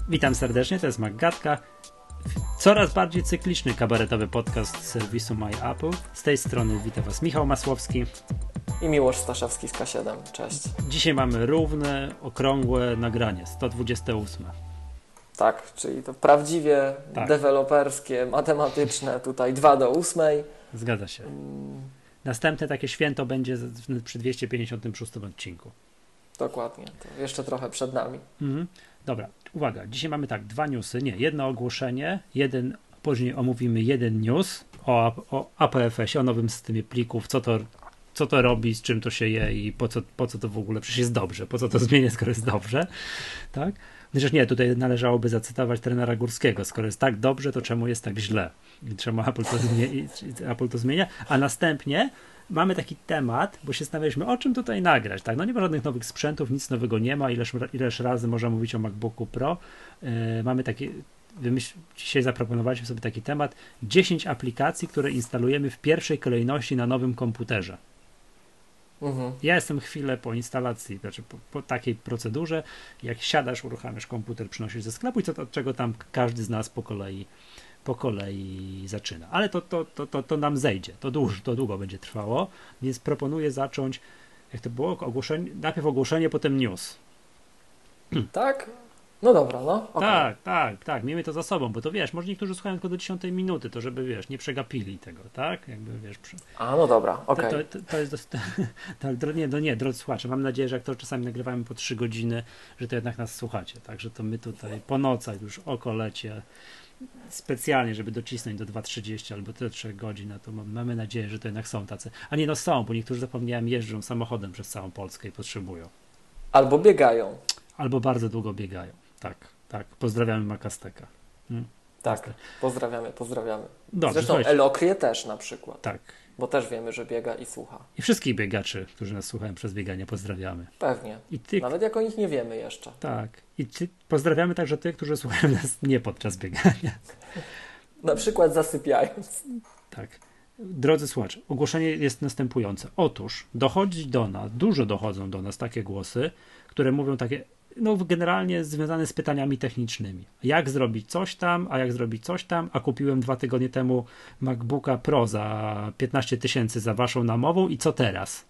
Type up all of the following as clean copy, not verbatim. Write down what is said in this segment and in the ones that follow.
Witam serdecznie, to jest MacGatka. Coraz bardziej cykliczny kabaretowy podcast z serwisu MyApple. Z tej strony witam Was Michał Masłowski i Miłosz Staszewski z K7. Cześć. Dzisiaj mamy równe, okrągłe nagranie, 128. Tak, czyli to prawdziwie deweloperskie, matematyczne, tutaj 2 do 8. Zgadza się. Następne takie święto będzie przy 256 odcinku. Dokładnie, to jeszcze trochę przed nami. Dobra, uwaga, dzisiaj mamy tak, dwa newsy, jedno ogłoszenie, później omówimy jeden news o APFS-ie, o nowym systemie plików, co to robi, z czym to się je i po co to w ogóle, przecież jest dobrze, po co to zmienię, skoro jest dobrze, tak? Przecież nie, tutaj należałoby zacytować trenera Górskiego, skoro jest tak dobrze, to czemu jest tak źle? I czemu Apple to zmienia? A następnie mamy taki temat, bo się zastanawialiśmy, o czym tutaj nagrać, tak? No nie ma żadnych nowych sprzętów, nic nowego nie ma, ileż razy można mówić o MacBooku Pro. Mamy taki, dzisiaj zaproponowaliśmy sobie taki temat, 10 aplikacji, które instalujemy w pierwszej kolejności na nowym komputerze. Ja jestem chwilę po instalacji, znaczy po takiej procedurze, jak siadasz, uruchamiasz komputer, przynosisz ze sklepu i od czego tam każdy z nas po kolei zaczyna. Ale to nam zejdzie, to długo będzie trwało, więc proponuję zacząć, jak to było, najpierw ogłoszenie, potem news. Tak? No dobra, no. Okay. Tak, miejmy to za sobą, bo to wiesz, może niektórzy słuchają tylko do 10 minuty, to żeby, wiesz, nie przegapili tego, tak? Jakby, wiesz. A, no dobra, okej. Okay. To jest nie, drodzy słuchacze, mam nadzieję, że jak to czasami nagrywamy po 3 godziny, że to jednak nas słuchacie, tak? Że to my tutaj po nocach już oko lecie specjalnie, żeby docisnąć do 2:30 albo do 3 godzin, to mamy nadzieję, że to jednak są tacy. A nie, no są, bo niektórzy, zapomniałem, jeżdżą samochodem przez całą Polskę i potrzebują. Albo biegają. Albo bardzo długo biegają. Tak. Pozdrawiamy Makasteka. Tak, pozdrawiamy. Dobrze, zresztą Elokrię też na przykład. Tak. Bo też wiemy, że biega i słucha. I wszystkich biegaczy, którzy nas słuchają przez bieganie, pozdrawiamy. Pewnie. Nawet jak o nich nie wiemy jeszcze. Tak. I pozdrawiamy także tych, którzy słuchają nas nie podczas biegania. Na przykład zasypiając. Tak. Drodzy słuchacze, ogłoszenie jest następujące. Otóż dużo dochodzą do nas takie głosy, które mówią takie, generalnie związane z pytaniami technicznymi. Jak zrobić coś tam, a kupiłem 2 tygodnie temu MacBooka Pro za 15 000 za waszą namową i co teraz?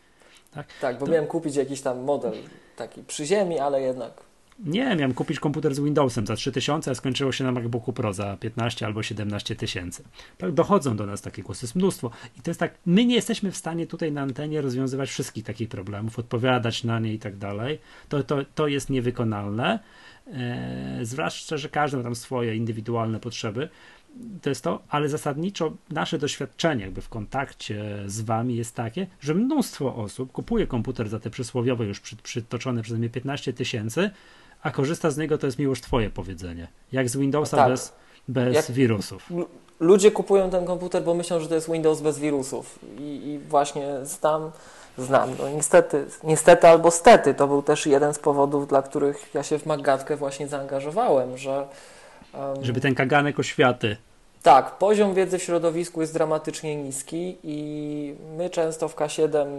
Tak, bo miałem kupić jakiś tam model taki przy ziemi, ale jednak... Nie, miałem kupić komputer z Windowsem za 3000, a skończyło się na MacBooku Pro za 15 albo 17 000. Tak, dochodzą do nas takie głosy, jest mnóstwo. I to jest tak, my nie jesteśmy w stanie tutaj na antenie rozwiązywać wszystkich takich problemów, odpowiadać na nie i tak dalej. To jest niewykonalne. Zwłaszcza, że każdy ma tam swoje indywidualne potrzeby. To jest to, ale zasadniczo nasze doświadczenie jakby w kontakcie z wami jest takie, że mnóstwo osób kupuje komputer za te przysłowiowe już przytoczone przeze mnie 15 000, a korzysta z niego, to jest Miłosz twoje powiedzenie. Jak z Windowsa bez wirusów. Ludzie kupują ten komputer, bo myślą, że to jest Windows bez wirusów. I właśnie znam. No niestety albo stety, to był też jeden z powodów, dla których ja się w MacGatkę właśnie zaangażowałem, że... żeby ten kaganek oświaty. Tak, poziom wiedzy w środowisku jest dramatycznie niski i my często w K7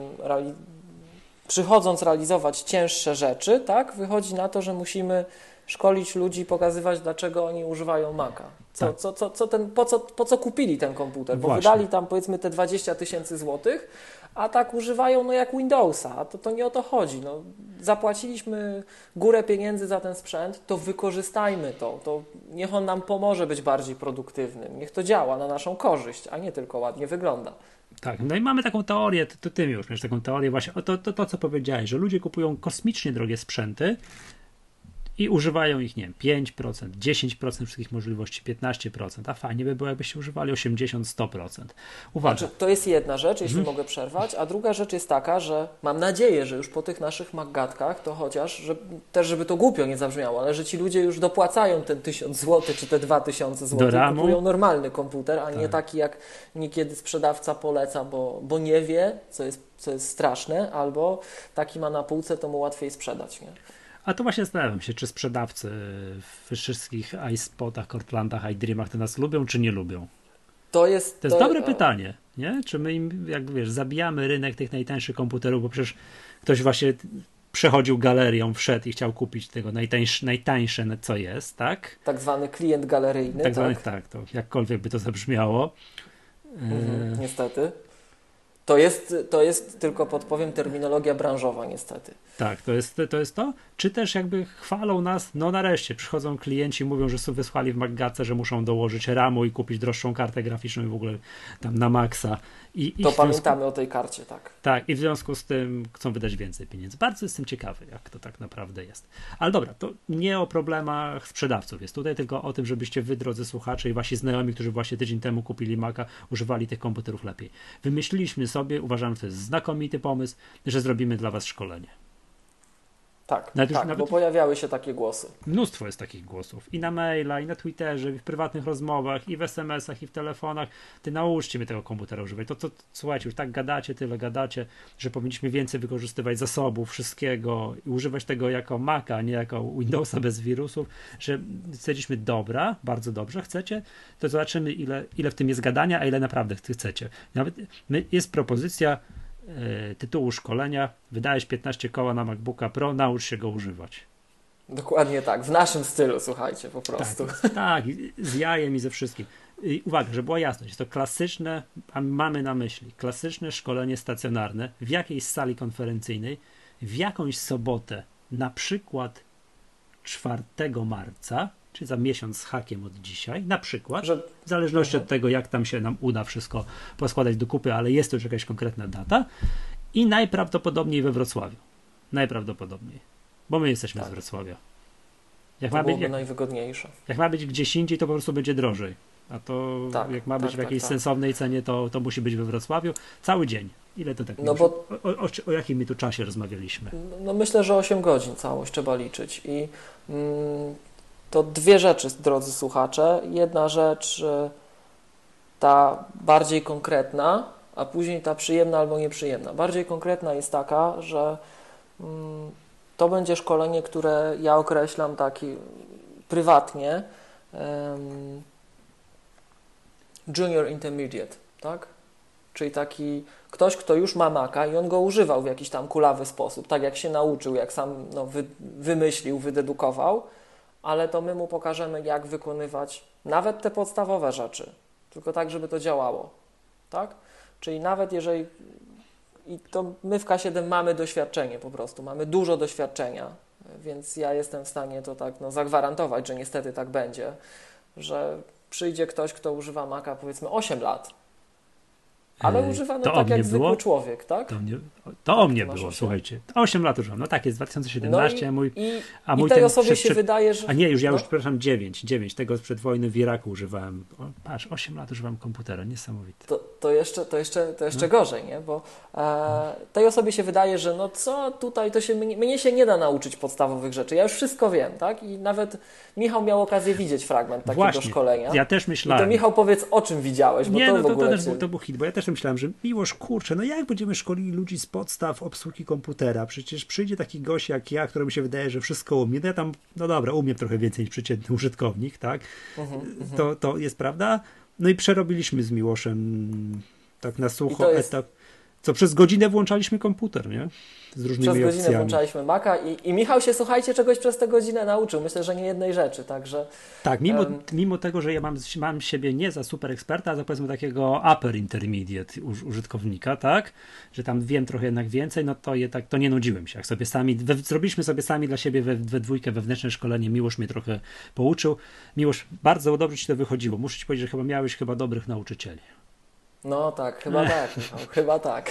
przychodząc realizować cięższe rzeczy, tak, wychodzi na to, że musimy szkolić ludzi, pokazywać, dlaczego oni używają Maca. Po co kupili ten komputer, bo wydali tam powiedzmy te 20 000 złotych, a tak używają jak Windowsa, a to nie o to chodzi. Zapłaciliśmy górę pieniędzy za ten sprzęt, to wykorzystajmy to niech on nam pomoże być bardziej produktywnym, niech to działa na naszą korzyść, a nie tylko ładnie wygląda. Tak, no i mamy taką teorię, to ty już masz taką teorię właśnie, to co powiedziałeś, że ludzie kupują kosmicznie drogie sprzęty i używają ich, nie wiem, 5%, 10% wszystkich możliwości, 15%, a fajnie by było, jakbyście używali 80-100%. Uważaj. Znaczy, to jest jedna rzecz, jeśli mogę przerwać, a druga rzecz jest taka, że mam nadzieję, że już po tych naszych MacGatkach, to chociaż, żeby to głupio nie zabrzmiało, ale że ci ludzie już dopłacają ten 1000 zł czy te 2000 zł, kupują normalny komputer, a nie taki, jak niekiedy sprzedawca poleca, bo nie wie, co jest straszne, albo taki ma na półce, to mu łatwiej sprzedać, nie? A to właśnie zastanawiam się, czy sprzedawcy w wszystkich iSpotach, Cortlandach, iDreamach to nas lubią, czy nie lubią? To jest dobre pytanie, nie? Czy my im, jak wiesz, zabijamy rynek tych najtańszych komputerów, bo przecież ktoś właśnie przechodził galerią, wszedł i chciał kupić tego najtańsze, co jest, tak? Tak zwany klient galeryjny. Tak zwany, tak, to jakkolwiek by to zabrzmiało. Niestety. To jest, tylko podpowiem, terminologia branżowa niestety. Tak, to jest to. Czy też jakby chwalą nas, no nareszcie przychodzą klienci, mówią, że sobie wysłali w MacGadce, że muszą dołożyć RAMu i kupić droższą kartę graficzną i w ogóle tam na maksa. To pamiętamy o tej karcie, tak. Tak, i w związku z tym chcą wydać więcej pieniędzy. Bardzo jestem ciekawy, jak to tak naprawdę jest. Ale dobra, to nie o problemach sprzedawców jest tutaj, tylko o tym, żebyście wy, drodzy słuchacze i wasi znajomi, którzy właśnie tydzień temu kupili Maca, używali tych komputerów lepiej. Wymyśliliśmy sobie, uważam, że to jest znakomity pomysł, że zrobimy dla was szkolenie. Tak, bo pojawiały się takie głosy. Mnóstwo jest takich głosów. I na maila, i na Twitterze, i w prywatnych rozmowach, i w SMS-ach, i w telefonach. Ty nauczcie mnie tego komputera używać. Słuchajcie, już tak gadacie, tyle gadacie, że powinniśmy więcej wykorzystywać zasobów, wszystkiego i używać tego jako Maca, a nie jako Windowsa bez wirusów, że jesteśmy dobra, bardzo dobrze chcecie, to zobaczymy, ile w tym jest gadania, a ile naprawdę chcecie. Nawet jest propozycja tytułu szkolenia, wydajesz 15 koła na MacBooka Pro, naucz się go używać. Dokładnie tak, w naszym stylu, słuchajcie, po prostu. Tak, z jajem i ze wszystkim. I uwaga, żeby była jasność, jest to klasyczne, a mamy na myśli, klasyczne szkolenie stacjonarne w jakiejś sali konferencyjnej, w jakąś sobotę, na przykład 4 marca, czy za miesiąc z hakiem od dzisiaj, na przykład, w zależności od tego, jak tam się nam uda wszystko poskładać do kupy, ale jest to już jakaś konkretna data i najprawdopodobniej we Wrocławiu. Najprawdopodobniej, bo my jesteśmy z Wrocławia. Najwygodniejsze. Jak ma być gdzieś indziej, to po prostu będzie drożej, a to jak ma być w jakiejś sensownej cenie, to musi być we Wrocławiu cały dzień. Ile to tak? O jakim my tu czasie rozmawialiśmy? No myślę, że 8 godzin całość trzeba liczyć i to dwie rzeczy, drodzy słuchacze. Jedna rzecz, ta bardziej konkretna, a później ta przyjemna albo nieprzyjemna. Bardziej konkretna jest taka, że to będzie szkolenie, które ja określam taki prywatnie junior intermediate, tak? Czyli taki ktoś, kto już ma Maca i on go używał w jakiś tam kulawy sposób, tak jak się nauczył, jak sam wymyślił, wydedukował, ale to my mu pokażemy, jak wykonywać nawet te podstawowe rzeczy, tylko tak, żeby to działało, tak? Czyli nawet jeżeli, i to my w K7 mamy doświadczenie po prostu, mamy dużo doświadczenia, więc ja jestem w stanie to tak zagwarantować, że niestety tak będzie, że przyjdzie ktoś, kto używa Maca powiedzmy 8 lat, ale używa tak jak zwykły człowiek, tak? To o mnie było, słuchajcie. 8 lat używam. No tak, jest 2017, i tej osobie się wydaje, że... A nie, już przepraszam, 9, tego sprzed wojny w Iraku używałem. Patrz, 8 lat używam komputera, niesamowite. To jeszcze gorzej, nie? Bo tej osobie się wydaje, że no co tutaj, mnie się nie da nauczyć podstawowych rzeczy, ja już wszystko wiem, tak? I nawet Michał miał okazję widzieć fragment takiego szkolenia. Ja też myślałem. I to Michał, powiedz, o czym widziałeś, bo to był hit, bo ja też myślałem, że Miłosz, kurczę, no jak będziemy szkolili ludzi z podstaw obsługi komputera? Przecież przyjdzie taki gość jak ja, któremu się wydaje, że wszystko umie. No ja tam, no dobra, umiem trochę więcej niż przeciętny użytkownik, tak? To jest prawda. No i przerobiliśmy z Miłoszem tak na sucho etap. Co przez godzinę włączaliśmy komputer, nie? Z różnymi opcjami. Przez godzinę włączaliśmy Maca i Michał się, słuchajcie, czegoś przez tę godzinę nauczył. Myślę, że nie jednej rzeczy, także... Tak, mimo tego, że ja mam siebie nie za super eksperta, a za powiedzmy takiego upper intermediate użytkownika, tak? Że tam wiem trochę jednak więcej, no to nie nudziłem się. Jak sobie zrobiliśmy sobie sami dla siebie we dwójkę wewnętrzne szkolenie, Miłosz mnie trochę pouczył. Miłosz, bardzo dobrze ci to wychodziło. Muszę ci powiedzieć, że miałeś dobrych nauczycieli. No tak, chyba tak, Michał, chyba tak.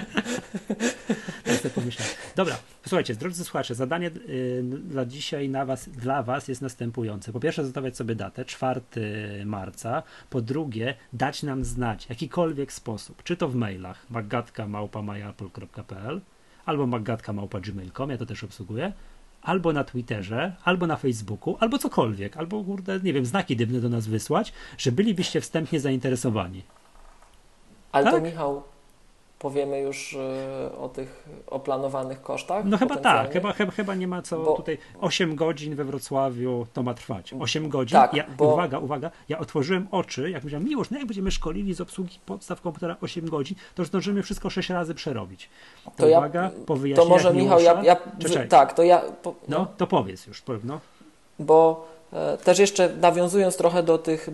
Tak sobie pomyślałem. Dobra, słuchajcie, drodzy słuchacze, zadanie dla dzisiaj dla was jest następujące. Po pierwsze, zostawiać sobie datę, 4 marca. Po drugie, dać nam znać w jakikolwiek sposób, czy to w mailach maggatka@myapple.pl albo maggatka@gmail.com, ja to też obsługuję, albo na Twitterze, albo na Facebooku, albo cokolwiek, albo nie wiem, znaki dybne do nas wysłać, że bylibyście wstępnie zainteresowani. Ale tak? To Michał, powiemy już o planowanych kosztach? No chyba tak, chyba nie ma co tutaj 8 godzin we Wrocławiu to ma trwać. 8 godzin. Tak, Uwaga, ja otworzyłem oczy, jak myślałem, Miłosz, no jak będziemy szkolili z obsługi podstaw komputera 8 godzin, to już zdążymy wszystko 6 razy przerobić. To uwaga, po wyjaśnieniach to może Michał, to powiedz już, no. Bo też jeszcze nawiązując trochę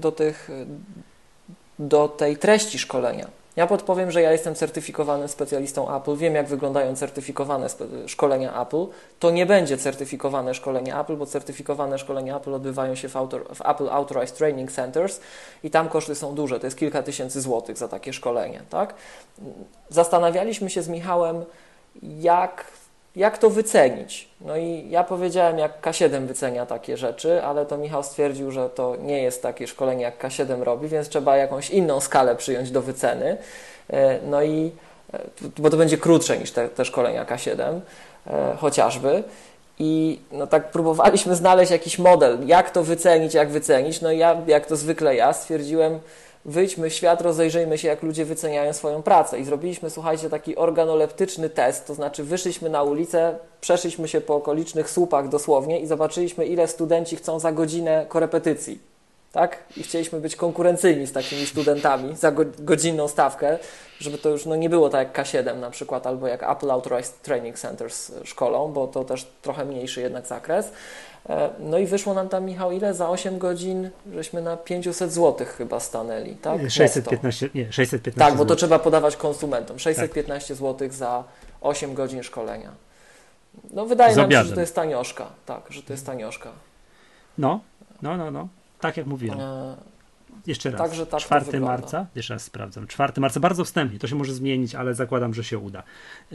do tej treści szkolenia. Ja podpowiem, że ja jestem certyfikowanym specjalistą Apple, wiem jak wyglądają certyfikowane szkolenia Apple. To nie będzie certyfikowane szkolenie Apple, bo certyfikowane szkolenia Apple odbywają się w Apple Authorized Training Centers i tam koszty są duże, to jest kilka tysięcy złotych za takie szkolenie. Tak? Zastanawialiśmy się z Michałem, jak to wycenić. No i ja powiedziałem, jak K7 wycenia takie rzeczy, ale to Michał stwierdził, że to nie jest takie szkolenie, jak K7 robi, więc trzeba jakąś inną skalę przyjąć do wyceny. No i, bo to będzie krótsze niż te szkolenia K7 chociażby. I no tak próbowaliśmy znaleźć jakiś model, jak to wycenić, jak wycenić. No i ja, jak to zwykle stwierdziłem, wyjdźmy w świat, rozejrzyjmy się, jak ludzie wyceniają swoją pracę. I zrobiliśmy, słuchajcie, taki organoleptyczny test, to znaczy wyszliśmy na ulicę, przeszliśmy się po okolicznych słupach dosłownie i zobaczyliśmy, ile studenci chcą za godzinę korepetycji. Tak? I chcieliśmy być konkurencyjni z takimi studentami za godzinną stawkę, żeby to już nie było tak jak K7 na przykład, albo jak Apple Authorized Training Centers szkolą, bo to też trochę mniejszy jednak zakres. No i wyszło nam tam, Michał, ile? Za 8 godzin żeśmy na 500 zł chyba stanęli, tak? 615 Tak, bo to trzeba podawać konsumentom. 615 zł za 8 godzin szkolenia. No wydaje nam się, że to jest tanioszka. Tak, że to jest tanioszka. No. Tak jak mówiłem. Jeszcze raz. Także tak 4 marca, jeszcze raz sprawdzam. 4 marca, bardzo wstępnie, to się może zmienić, ale zakładam, że się uda.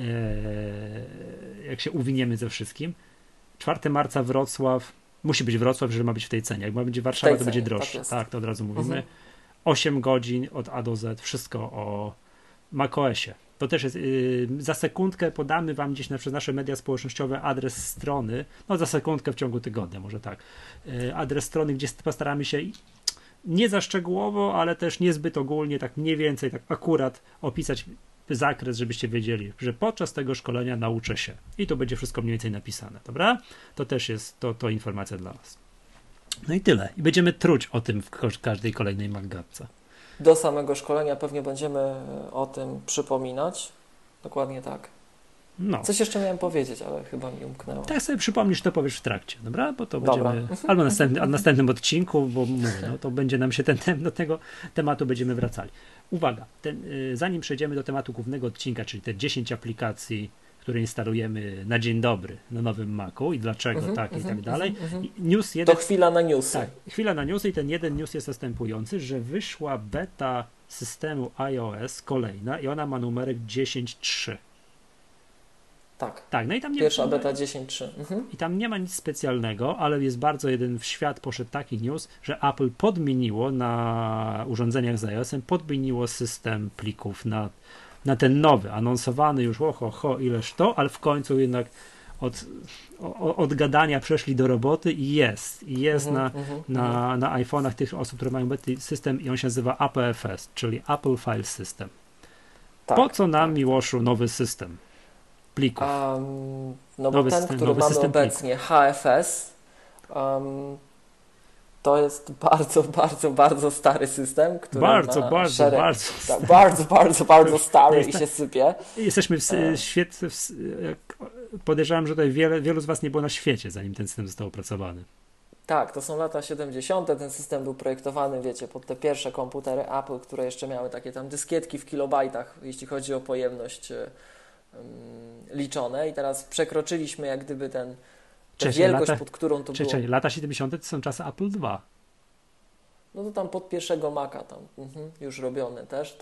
Jak się uwiniemy ze wszystkim. 4 marca Wrocław, musi być Wrocław, że ma być w tej cenie. Jak ma być Warszawa, to będzie droższe. Tak, to od razu mówimy. 8 godzin od A do Z, wszystko o macOSie. To też jest, za sekundkę podamy Wam gdzieś przez nasze media społecznościowe adres strony, no za sekundkę w ciągu tygodnia, może tak, adres strony, gdzie postaramy się nie za szczegółowo, ale też niezbyt ogólnie, tak mniej więcej, tak akurat opisać zakres, żebyście wiedzieli, że podczas tego szkolenia nauczę się i to będzie wszystko mniej więcej napisane, dobra? To też jest to informacja dla Was. No i tyle. I będziemy truć o tym w każdej kolejnej Maggatce. Do samego szkolenia pewnie będziemy o tym przypominać. Dokładnie tak. No. Coś jeszcze miałem powiedzieć, ale chyba mi umknęło. Tak sobie przypomnisz, to powiesz w trakcie, dobra? Bo to będziemy, albo na następnym odcinku, bo mówię, to będzie nam się do tego tematu będziemy wracali. Uwaga, zanim przejdziemy do tematu głównego odcinka, czyli te 10 aplikacji, które instalujemy na dzień dobry na nowym Macu i dlaczego i tak dalej. News jeden, to chwila na newsy. Tak, chwila na newsy i ten jeden news jest następujący, że wyszła beta systemu iOS kolejna i ona ma numerek 10.3. Tak, no i tam pierwsza beta 10.3. I tam nie ma nic specjalnego, ale jest bardzo w świat poszedł taki news, że Apple podmieniło na urządzeniach z iOS-em, podmieniło system plików na ten nowy, anonsowany już ileż to, ale w końcu jednak od gadania przeszli do roboty i jest na iPhone'ach tych osób, które mają beta system i on się nazywa APFS, czyli Apple File System. Po co nam, Miłoszu, nowy system plików? No bo ten, który mamy obecnie, HFS, to jest bardzo, bardzo, bardzo stary system, który bardzo stary i się sypie. Jesteśmy w świecie, podejrzewam, że tutaj wielu z Was nie było na świecie, zanim ten system został opracowany. Tak, to są lata 70. Ten system był projektowany, wiecie, pod te pierwsze komputery Apple, które jeszcze miały takie tam dyskietki w kilobajtach, jeśli chodzi o pojemność liczone i teraz przekroczyliśmy jak gdyby tę wielkość, pod którą to było. Lata 70. to są czasy Apple II. No to tam pod pierwszego Maca tam już robione też,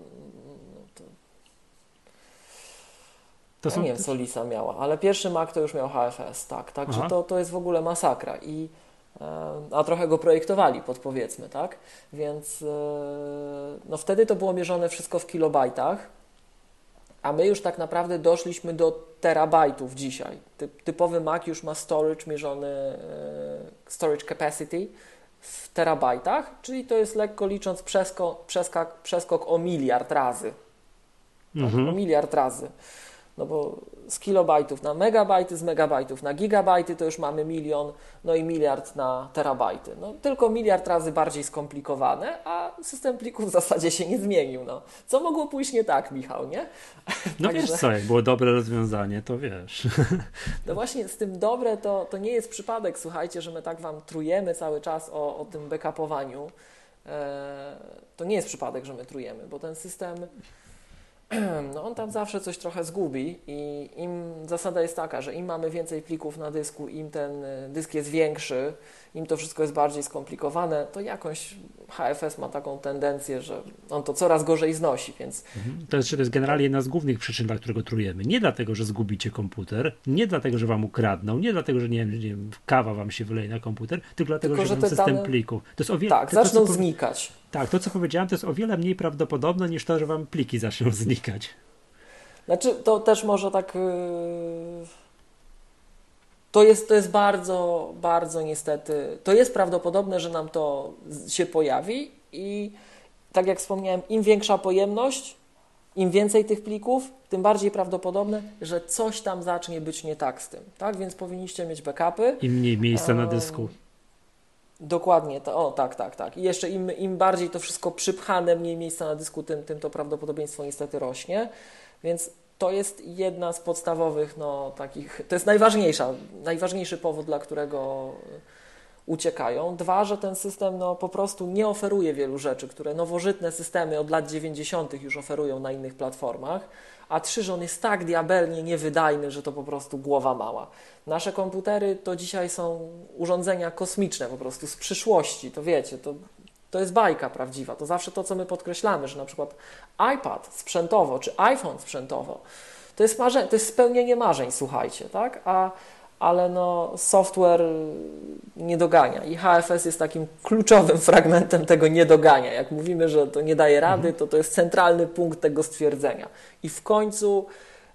ja nie wiem, co Lisa miała, ale pierwszy Mac to już miał HFS, tak, także to jest w ogóle masakra a trochę go projektowali, podpowiedzmy, tak, więc no wtedy to było mierzone wszystko w kilobajtach, a my już tak naprawdę doszliśmy do terabajtów dzisiaj. Typowy Mac już ma storage mierzony, storage capacity w terabajtach, czyli to jest lekko licząc przeskok o miliard razy. tak? O miliard razy. No bo z kilobajtów na megabajty, z megabajtów na gigabajty to już mamy milion, no i miliard na terabajty. No tylko miliard razy bardziej skomplikowane, a system plików w zasadzie się nie zmienił. No. Co mogło pójść nie tak, Michał, nie? No wiesz co, jak było dobre rozwiązanie, to wiesz. No właśnie z tym dobre to nie jest przypadek, słuchajcie, że my tak wam trujemy cały czas o tym backupowaniu. To nie jest przypadek, że my trujemy, bo ten system... No on tam zawsze coś trochę zgubi i zasada jest taka, że im mamy więcej plików na dysku, im ten dysk jest większy, im to wszystko jest bardziej skomplikowane, to jakąś HFS ma taką tendencję, że on to coraz gorzej znosi, więc... To jest generalnie jedna z głównych przyczyn, dla którego trujemy. Nie dlatego, że zgubicie komputer, nie dlatego, że wam ukradną, nie dlatego, że nie wiem, kawa wam się wyleje na komputer, tylko dlatego, że ten system plików... To jest o wiele, tak, zaczną znikać. Tak, to co powiedziałem, to jest o wiele mniej prawdopodobne niż to, że wam pliki zaczną znikać. Znaczy, to też może tak... To jest bardzo, bardzo niestety... To jest prawdopodobne, że nam to się pojawi i tak jak wspomniałem, im większa pojemność, im więcej tych plików, tym bardziej prawdopodobne, że coś tam zacznie być nie tak z tym. Tak? Więc powinniście mieć backupy. Im mniej miejsca na dysku. Dokładnie, tak. I jeszcze im bardziej to wszystko przypchane, mniej miejsca na dysku, tym to prawdopodobieństwo niestety rośnie. Więc to jest jedna z podstawowych, takich, to jest najważniejszy powód, dla którego uciekają. Dwa, że ten system po prostu nie oferuje wielu rzeczy, które nowożytne systemy od lat 90. już oferują na innych platformach. A trzy, że on jest tak diabelnie niewydajny, że to po prostu głowa mała. Nasze komputery to dzisiaj są urządzenia kosmiczne po prostu z przyszłości, to wiecie, to jest bajka prawdziwa. To zawsze to, co my podkreślamy, że na przykład iPad sprzętowo czy iPhone sprzętowo to jest spełnienie marzeń, słuchajcie, tak? Ale software nie dogania i HFS jest takim kluczowym fragmentem tego niedogania. Jak mówimy, że to nie daje rady, to jest centralny punkt tego stwierdzenia. I w końcu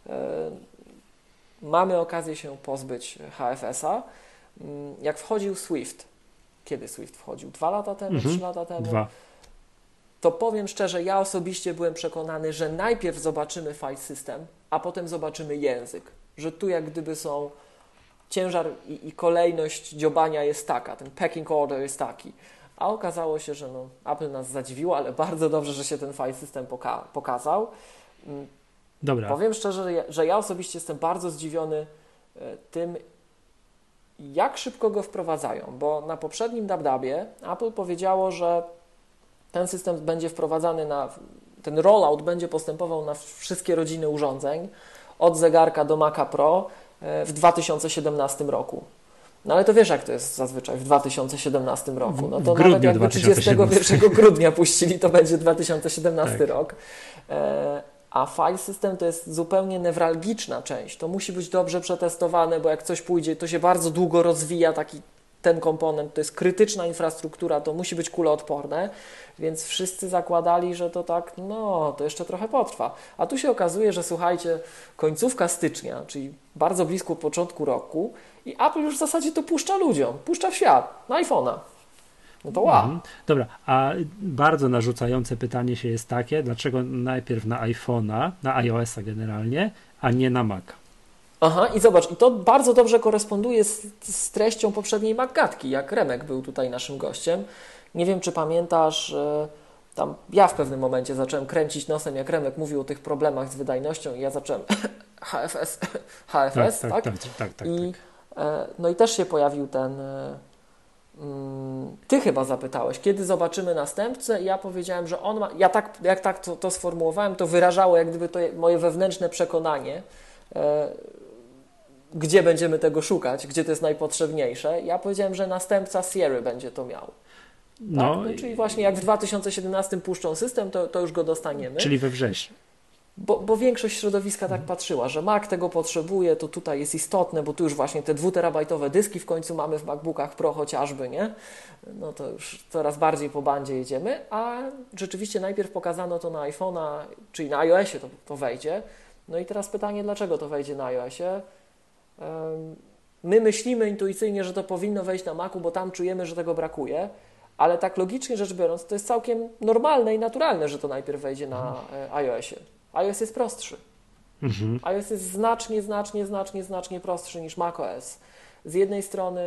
mamy okazję się pozbyć HFS-a. Jak wchodził Swift, kiedy Swift wchodził? 2 lata temu, 3 lata temu? 2. To powiem szczerze, ja osobiście byłem przekonany, że najpierw zobaczymy file system, a potem zobaczymy język. Że tu jak gdyby są ciężar i kolejność dziobania jest taka, ten pecking order jest taki. A okazało się, że Apple nas zadziwiło, ale bardzo dobrze, że się ten file system pokazał. Dobra. Powiem szczerze, że ja osobiście jestem bardzo zdziwiony tym, jak szybko go wprowadzają, bo na poprzednim DubDubie Apple powiedziało, że ten system będzie wprowadzany ten rollout będzie postępował na wszystkie rodziny urządzeń, od zegarka do Maca Pro w 2017 roku. No ale to wiesz, jak to jest zazwyczaj w 2017 roku. No to nawet jakby 31 grudnia puścili, to będzie 2017 rok. A file system to jest zupełnie newralgiczna część. To musi być dobrze przetestowane, bo jak coś pójdzie, to się bardzo długo rozwija ten komponent. To jest krytyczna infrastruktura, to musi być kuloodporne, więc wszyscy zakładali, że to tak, to jeszcze trochę potrwa. A tu się okazuje, że słuchajcie, końcówka stycznia, czyli bardzo blisko początku roku i Apple już w zasadzie to puszcza ludziom, puszcza w świat, na iPhone'a. No to wow. Dobra, a bardzo narzucające pytanie się jest takie, dlaczego najpierw na iPhone'a, na iOS-a generalnie, a nie na Maca? Aha, i zobacz, i to bardzo dobrze koresponduje z treścią poprzedniej Maggatki, jak Remek był tutaj naszym gościem. Nie wiem, czy pamiętasz, tam ja w pewnym momencie zacząłem kręcić nosem, jak Remek mówił o tych problemach z wydajnością i ja zacząłem HFS, tak? Tak. No i też się pojawił ten... Ty chyba zapytałeś, kiedy zobaczymy następcę i ja powiedziałem, że on ma... Jak tak to sformułowałem, to wyrażało jak gdyby to moje wewnętrzne przekonanie, gdzie będziemy tego szukać, gdzie to jest najpotrzebniejsze. Ja powiedziałem, że następca Sierry będzie to miał. Tak? Czyli właśnie jak w 2017 puszczą system, to już go dostaniemy. Czyli we wrześniu. Bo większość środowiska tak patrzyła, że Mac tego potrzebuje, to tutaj jest istotne, bo tu już właśnie te 2-terabajtowe dyski w końcu mamy w MacBookach Pro chociażby, nie? No to już coraz bardziej po bandzie jedziemy, a rzeczywiście najpierw pokazano to na iPhone'a, czyli na iOSie to wejdzie. No i teraz pytanie, dlaczego to wejdzie na iOSie? My myślimy intuicyjnie, że to powinno wejść na Macu, bo tam czujemy, że tego brakuje, ale tak logicznie rzecz biorąc, to jest całkiem normalne i naturalne, że to najpierw wejdzie na iOSie. iOS jest prostszy. iOS jest znacznie prostszy niż macOS. Z jednej strony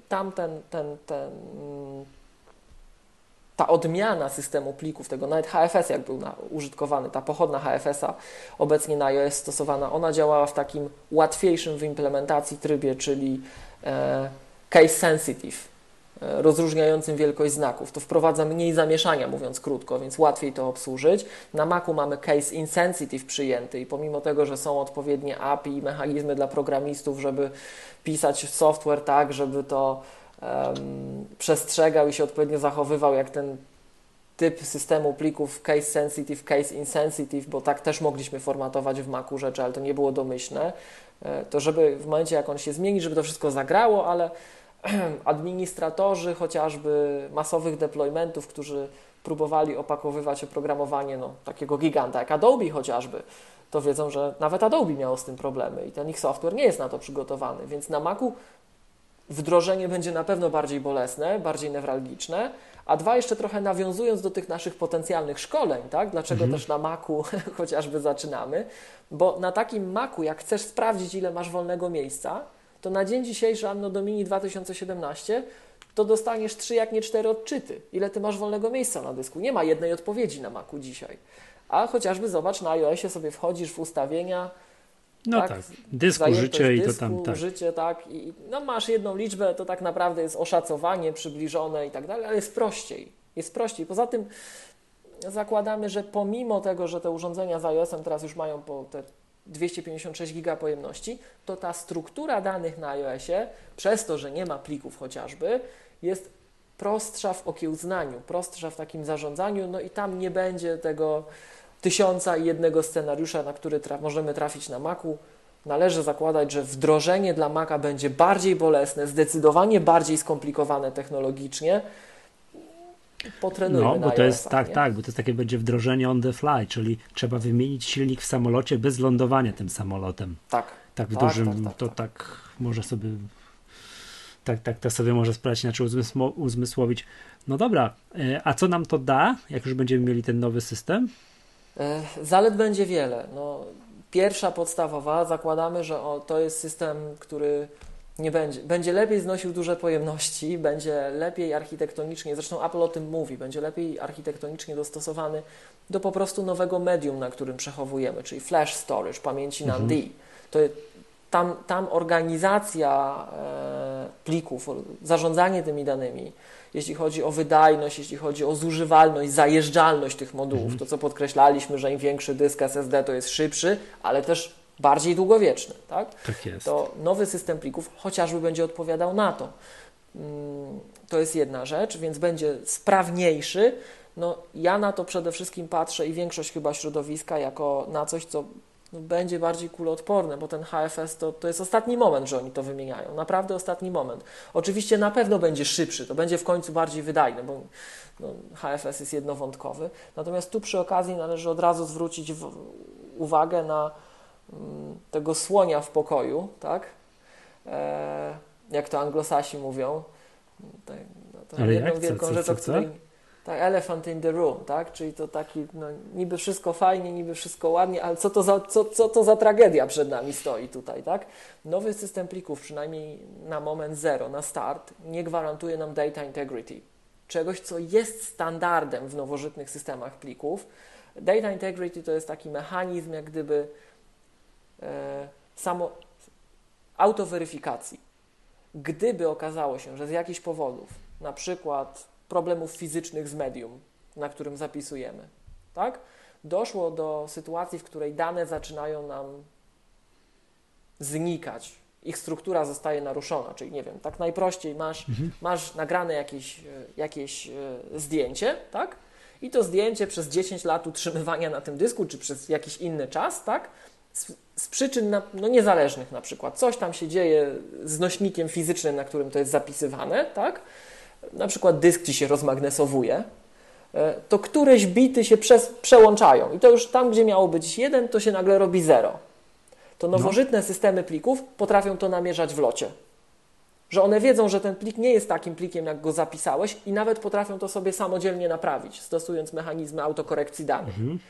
ta odmiana systemu plików, tego nawet HFS jak był użytkowany, ta pochodna HFS-a obecnie na iOS stosowana, ona działała w takim łatwiejszym w implementacji trybie, czyli case sensitive, rozróżniającym wielkość znaków. To wprowadza mniej zamieszania, mówiąc krótko, więc łatwiej to obsłużyć. Na Macu mamy case insensitive przyjęty i pomimo tego, że są odpowiednie API i mechanizmy dla programistów, żeby pisać software tak, żeby to przestrzegał i się odpowiednio zachowywał jak ten typ systemu plików case sensitive, case insensitive, bo tak też mogliśmy formatować w Macu rzeczy, ale to nie było domyślne, to żeby w momencie jak on się zmieni, żeby to wszystko zagrało, ale administratorzy chociażby masowych deploymentów, którzy próbowali opakowywać oprogramowanie takiego giganta jak Adobe chociażby, to wiedzą, że nawet Adobe miało z tym problemy i ten ich software nie jest na to przygotowany, więc na Macu wdrożenie będzie na pewno bardziej bolesne, bardziej newralgiczne, a dwa, jeszcze trochę nawiązując do tych naszych potencjalnych szkoleń, tak? Dlaczego też na Macu chociażby zaczynamy, bo na takim Macu, jak chcesz sprawdzić, ile masz wolnego miejsca, to na dzień dzisiejszy Anno Domini 2017 to dostaniesz 3, jak nie 4 odczyty. Ile ty masz wolnego miejsca na dysku? Nie ma jednej odpowiedzi na Macu dzisiaj. A chociażby zobacz, na iOSie sobie wchodzisz w ustawienia, dysk użycie i to tam, użycie, tak, i masz jedną liczbę, to tak naprawdę jest oszacowanie przybliżone i tak dalej, ale jest prościej. Poza tym zakładamy, że pomimo tego, że te urządzenia z iOS-em teraz już mają po te 256 giga pojemności, to ta struktura danych na iOSie, przez to, że nie ma plików chociażby, jest prostsza w okiełznaniu, prostsza w takim zarządzaniu, i tam nie będzie tego 1001 scenariusza, na który możemy trafić na Macu. Należy zakładać, że wdrożenie dla Maca będzie bardziej bolesne, zdecydowanie bardziej skomplikowane technologicznie. Potrenujmy bo to jest bo to jest takie będzie wdrożenie on the fly, czyli trzeba wymienić silnik w samolocie bez lądowania tym samolotem. Tak w dużym, tak może sobie to sobie może sprawdzić, inaczej uzmysłowić. No dobra, a co nam to da, jak już będziemy mieli ten nowy system? Zalet będzie wiele. Pierwsza podstawowa, zakładamy, że to jest system, który nie będzie lepiej znosił duże pojemności, będzie lepiej architektonicznie, zresztą Apple o tym mówi, będzie lepiej architektonicznie dostosowany do po prostu nowego medium, na którym przechowujemy, czyli flash storage, pamięci NAND. Tam organizacja plików, zarządzanie tymi danymi, jeśli chodzi o wydajność, jeśli chodzi o zużywalność, zajeżdżalność tych modułów, to co podkreślaliśmy, że im większy dysk SSD to jest szybszy, ale też bardziej długowieczny, tak? Tak jest. To nowy system plików chociażby będzie odpowiadał na to. To jest jedna rzecz, więc będzie sprawniejszy. Ja na to przede wszystkim patrzę i większość chyba środowiska jako na coś, co będzie bardziej kuloodporne, bo ten HFS to jest ostatni moment, że oni to wymieniają. Naprawdę ostatni moment. Oczywiście na pewno będzie szybszy, to będzie w końcu bardziej wydajny, bo HFS jest jednowątkowy. Natomiast tu przy okazji należy od razu zwrócić uwagę na tego słonia w pokoju, tak? Jak to anglosasi mówią. Ale jedną wielką rzecz, o której... Tak, elephant in the room, tak? Czyli to taki, niby wszystko fajnie, niby wszystko ładnie, ale co to za tragedia przed nami stoi tutaj, tak? Nowy system plików, przynajmniej na moment zero, na start, nie gwarantuje nam data integrity. Czegoś, co jest standardem w nowożytnych systemach plików. Data integrity to jest taki mechanizm, jak gdyby autoweryfikacji. Gdyby okazało się, że z jakichś powodów, na przykład problemów fizycznych z medium, na którym zapisujemy, tak? Doszło do sytuacji, w której dane zaczynają nam znikać, ich struktura zostaje naruszona, czyli nie wiem, tak najprościej masz nagrane jakieś zdjęcie, tak? I to zdjęcie przez 10 lat utrzymywania na tym dysku, czy przez jakiś inny czas, tak? Z przyczyn niezależnych na przykład. Coś tam się dzieje z nośnikiem fizycznym, na którym to jest zapisywane, tak? Na przykład dysk ci się rozmagnesowuje, to któreś bity się przełączają i to już tam, gdzie miało być 1, to się nagle robi 0. To nowożytne systemy plików potrafią to namierzać w locie. Że one wiedzą, że ten plik nie jest takim plikiem, jak go zapisałeś i nawet potrafią to sobie samodzielnie naprawić, stosując mechanizmy autokorekcji danych.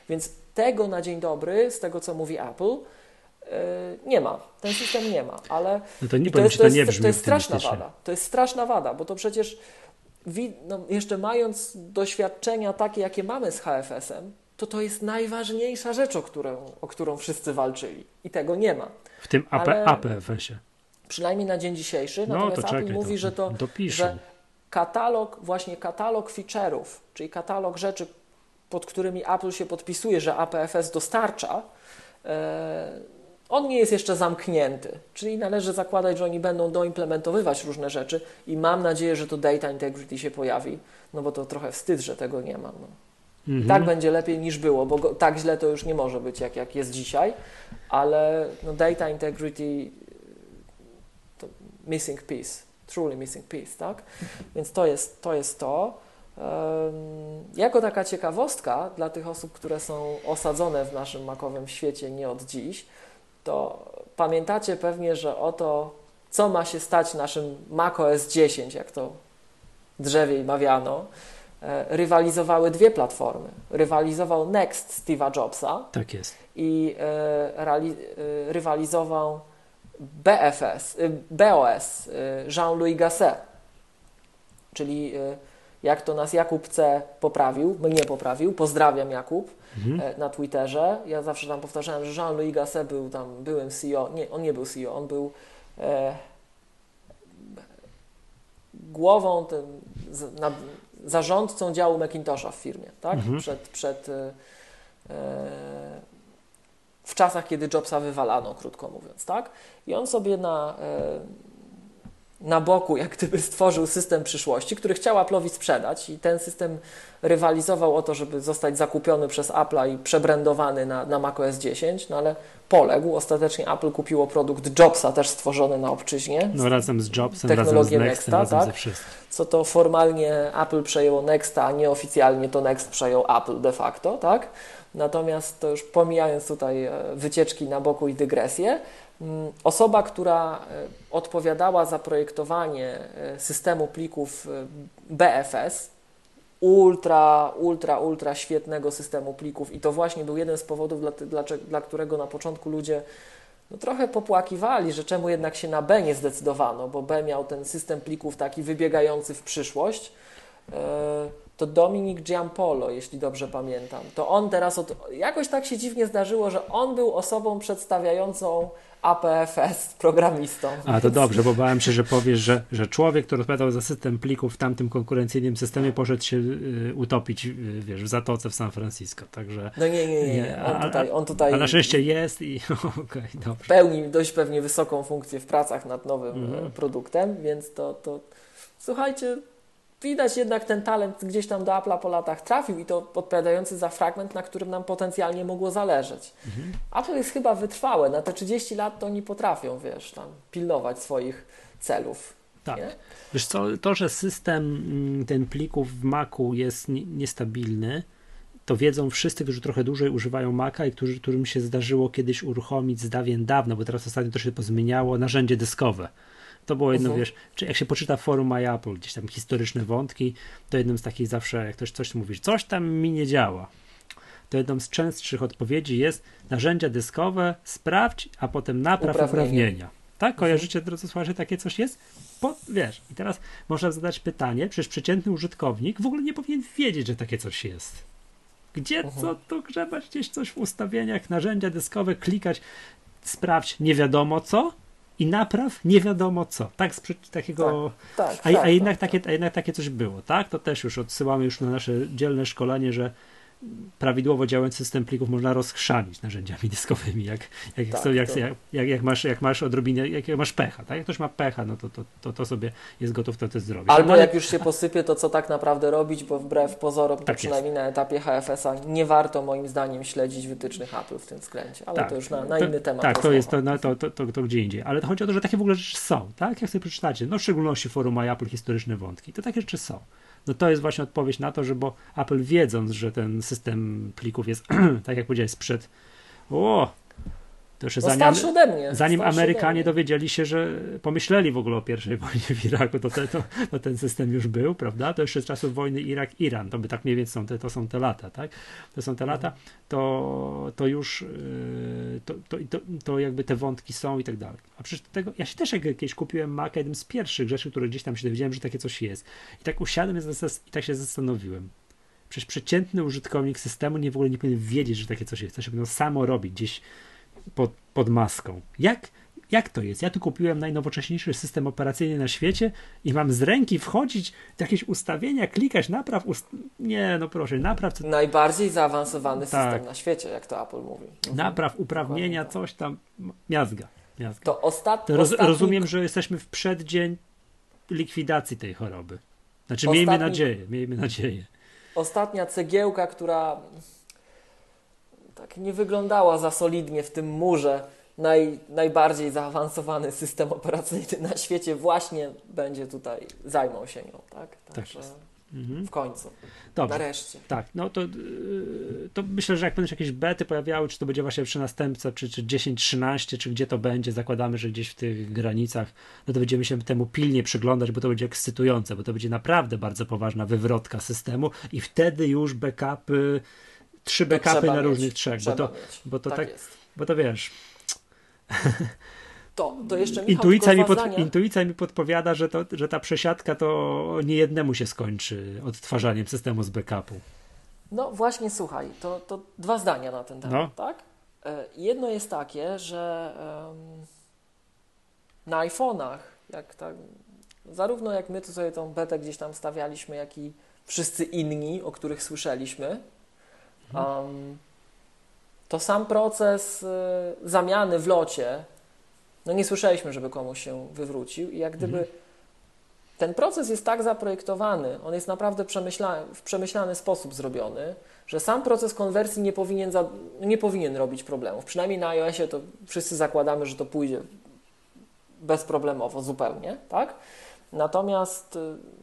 Więc tego na dzień dobry, z tego co mówi Apple, nie ma. Ten system nie ma, ale no to nie powiem, to jest straszna wada. To jest straszna wada, bo to przecież jeszcze mając doświadczenia takie, jakie mamy z HFS-em, to jest najważniejsza rzecz, o którą wszyscy walczyli. I tego nie ma. W tym APFS-ie. Przynajmniej na dzień dzisiejszy. Natomiast Apple mówi, że katalog feature'ów, czyli katalog rzeczy, pod którymi Apple się podpisuje, że APFS dostarcza, on nie jest jeszcze zamknięty. Czyli należy zakładać, że oni będą doimplementowywać różne rzeczy i mam nadzieję, że to Data Integrity się pojawi, no bo to trochę wstyd, że tego nie ma. No. Tak będzie lepiej niż było, bo tak źle to już nie może być, jak jest dzisiaj, ale no Data Integrity to missing piece, truly missing piece, tak? Więc to jest to. Jako taka ciekawostka dla tych osób, które są osadzone w naszym makowym świecie nie od dziś, to pamiętacie pewnie, że oto co ma się stać naszym macOS 10, jak to drzewiej mawiano, rywalizowały dwie platformy. Rywalizował Next Steve'a Jobsa. Tak jest. I rywalizował BOS Jean-Louis Gasset. Czyli jak to nas Jakub C. poprawił, mnie poprawił, pozdrawiam Jakub, na Twitterze. Ja zawsze tam powtarzałem, że Jean-Louis Gasset był tam byłym CEO. Nie, on nie był CEO, on był głową, zarządcą działu Macintosha w firmie, tak? W czasach, kiedy Jobsa wywalano, krótko mówiąc, tak? I on sobie na boku jak gdyby stworzył system przyszłości, który chciał Apple'owi sprzedać i ten system rywalizował o to, żeby zostać zakupiony przez Apple'a i przebrandowany na macOS 10, no ale poległ. Ostatecznie Apple kupiło produkt Jobsa, też stworzony na obczyźnie. No razem z Jobsem, technologię razem z Nextem, Nexta, razem tak? ze wszystkim. Co to formalnie Apple przejęło Nexta, a nieoficjalnie to Next przejął Apple de facto, tak? Natomiast to już pomijając tutaj wycieczki na boku i dygresję, osoba, która odpowiadała za projektowanie systemu plików BFS, ultra świetnego systemu plików i to właśnie był jeden z powodów, dla którego na początku ludzie no, trochę popłakiwali, że czemu jednak się na B nie zdecydowano, bo B miał ten system plików taki wybiegający w przyszłość. To Dominic Giampolo, jeśli dobrze pamiętam, to on teraz, jakoś tak się dziwnie zdarzyło, że on był osobą przedstawiającą APFS programistą. A to dobrze, bo bałem się, że powiesz, że człowiek, który odpowiadał za system plików w tamtym konkurencyjnym systemie, poszedł się utopić, wiesz, w zatoce w San Francisco, także... No nie. On tutaj... A na szczęście jest i okej, dobrze. Pełni dość pewnie wysoką funkcję w pracach nad nowym produktem, więc to słuchajcie, widać jednak ten talent gdzieś tam do Apple'a po latach trafił i to odpowiadający za fragment, na którym nam potencjalnie mogło zależeć. Apple jest chyba wytrwałe. Na te 30 lat to oni potrafią, wiesz, tam pilnować swoich celów. Tak. Nie? Wiesz co, to, że system ten plików w Macu jest niestabilny, to wiedzą wszyscy, którzy trochę dłużej używają Maca i którym się zdarzyło kiedyś uruchomić z dawno, bo teraz ostatnio to się pozmieniało, narzędzie dyskowe. To było jedno, wiesz, czy jak się poczyta forum MyApple, gdzieś tam historyczne wątki, to jednym z takich zawsze, jak ktoś coś mówi, coś tam mi nie działa, to jedną z częstszych odpowiedzi jest narzędzia dyskowe, sprawdź, a potem napraw uprawnienia. Tak? Kojarzycie, drodzy słuchacze, takie coś jest? Wiesz, i teraz można zadać pytanie, przecież przeciętny użytkownik w ogóle nie powinien wiedzieć, że takie coś jest. Gdzie, co tu grzebać, gdzieś coś w ustawieniach, narzędzia dyskowe, klikać, sprawdź nie wiadomo co, i napraw nie wiadomo co. Tak, z takiego. A jednak takie coś było, tak? To też już odsyłamy już na nasze dzielne szkolenie, że prawidłowo działający system plików można rozchrzanić narzędziami dyskowymi, jak masz odrobinę, jak masz pecha, tak? Jak ktoś ma pecha, no to sobie jest gotów to zrobić. Albo jak już się posypie, to co tak naprawdę robić, bo wbrew pozorom, to przynajmniej na etapie HFS-a nie warto moim zdaniem śledzić wytycznych Apple w tym względzie, ale to już na inny temat. Tak, to gdzie indziej, ale to chodzi o to, że takie w ogóle rzeczy są, tak? Jak sobie przeczytacie, no w szczególności forum Apple, historyczne wątki, to takie rzeczy są. No to jest właśnie odpowiedź na to, że bo Apple wiedząc, że ten system plików jest, tak jak powiedziałeś, sprzed To jeszcze No starszy ode mnie. zanim Starszy Amerykanie ode mnie. dowiedzieli się, że pomyśleli w ogóle o pierwszej wojnie w Iraku, to ten system już był, prawda? To jeszcze z czasów wojny Irak-Iran, to by tak mniej więcej to są te lata, tak? To są te lata, to już to jakby te wątki są i tak dalej. A przecież tego, ja się też jakieś kupiłem Maca, jeden z pierwszych rzeczy, które gdzieś tam się dowiedziałem, że takie coś jest. I tak usiadłem i tak się zastanowiłem. Przecież przeciętny użytkownik systemu w ogóle nie powinien wiedzieć, że takie coś jest. To się będą samo robić gdzieś pod maską. Jak to jest? Ja tu kupiłem najnowocześniejszy system operacyjny na świecie i mam z ręki wchodzić w jakieś ustawienia, klikać, nie, no proszę, napraw. Najbardziej zaawansowany Tak. system na świecie, jak to Apple mówi. Napraw uprawnienia, coś tam, miazga. To Rozumiem, że jesteśmy w przeddzień likwidacji tej choroby. Znaczy, miejmy nadzieję. Ostatnia cegiełka, która tak nie wyglądała za solidnie w tym murze, najbardziej zaawansowany system operacyjny na świecie właśnie będzie tutaj, zajmą się nią, tak? Także w końcu. Dobrze. Nareszcie. Tak, no to myślę, że jak będą się jakieś bety pojawiały, czy to będzie właśnie przy następce, czy 10, 13, czy gdzie to będzie, zakładamy, że gdzieś w tych granicach, no to będziemy się temu pilnie przyglądać, bo to będzie ekscytujące, bo to będzie naprawdę bardzo poważna wywrotka systemu i wtedy już backupy, 3 backupy na różnych trzech, bo to wiesz... To jeszcze Michał, intuicja mi podpowiada, że ta przesiadka to nie jednemu się skończy odtwarzaniem systemu z backupu. No właśnie, słuchaj, to 2 zdania na ten temat, tak? Jedno jest takie, że na iPhone'ach, zarówno jak my tu sobie tą betę gdzieś tam stawialiśmy, jak i wszyscy inni, o których słyszeliśmy, to sam proces zamiany w locie, no nie słyszeliśmy, żeby komuś się wywrócił i jak gdyby ten proces jest tak zaprojektowany, on jest naprawdę w przemyślany sposób zrobiony, że sam proces konwersji nie powinien robić problemów. Przynajmniej na iOSie to wszyscy zakładamy, że to pójdzie bezproblemowo zupełnie, tak? Natomiast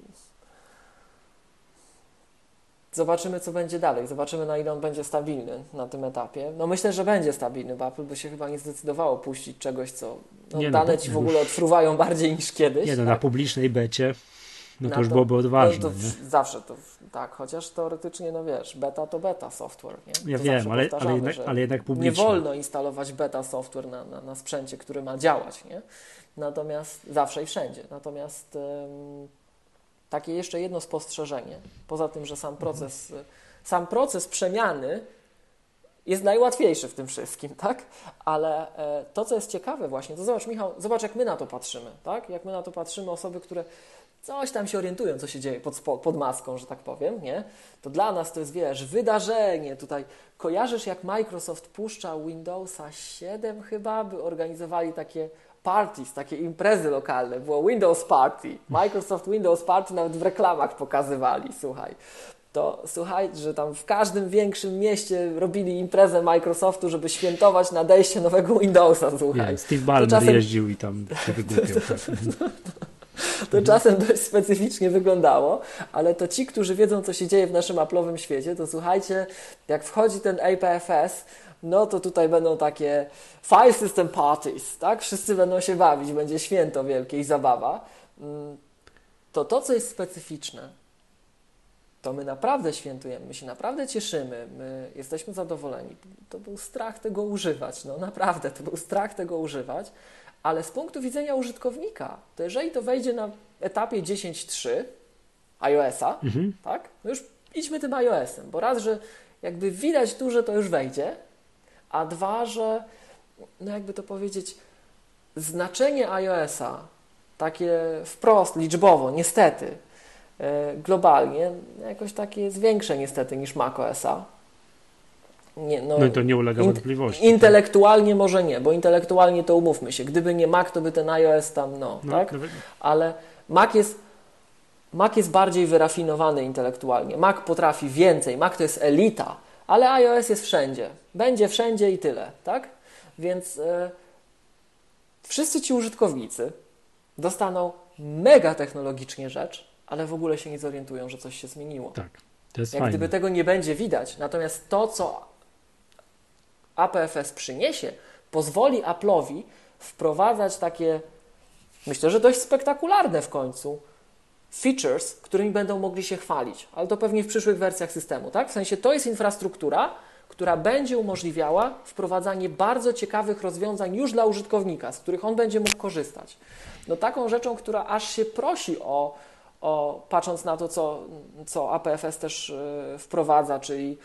zobaczymy, co będzie dalej. Zobaczymy, na ile on będzie stabilny na tym etapie. No myślę, że będzie stabilny, bo Apple by się chyba nie zdecydowało puścić czegoś, co dane ci w ogóle odfruwają bardziej niż kiedyś. Nie, no tak? Na publicznej becie to już byłoby odważne. No to zawsze to tak, chociaż teoretycznie, no wiesz, beta to beta software, nie? Ja to wiem, ale jednak publicznie. Nie wolno instalować beta software na sprzęcie, który ma działać, nie? Natomiast zawsze i wszędzie. Natomiast takie jeszcze jedno spostrzeżenie. Poza tym, że sam proces przemiany jest najłatwiejszy w tym wszystkim, tak? Ale to, co jest ciekawe właśnie, to zobacz, Michał, jak my na to patrzymy, tak? Jak my na to patrzymy, osoby, które coś tam się orientują, co się dzieje pod maską, że tak powiem, nie? To dla nas to jest, wiesz, wydarzenie. Tutaj kojarzysz, jak Microsoft puszcza Windowsa 7 chyba, by organizowali takie parties, takie imprezy lokalne. Było Windows Party. Microsoft Windows Party nawet w reklamach pokazywali, słuchaj. To słuchaj, że tam w każdym większym mieście robili imprezę Microsoftu, żeby świętować nadejście nowego Windowsa, słuchaj. Nie, Steve Ballmer jeździł i tam się wygłupiał. To czasem dość specyficznie wyglądało, ale to ci, którzy wiedzą, co się dzieje w naszym Apple'owym świecie, to słuchajcie, jak wchodzi ten APFS, no to tutaj będą takie file system parties, tak? Wszyscy będą się bawić, będzie święto wielkie i zabawa. To, co jest specyficzne, to my naprawdę świętujemy, my się naprawdę cieszymy, my jesteśmy zadowoleni. To był strach tego używać, no naprawdę, to był strach tego używać, ale z punktu widzenia użytkownika, to jeżeli to wejdzie na etapie 10.3 iOS-a, tak? No już idźmy tym iOS-em, bo raz, że jakby widać tu, że to już wejdzie, a dwa, że no jakby to powiedzieć, znaczenie iOS-a takie wprost, liczbowo, niestety, globalnie, jakoś takie jest większe niestety niż macOS-a. No i to nie ulega wątpliwości. Intelektualnie może nie, bo intelektualnie to umówmy się. Gdyby nie Mac, to by ten iOS tam, tak? Ale Mac jest bardziej wyrafinowany intelektualnie. Mac potrafi więcej. Mac to jest elita, ale iOS jest wszędzie. Będzie wszędzie i tyle, tak? Więc wszyscy ci użytkownicy dostaną mega technologicznie rzecz, ale w ogóle się nie zorientują, że coś się zmieniło. Tak, to jest Jak fajne. gdyby tego nie będzie widać. Natomiast to, co APFS przyniesie, pozwoli Apple'owi wprowadzać takie, myślę, że dość spektakularne w końcu, features, którymi będą mogli się chwalić, ale to pewnie w przyszłych wersjach systemu, tak? W sensie to jest infrastruktura, która będzie umożliwiała wprowadzanie bardzo ciekawych rozwiązań już dla użytkownika, z których on będzie mógł korzystać. No taką rzeczą, która aż się prosi patrząc na to, co APFS też wprowadza, czyli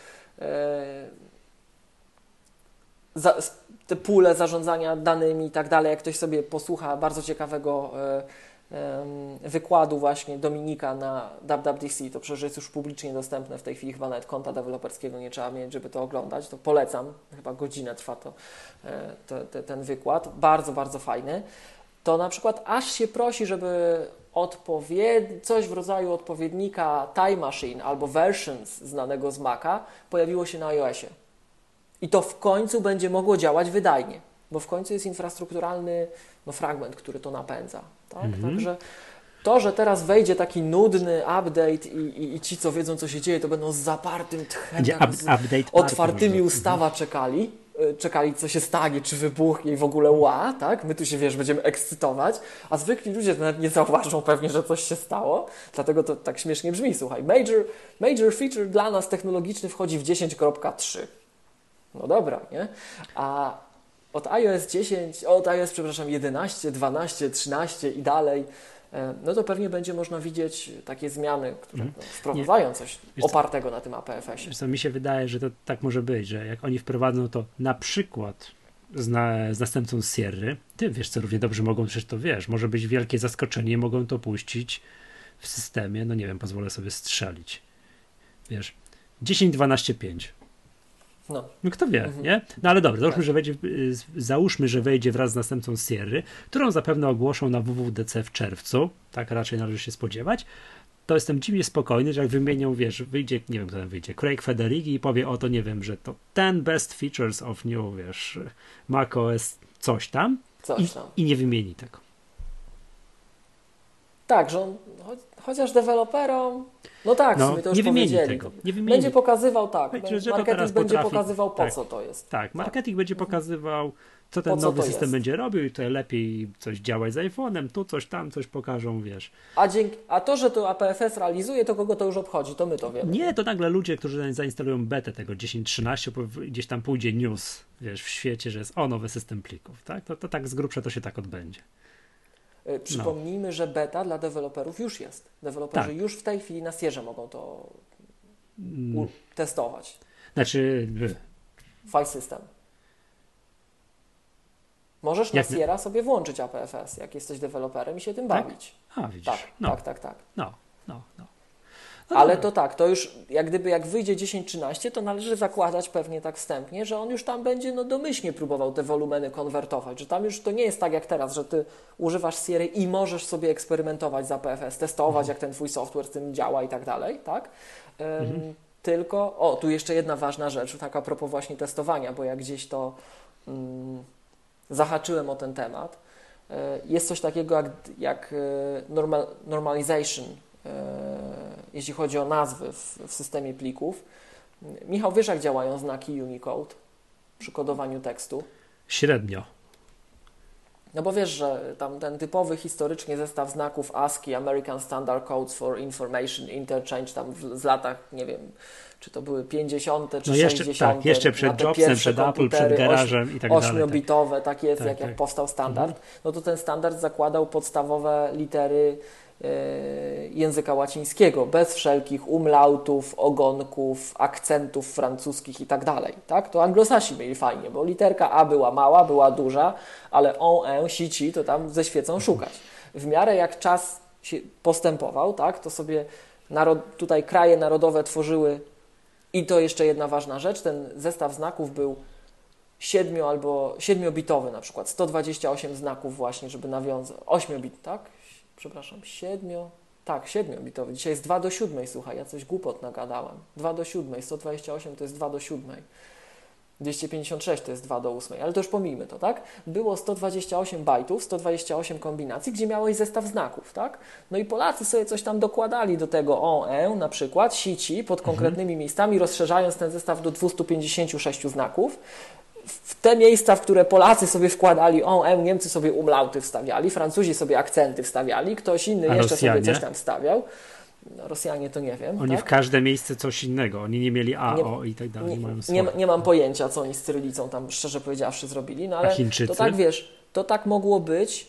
te pule zarządzania danymi i tak dalej, jak ktoś sobie posłucha bardzo ciekawego wykładu właśnie Dominika na WWDC, to przecież jest już publicznie dostępne w tej chwili, chyba nawet konta deweloperskiego nie trzeba mieć, żeby to oglądać, to polecam, chyba godzinę trwa ten wykład, bardzo, bardzo fajny. To na przykład aż się prosi, żeby coś w rodzaju odpowiednika Time Machine albo Versions znanego z Maca pojawiło się na iOSie. I to w końcu będzie mogło działać wydajnie, bo w końcu jest infrastrukturalny fragment, który to napędza. Tak? Także to, że teraz wejdzie taki nudny update i ci, co wiedzą, co się dzieje, to będą z zapartym tchem, z otwartymi ustama czekali, co się stanie, czy wybuchnie i w ogóle tak? My tu się, będziemy ekscytować, a zwykli ludzie nawet nie zauważą pewnie, że coś się stało, dlatego to tak śmiesznie brzmi, słuchaj, major feature dla nas technologiczny wchodzi w 10.3. No dobra, nie? A od iOS 11, 12, 13 i dalej, no to pewnie będzie można widzieć takie zmiany, które wprowadzają coś opartego na tym APFS-ie. Mi się wydaje, że to tak może być, że jak oni wprowadzą to na przykład z następcą Sierry, ty wiesz co, równie dobrze mogą, przecież to wiesz, może być wielkie zaskoczenie, mogą to puścić w systemie, no nie wiem, pozwolę sobie strzelić. Wiesz, 10, 12, 5. No kto wie, nie? No ale dobra, załóżmy, że wejdzie wraz z następcą Sierry, którą zapewne ogłoszą na WWDC w czerwcu, tak raczej należy się spodziewać, to jestem dziwnie spokojny, że jak wymienią, wyjdzie, nie wiem kto tam wyjdzie, Craig Federighi i powie że to 10 best features of new, macOS coś tam i nie wymieni tego. Tak, że on chociaż deweloperom, w sumie to już nie powiedzieli. Tego, nie wymieni. Będzie pokazywał, marketing będzie potrafi, pokazywał, po co to jest. Tak, marketing będzie pokazywał, co ten nowy system będzie robił i to lepiej coś działać z iPhone'em, tu coś tam, coś pokażą, A to, że to APFS realizuje, to kogo to już obchodzi, to my to wiemy. Nie, to nagle ludzie, którzy zainstalują betę tego 10.13, gdzieś tam pójdzie news, w świecie, że jest nowy system plików, tak? To tak z grubsza to się tak odbędzie. Przypomnijmy, że beta dla deweloperów już jest. Deweloperzy już w tej chwili na Sierze mogą to testować. Znaczy... File System. Możesz na Sierra sobie włączyć APFS, jak jesteś deweloperem i się tym bawić. A, widzisz. Tak. No ale dobra. To już jak wyjdzie 10.13, to należy zakładać pewnie tak wstępnie, że on już tam będzie domyślnie próbował te wolumeny konwertować, że tam już to nie jest tak jak teraz, że ty używasz Sierry i możesz sobie eksperymentować z APFS, testować jak ten twój software z tym działa i tak dalej, tak? Tylko, tu jeszcze jedna ważna rzecz, tak a propos właśnie testowania, bo jak gdzieś to zahaczyłem o ten temat, jest coś takiego jak normalization, jeśli chodzi o nazwy w systemie plików. Michał, wiesz jak działają znaki Unicode przy kodowaniu tekstu? Średnio. No bo wiesz, że tam ten typowy historycznie zestaw znaków ASCII, American Standard Codes for Information Interchange, tam z latach, nie wiem, czy to były 50. czy 60. Tak, jeszcze przed Jobsem, przed Apple, przed garażem i tak dalej. 8-bitowe, tak jest, jak powstał standard. No to ten standard zakładał podstawowe litery języka łacińskiego, bez wszelkich umlautów, ogonków, akcentów francuskich i tak dalej. Tak? To anglosasi mieli fajnie, bo literka A była mała, była duża, ale si, ci, to tam ze świecą szukać. W miarę jak czas się postępował, tak, to sobie tutaj kraje narodowe tworzyły i to jeszcze jedna ważna rzecz, ten zestaw znaków był 7-bitowy na przykład, 128 znaków właśnie, żeby nawiązać, 8-bit, tak? Przepraszam, 7-bitowy. Dzisiaj jest 2 do 7, słuchaj, ja coś głupot nagadałem. 2 do 7, 128 to jest 2 do 7. 256 to jest 2 do 8, ale to już pomijmy to, tak? Było 128 bajtów, 128 kombinacji, gdzie miałeś zestaw znaków, tak? No i Polacy sobie coś tam dokładali do tego na przykład, si, ci, pod konkretnymi miejscami, rozszerzając ten zestaw do 256 znaków. w te miejsca, w które Polacy sobie wkładali Niemcy sobie umlauty wstawiali, Francuzi sobie akcenty wstawiali, ktoś inny jeszcze sobie coś tam wstawiał. No, Rosjanie to nie wiem. Oni tak? w każde miejsce coś innego. Oni nie mieli O i tak dalej. Nie mam pojęcia, co oni z cyrylicą tam, szczerze powiedziawszy, zrobili. No ale a Chińczycy? To tak, wiesz, to tak mogło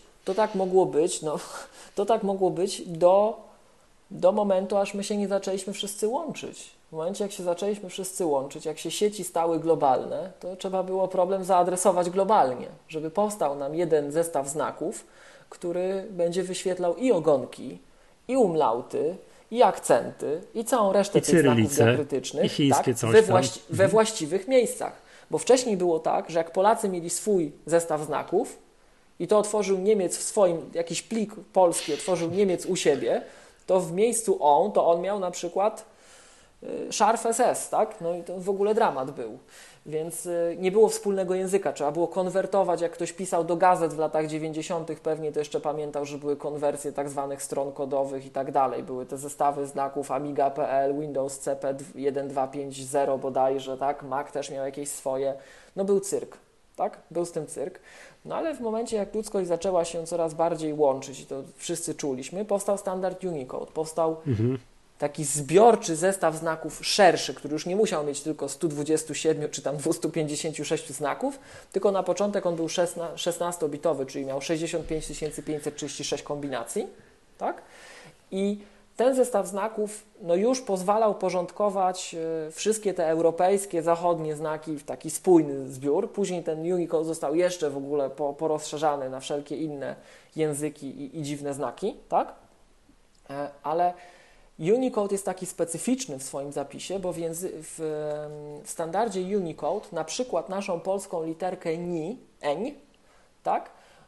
być do momentu, aż my się nie zaczęliśmy wszyscy łączyć. W momencie, jak się zaczęliśmy wszyscy łączyć, jak się sieci stały globalne, to trzeba było problem zaadresować globalnie, żeby powstał nam jeden zestaw znaków, który będzie wyświetlał i ogonki, i umlauty, i akcenty, i całą resztę tych znaków diakrytycznych, i chińskie coś we właściwych miejscach. Bo wcześniej było tak, że jak Polacy mieli swój zestaw znaków i to otworzył Niemiec w swoim, jakiś plik polski otworzył Niemiec u siebie, to w miejscu to on miał na przykład szarf SS, tak? No i to w ogóle dramat był. Więc nie było wspólnego języka, trzeba było konwertować, jak ktoś pisał do gazet w latach 90., pewnie to jeszcze pamiętał, że były konwersje tak zwanych stron kodowych i tak dalej. Były te zestawy znaków Amiga.pl, Windows CP 1250 bodajże, tak? Mac też miał jakieś swoje. No był cyrk, tak? Był z tym cyrk. No ale w momencie, jak ludzkość zaczęła się coraz bardziej łączyć i to wszyscy czuliśmy, powstał standard Unicode, powstał taki zbiorczy zestaw znaków szerszy, który już nie musiał mieć tylko 127 czy tam 256 znaków, tylko na początek on był 16-bitowy, czyli miał 65 536 kombinacji, tak? I ten zestaw znaków no już pozwalał porządkować wszystkie te europejskie, zachodnie znaki w taki spójny zbiór. Później ten Unicode został jeszcze w ogóle porozszerzany na wszelkie inne języki i dziwne znaki, tak? Ale Unicode jest taki specyficzny w swoim zapisie, bo w standardzie Unicode na przykład naszą polską literkę eń, tak?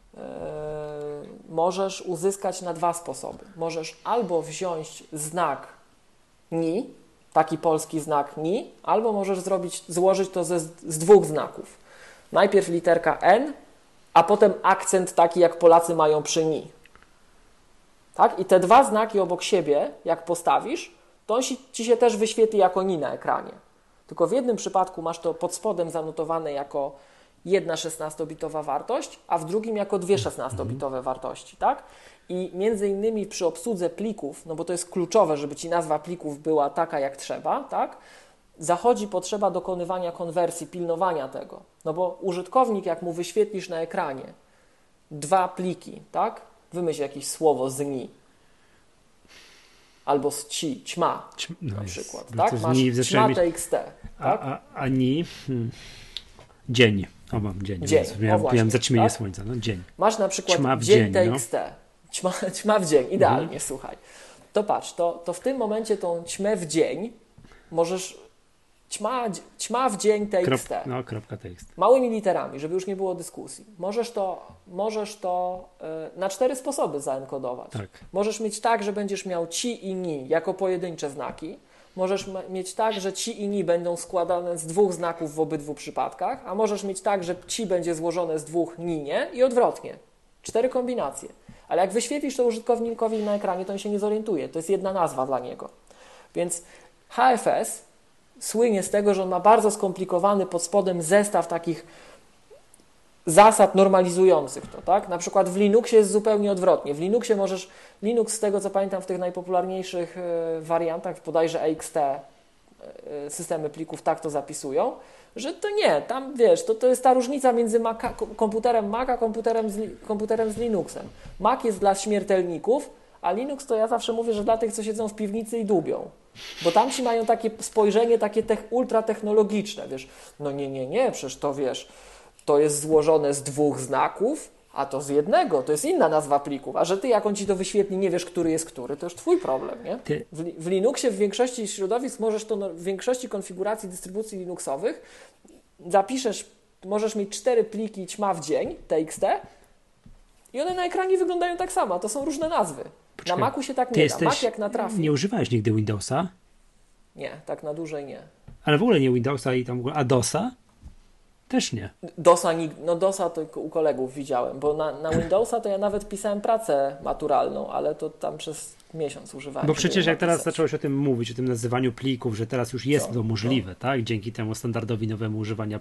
Możesz uzyskać na dwa sposoby. Możesz albo wziąć znak ni, taki polski znak ni, albo możesz złożyć to z dwóch znaków. Najpierw literka n, a potem akcent taki, jak Polacy mają przy ni. Tak? I te dwa znaki obok siebie, jak postawisz, to on ci się też wyświetli jako ni na ekranie. Tylko w jednym przypadku masz to pod spodem zanotowane jako jedna 16-bitowa wartość, a w drugim jako dwie 16-bitowe wartości, tak? I między innymi przy obsłudze plików, no bo to jest kluczowe, żeby ci nazwa plików była taka jak trzeba, tak? Zachodzi potrzeba dokonywania konwersji, pilnowania tego. No bo użytkownik, jak mu wyświetlisz na ekranie dwa pliki, tak? Wymyśl jakieś słowo z ni. Albo z ćma na przykład, tak? Masz ćma.txt, tak? A ni... Dzień. Mam dzień. Miałem zaćmienie słońca. No, dzień. Masz na przykład dzień.txt. No. Ćma w dzień. Idealnie, słuchaj. To patrz, to w tym momencie tą ćmę w dzień możesz ćma w dzień txt. .txt. Małymi literami, żeby już nie było dyskusji. Możesz to na 4 sposoby zaenkodować. Tak. Możesz mieć tak, że będziesz miał ci i ni jako pojedyncze znaki. Możesz mieć tak, że ci i ni będą składane z dwóch znaków w obydwu przypadkach, a możesz mieć tak, że ci będzie złożone z dwóch ni nie i odwrotnie. 4 kombinacje. Ale jak wyświetlisz to użytkownikowi na ekranie, to on się nie zorientuje. To jest jedna nazwa dla niego. Więc HFS słynie z tego, że on ma bardzo skomplikowany pod spodem zestaw takich zasad normalizujących to, tak? Na przykład w Linuxie jest zupełnie odwrotnie. W Linuxie Linux z tego co pamiętam w tych najpopularniejszych wariantach, bodajże EXT, systemy plików tak to zapisują, że to nie, tam wiesz, to jest ta różnica między komputerem Mac a komputerem z Linuxem. Mac jest dla śmiertelników, a Linux to ja zawsze mówię, że dla tych, co siedzą w piwnicy i dłubią. Bo tam ci mają takie spojrzenie takie ultratechnologiczne, wiesz, no nie, przecież to wiesz, to jest złożone z dwóch znaków, a to z jednego, to jest inna nazwa plików, a że ty, jak on ci to wyświetli, nie wiesz, który jest który, to już twój problem, nie? W Linuxie w większości środowisk możesz to, w większości konfiguracji dystrybucji Linuxowych możesz mieć 4 pliki ćma w dzień, txt, i one na ekranie wyglądają tak samo, to są różne nazwy. Poczekaj, na Macu się tak nie da. Mac jak natrafi. Nie używałeś nigdy Windowsa? Nie, tak na dłużej nie. Ale w ogóle nie Windowsa i tam w ogóle, a DOSa? Też nie. DOSa tylko u kolegów widziałem, bo na Windowsa to ja nawet pisałem pracę maturalną, ale to tam przez miesiąc używałem. Bo przecież jak teraz zacząłeś o tym mówić, o tym nazywaniu plików, że teraz już jest to możliwe, tak? Dzięki temu standardowi nowemu używania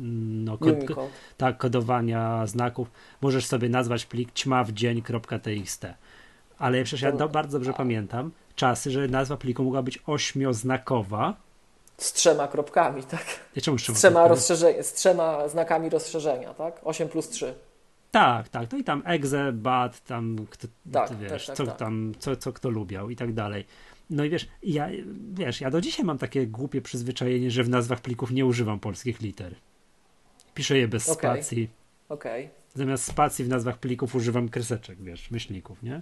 kodowania znaków, możesz sobie nazwać plik ćmawdzień.txt. Ale przecież ja bardzo dobrze pamiętam czasy, że nazwa pliku mogła być 8-znakowa. Z 3 kropkami, tak? Z 3 znakami rozszerzenia, tak? 8+3. Tak. To i tam exe, bat, tam co kto lubiał i tak dalej. No i ja do dzisiaj mam takie głupie przyzwyczajenie, że w nazwach plików nie używam polskich liter. Piszę je bez spacji. Zamiast spacji w nazwach plików używam kreseczek, myślników, nie?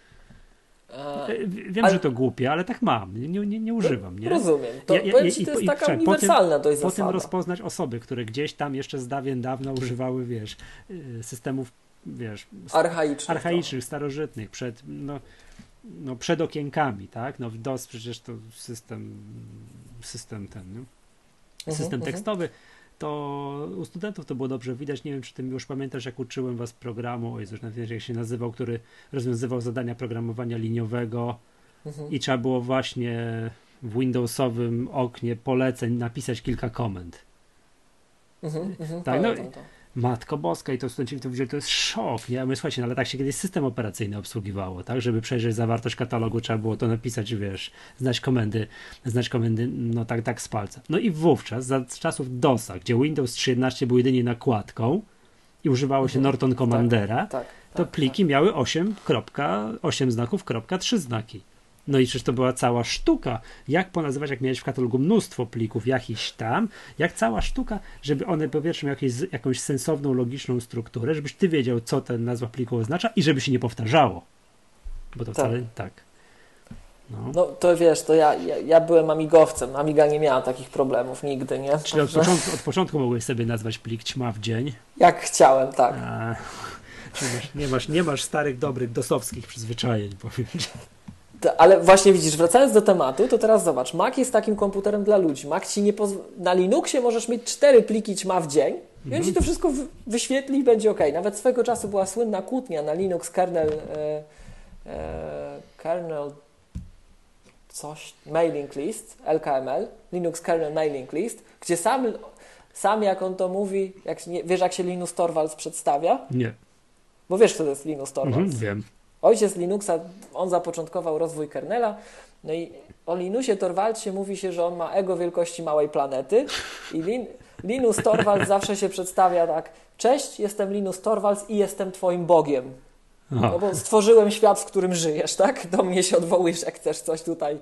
Wiem, że to głupie, ale tak mam. Nie używam. Nie? Rozumiem. To jest taka uniwersalna dość zasada. Potem rozpoznać osoby, które gdzieś tam jeszcze z dawien dawna używały, systemów, archaicznych, starożytnych, przed okienkami, tak? No DOS przecież to system tekstowy. To u studentów to było dobrze widać. Nie wiem, czy ty już pamiętasz, jak uczyłem was programu, jak się nazywał, który rozwiązywał zadania programowania liniowego i trzeba było właśnie w Windowsowym oknie poleceń napisać kilka komend. Tak, Matko Boska, i to studenci to widzieli, to jest szok, nie? My słuchajcie, ale tak się kiedyś system operacyjny obsługiwało, tak? Żeby przejrzeć zawartość katalogu, trzeba było to napisać, znać komendy, tak z palca. No i wówczas, za czasów DOSa, gdzie Windows 3.11 był jedynie nakładką i używało się Norton Commandera, to pliki miały 8 znaków, 3 znaki. No i przecież to była cała sztuka, jak ponazywać, jak miałeś w katalogu mnóstwo plików jakichś tam, jak cała sztuka, żeby one po pierwsze miały jakąś sensowną, logiczną strukturę, żebyś ty wiedział, co ten nazwa pliku oznacza i żeby się nie powtarzało. Bo to wcale tak. No to to ja byłem amigowcem. Amiga nie miała takich problemów nigdy, nie? Czyli od początku mogłeś sobie nazwać plik ćma w dzień? Jak chciałem, tak. Nie masz starych, dobrych dosowskich przyzwyczajeń, powiem ci. Ale właśnie widzisz, wracając do tematu, to teraz zobacz, Mac jest takim komputerem dla ludzi. Mac ci nie na Linuxie możesz mieć 4 pliki ćma w dzień i on ci to wszystko wyświetli i będzie ok. Nawet swego czasu była słynna kłótnia na Linux kernel mailing list, LKML, Linux kernel mailing list, gdzie sam jak on to mówi, wiesz jak się Linus Torvalds przedstawia? Nie. Bo wiesz, kto to jest Linus Torvalds? Wiem. Ojciec Linuxa, on zapoczątkował rozwój kernela, no i o Linusie Torvaldsie mówi się, że on ma ego wielkości małej planety i Linus Torvalds zawsze się przedstawia tak: cześć, jestem Linus Torvalds i jestem twoim Bogiem. No bo stworzyłem świat, w którym żyjesz, tak? Do mnie się odwołujesz, jak chcesz coś tutaj.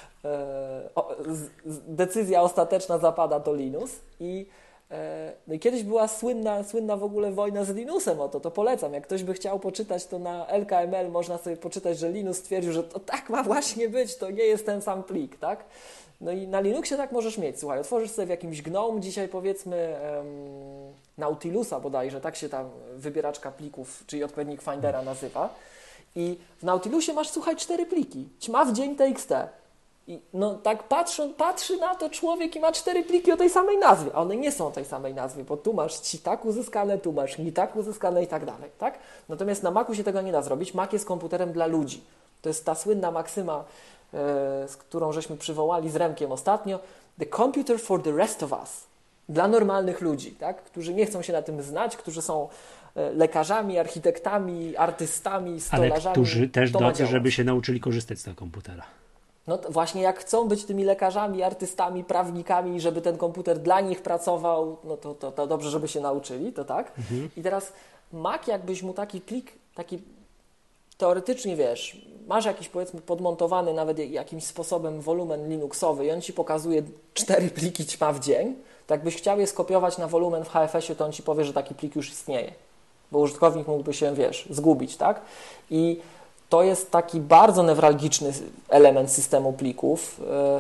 Decyzja ostateczna zapada to Linus no i kiedyś była słynna w ogóle wojna z Linusem o to polecam. Jak ktoś by chciał poczytać, to na LKML można sobie poczytać, że Linus stwierdził, że to tak ma właśnie być, to nie jest ten sam plik, tak? No i na Linuxie tak możesz mieć. Słuchaj, otworzysz sobie w jakimś GNOME dzisiaj powiedzmy Nautilusa bodajże, tak się tam wybieraczka plików, czyli odpowiednik Findera nazywa. I w Nautilusie masz, słuchaj, 4 pliki. Ćma w dzień TXT. I no tak patrzy na to człowiek i ma 4 pliki o tej samej nazwie, a one nie są o tej samej nazwie, bo tu masz ci tak uzyskane, tu masz ni tak uzyskane i tak dalej, tak? Natomiast na Macu się tego nie da zrobić. Mac jest komputerem dla ludzi. To jest ta słynna maksyma, z którą żeśmy przywołali z Remkiem ostatnio. The computer for the rest of us. Dla normalnych ludzi, tak? Którzy nie chcą się na tym znać, którzy są lekarzami, architektami, artystami, stolarzami. Ale którzy też drodzy, żeby się nauczyli korzystać z tego komputera. No właśnie, jak chcą być tymi lekarzami, artystami, prawnikami, żeby ten komputer dla nich pracował, no to dobrze, żeby się nauczyli, to tak. I teraz Mac, jakbyś mu taki plik, taki teoretycznie, wiesz, masz jakiś, powiedzmy, podmontowany nawet jakimś sposobem wolumen linuxowy i on ci pokazuje 4 pliki ćma w dzień, to jakbyś chciał je skopiować na wolumen w HFS-ie, to on ci powie, że taki plik już istnieje, bo użytkownik mógłby się, wiesz, zgubić, tak? I to jest taki bardzo newralgiczny element systemu plików.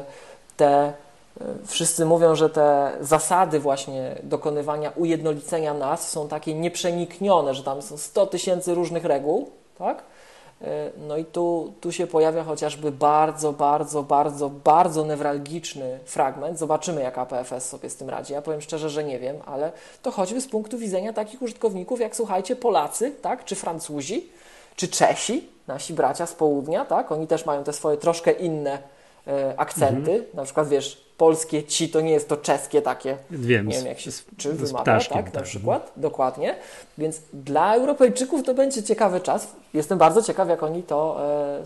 Wszyscy mówią, że te zasady właśnie dokonywania ujednolicenia nazw są takie nieprzeniknione, że tam są 100 000 różnych reguł, tak? No i tu się pojawia chociażby bardzo, bardzo, bardzo, bardzo newralgiczny fragment. Zobaczymy, jak APFS sobie z tym radzi. Ja powiem szczerze, że nie wiem, ale to choćby z punktu widzenia takich użytkowników, jak słuchajcie, Polacy, tak, czy Francuzi, czy Czesi, nasi bracia z południa, tak, oni też mają te swoje troszkę inne akcenty, na przykład, wiesz, polskie ci to nie jest to czeskie takie, Wiem, nie wiem jak się czy z wymawia, ptaszkiem, tak, na przykład, dokładnie, więc dla Europejczyków to będzie ciekawy czas, jestem bardzo ciekaw, jak oni to,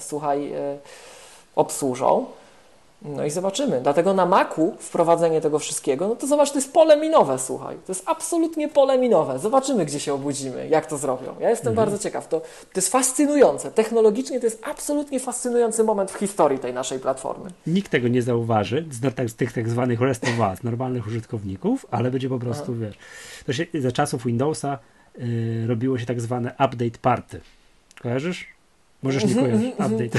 obsłużą. No i zobaczymy. Dlatego na Macu wprowadzenie tego wszystkiego, no to zobacz, to jest pole minowe, słuchaj. To jest absolutnie pole minowe. Zobaczymy, gdzie się obudzimy, jak to zrobią. Ja jestem bardzo ciekaw. To jest fascynujące. Technologicznie to jest absolutnie fascynujący moment w historii tej naszej platformy. Nikt tego nie zauważy z tych tak zwanych rest of us, normalnych użytkowników, ale będzie po prostu, wiesz, to się za czasów Windowsa robiło się tak zwane update party. Kojarzysz? Możesz nie kojarzyć. Update.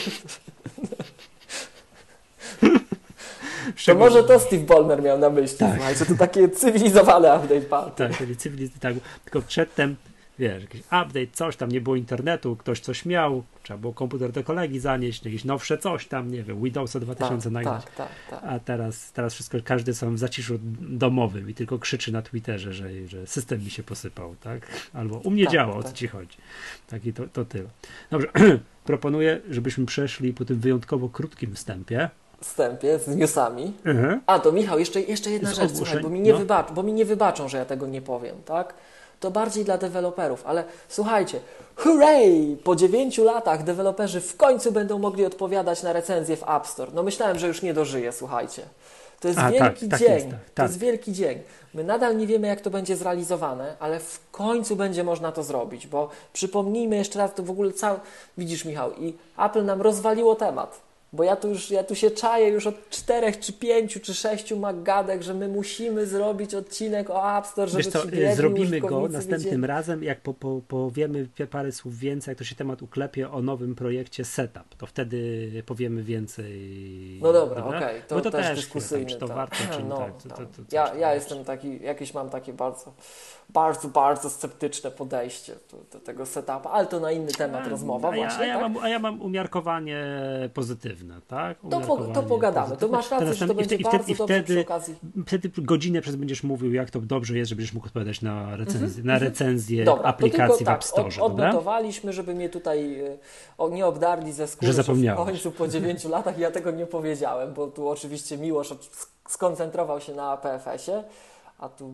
To może to Steve Ballmer miał na myśli, tak. Słuchajcie, to takie cywilizowane update party. Tak, tak, tylko przedtem, wiesz, jakiś update, coś tam, nie było internetu, ktoś coś miał, trzeba było komputer do kolegi zanieść, jakieś nowsze coś tam, nie wiem, Windowsa 2000 nagrać. Tak. A teraz wszystko, każdy są w zaciszu domowym i tylko krzyczy na Twitterze, że system mi się posypał, tak? Albo u mnie działa, o co ci chodzi. Tak i to tyle. Dobrze, proponuję, żebyśmy przeszli po tym wyjątkowo krótkim wstępie z newsami. A to Michał, jeszcze jedna rzecz, słuchaj, bo mi nie wybaczą, że ja tego nie powiem, tak? To bardziej dla deweloperów, ale słuchajcie, hooray! Po 9 latach deweloperzy w końcu będą mogli odpowiadać na recenzje w App Store. No myślałem, że już nie dożyję, słuchajcie. To jest wielki dzień. To jest wielki dzień. My nadal nie wiemy, jak to będzie zrealizowane, ale w końcu będzie można to zrobić, bo przypomnijmy jeszcze raz, to w ogóle widzisz, Michał, i Apple nam rozwaliło temat. Bo ja tu się czaję już od 4, czy 5, czy 6 gadek, że my musimy zrobić odcinek o App Store, żeby zrobimy go następnym razem, jak powiemy parę słów więcej, jak to się temat uklepie o nowym projekcie Setup, to wtedy powiemy więcej. No dobra, okej. Bo to też dyskusyjne. Czy to warto, czy nie. Ja jestem taki, jakieś mam takie bardzo, bardzo sceptyczne podejście do tego setupa, ale to na inny temat rozmowa właśnie. Ja mam umiarkowanie pozytywne. Tak? To pogadamy. To masz rację, że to będzie bardzo dobrze przy okazji. Wtedy godzinę będziesz mówił, jak to dobrze jest, że będziesz mógł odpowiadać na recenzję dobra, aplikacji w App Store. Odnotowaliśmy, żeby mnie tutaj nie obdarli ze skóry, że w końcu po 9 latach ja tego nie powiedziałem, bo tu oczywiście Miłosz skoncentrował się na APFS-ie, a tu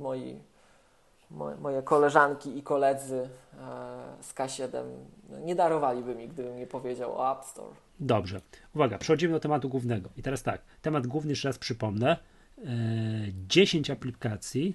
moje koleżanki i koledzy z K7 nie darowaliby mi, gdybym nie powiedział o App Store. Dobrze. Uwaga, przechodzimy do tematu głównego. I teraz tak, temat główny, jeszcze raz przypomnę, 10 aplikacji,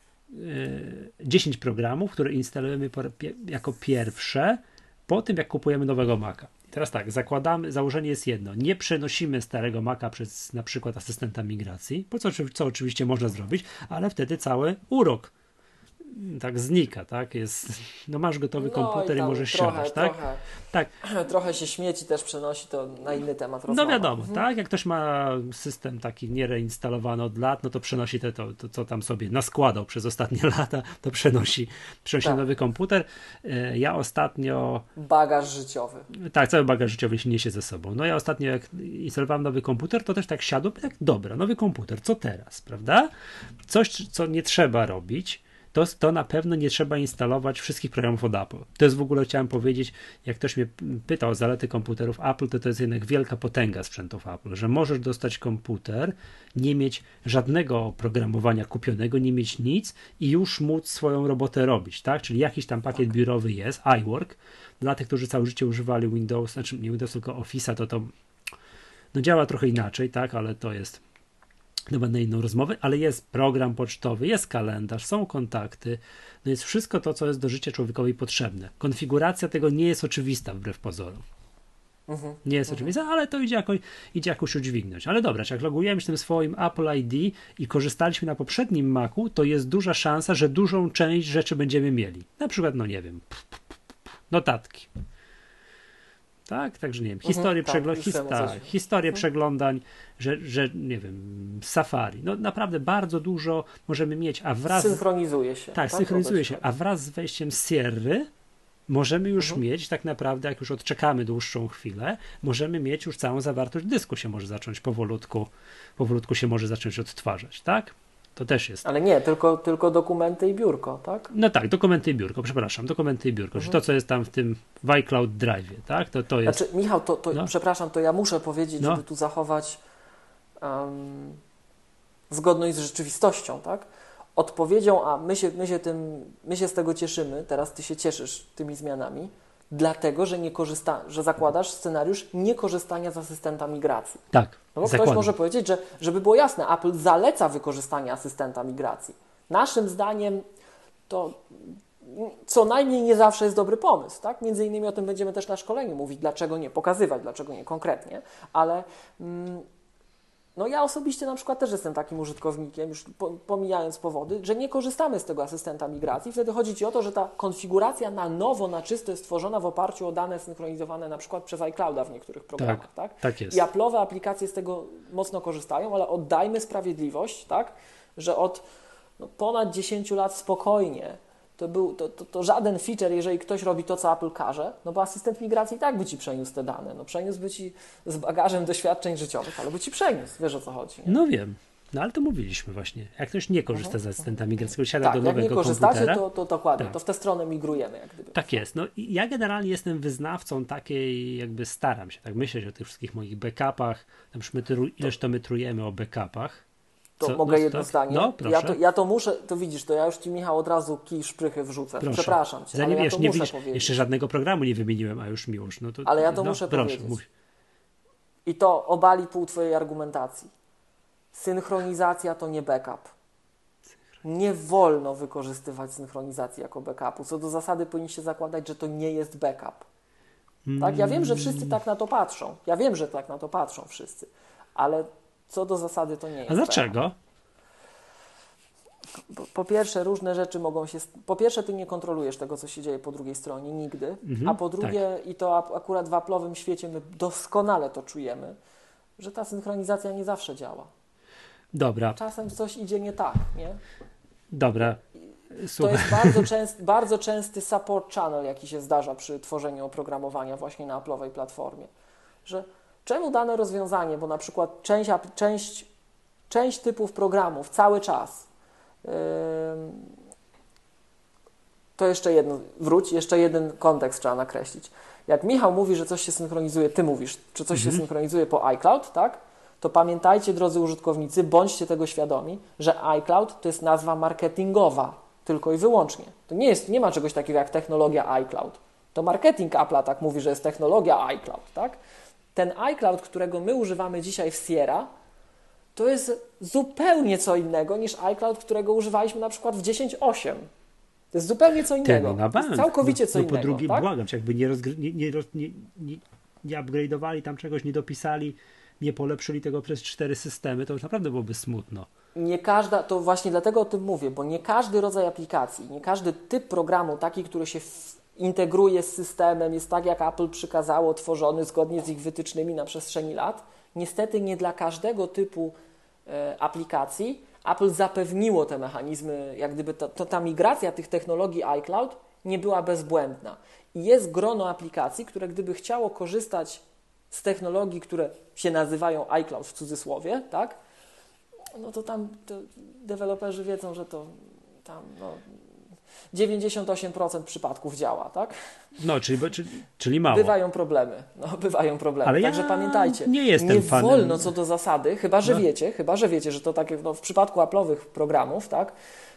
10 programów, które instalujemy jako pierwsze po tym, jak kupujemy nowego Maca. I teraz tak, założenie jest jedno, nie przenosimy starego Maca przez na przykład asystenta migracji, co oczywiście można zrobić, ale wtedy cały urok tak znika, tak? Masz gotowy komputer i możesz siadać, tak? Trochę się śmieci też przenosi, to na inny temat rozmowa. No wiadomo, tak? Jak ktoś ma system taki niereinstalowany od lat, no to przenosi to co tam sobie naskładał przez ostatnie lata, to przenosi nowy komputer. Ja ostatnio... Bagaż życiowy. Tak, cały bagaż życiowy się niesie ze sobą. No ja ostatnio jak instalowałem nowy komputer, to też tak siadłem, tak dobra, nowy komputer, co teraz, prawda? Coś, co nie trzeba robić, to na pewno nie trzeba instalować wszystkich programów od Apple. To jest w ogóle, chciałem powiedzieć, jak ktoś mnie pytał o zalety komputerów Apple, to jest jednak wielka potęga sprzętów Apple, że możesz dostać komputer, nie mieć żadnego oprogramowania kupionego, nie mieć nic i już móc swoją robotę robić, tak? Czyli jakiś tam pakiet biurowy jest, iWork, dla tych, którzy całe życie używali Windows, znaczy nie Windows, tylko Office'a, to działa trochę inaczej, tak? Ale to jest chyba na inną rozmowę, ale jest program pocztowy, jest kalendarz, są kontakty, no jest wszystko to, co jest do życia człowiekowi potrzebne. Konfiguracja tego nie jest oczywista wbrew pozorom. Nie jest oczywista, ale to idzie jakoś udźwignąć. Ale dobra, jak logujemy się tym swoim Apple ID i korzystaliśmy na poprzednim Macu, to jest duża szansa, że dużą część rzeczy będziemy mieli. Na przykład, no nie wiem, notatki. Tak, także nie wiem, historię przeglądań, że nie wiem, Safari. No naprawdę bardzo dużo możemy mieć, a wraz... Synchronizuje się. Tak, synchronizuje się, a wraz z wejściem Sierry możemy już mieć tak naprawdę, jak już odczekamy dłuższą chwilę, możemy mieć już całą zawartość dysku, się może zacząć powolutku się może zacząć odtwarzać, tak? To też jest. Ale nie, tylko dokumenty i biurko, tak? No tak, dokumenty i biurko, że to, co jest tam w iCloud Drive, tak? To jest... Znaczy, Michał, przepraszam, to ja muszę powiedzieć, żeby tu zachować zgodność z rzeczywistością, tak? Odpowiedzią, a my się z tego cieszymy, teraz ty się cieszysz tymi zmianami, dlatego, że zakładasz scenariusz niekorzystania z asystenta migracji. Tak, no bo ktoś może powiedzieć, że żeby było jasne, Apple zaleca wykorzystanie asystenta migracji. Naszym zdaniem to co najmniej nie zawsze jest dobry pomysł, tak? Między innymi o tym będziemy też na szkoleniu mówić, dlaczego nie, pokazywać, dlaczego nie konkretnie, ale no ja osobiście na przykład też jestem takim użytkownikiem, już pomijając powody, że nie korzystamy z tego asystenta migracji. Wtedy chodzi Ci o to, że ta konfiguracja na nowo, na czysto jest tworzona w oparciu o dane synchronizowane na przykład przez iClouda w niektórych programach. Tak jest. I Apple'owe aplikacje z tego mocno korzystają, ale oddajmy sprawiedliwość, tak, że od ponad 10 lat spokojnie to żaden feature, jeżeli ktoś robi to, co Apple każe, no bo asystent migracji i tak by Ci przeniósł te dane. No przeniósłby Ci z bagażem doświadczeń życiowych, ale by Ci przeniósł. Wiesz, o co chodzi. Nie? No wiem. No ale to mówiliśmy właśnie. Jak ktoś nie korzysta z asystenta migracyjnego, siada do nowego komputera. Jak nie korzystacie, to dokładnie, to w tę stronę migrujemy. Jak gdyby. Tak jest. No i ja generalnie jestem wyznawcą takiej, jakby staram się tak myśleć o tych wszystkich moich backupach. Tam ileż to my trujemy o backupach. To mogę jedno zdanie? No, proszę. Ja to muszę, to widzisz, to ja już Ci, Michał, od razu kij szprychy wrzucę. Proszę. Przepraszam Cię, zanim ale ja to muszę powiedzieć. Jeszcze żadnego programu nie wymieniłem, a już miłość. No to, ale ja to muszę powiedzieć. I to obali pół Twojej argumentacji. Synchronizacja to nie backup. Nie wolno wykorzystywać synchronizacji jako backupu. Co do zasady powinniście zakładać, że to nie jest backup. Tak? Ja wiem, że wszyscy tak na to patrzą. Ja wiem, że tak na to patrzą wszyscy. Ale co do zasady to nie jest. A dlaczego? Po pierwsze, różne rzeczy mogą się... Po pierwsze, ty nie kontrolujesz tego, co się dzieje po drugiej stronie, nigdy. A po drugie, i to akurat w Apple'owym świecie my doskonale to czujemy, że ta synchronizacja nie zawsze działa. Dobra. Czasem coś idzie nie tak, nie? Dobra. To jest bardzo częsty support channel, jaki się zdarza przy tworzeniu oprogramowania właśnie na Apple'owej platformie. Że czemu dane rozwiązanie, bo na przykład część typów programów cały czas, to jeszcze jeden kontekst trzeba nakreślić. Jak Michał mówi, że coś się synchronizuje, ty mówisz, czy coś się synchronizuje po iCloud, tak? To pamiętajcie, drodzy użytkownicy, bądźcie tego świadomi, że iCloud to jest nazwa marketingowa, tylko i wyłącznie. To nie ma czegoś takiego jak technologia iCloud. To marketing Apple'a tak mówi, że jest technologia iCloud, tak? Ten iCloud, którego my używamy dzisiaj w Sierra, to jest zupełnie co innego niż iCloud, którego używaliśmy na przykład w 10.8. To jest zupełnie co innego. To jest całkowicie co innego. Po drugie, tak? błagam cię, jakby nie upgrade'owali tam czegoś, nie dopisali, nie polepszyli tego przez 4 systemy, to już naprawdę byłoby smutno. Nie każda, to właśnie dlatego o tym mówię, bo nie każdy rodzaj aplikacji, nie każdy typ programu, taki, który się integruje z systemem, jest tak, jak Apple przykazało, tworzony zgodnie z ich wytycznymi na przestrzeni lat. Niestety nie dla każdego typu aplikacji Apple zapewniło te mechanizmy, jak gdyby ta migracja tych technologii iCloud nie była bezbłędna. I jest grono aplikacji, które gdyby chciało korzystać z technologii, które się nazywają iCloud w cudzysłowie, tak? No to tam deweloperzy wiedzą, że to tam 98% przypadków działa, tak? No, czyli mało. Bywają problemy. Ale także pamiętajcie, nie jestem fanem. Wolno co do zasady, chyba że wiecie, że to tak w przypadku Apple'owych programów, tak?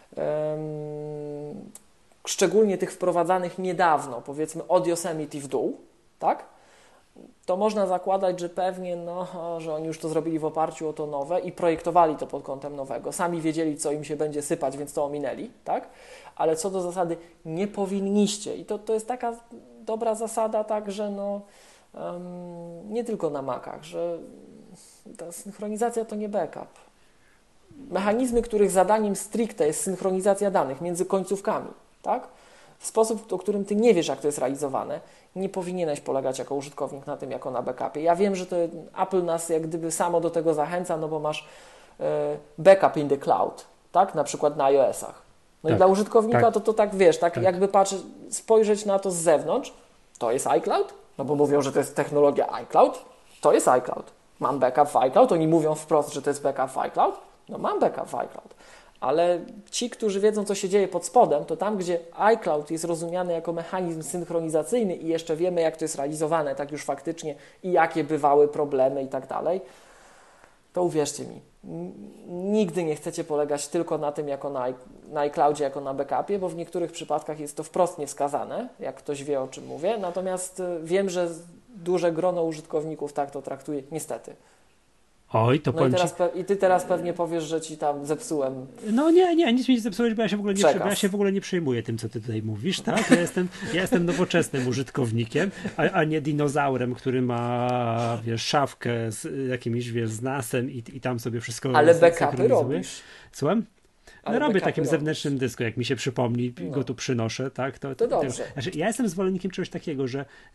Szczególnie tych wprowadzanych niedawno, powiedzmy od Yosemite w dół, tak? To można zakładać, że pewnie, że oni już to zrobili w oparciu o to nowe i projektowali to pod kątem nowego. Sami wiedzieli, co im się będzie sypać, więc to ominęli, tak? Ale co do zasady nie powinniście. I to jest taka dobra zasada, tak, że nie tylko na Macach, że ta synchronizacja to nie backup. Mechanizmy, których zadaniem stricte jest synchronizacja danych między końcówkami, tak? W sposób, o którym ty nie wiesz, jak to jest realizowane, nie powinieneś polegać jako użytkownik na tym, jako na backupie. Ja wiem, że to Apple nas jak gdyby samo do tego zachęca, bo masz backup in the cloud, tak? Na przykład na iOS-ach. No tak, i dla użytkownika tak, to tak, wiesz, tak tak. jakby spojrzeć na to z zewnątrz, to jest iCloud? No bo mówią, że to jest technologia iCloud, to jest iCloud. Mam backup w iCloud, oni mówią wprost, że to jest backup w iCloud, no mam backup w iCloud. Ale ci, którzy wiedzą, co się dzieje pod spodem, to tam, gdzie iCloud jest rozumiany jako mechanizm synchronizacyjny i jeszcze wiemy, jak to jest realizowane, tak już faktycznie i jakie bywały problemy i tak dalej, to uwierzcie mi, nigdy nie chcecie polegać tylko na tym, jako na iCloudzie, jako na backupie, bo w niektórych przypadkach jest to wprost niewskazane, jak ktoś wie, o czym mówię. Natomiast wiem, że duże grono użytkowników tak to traktuje, niestety. Oj, to No i ty teraz pewnie powiesz, że ci tam zepsułem. No nie, nic mi nie zepsułeś, bo ja się w ogóle nie przejmuję tym, co ty tutaj mówisz, tak? Ja jestem nowoczesnym użytkownikiem, a nie dinozaurem, który ma, wiesz, szafkę z jakimś, wiesz, z NAS-em i tam sobie wszystko Ale backupy robisz. Słucham? Ale robię takim robisz. zewnętrznym dysku, jak mi się przypomni, go tu przynoszę, tak? To dobrze. Znaczy, ja jestem zwolennikiem czegoś takiego,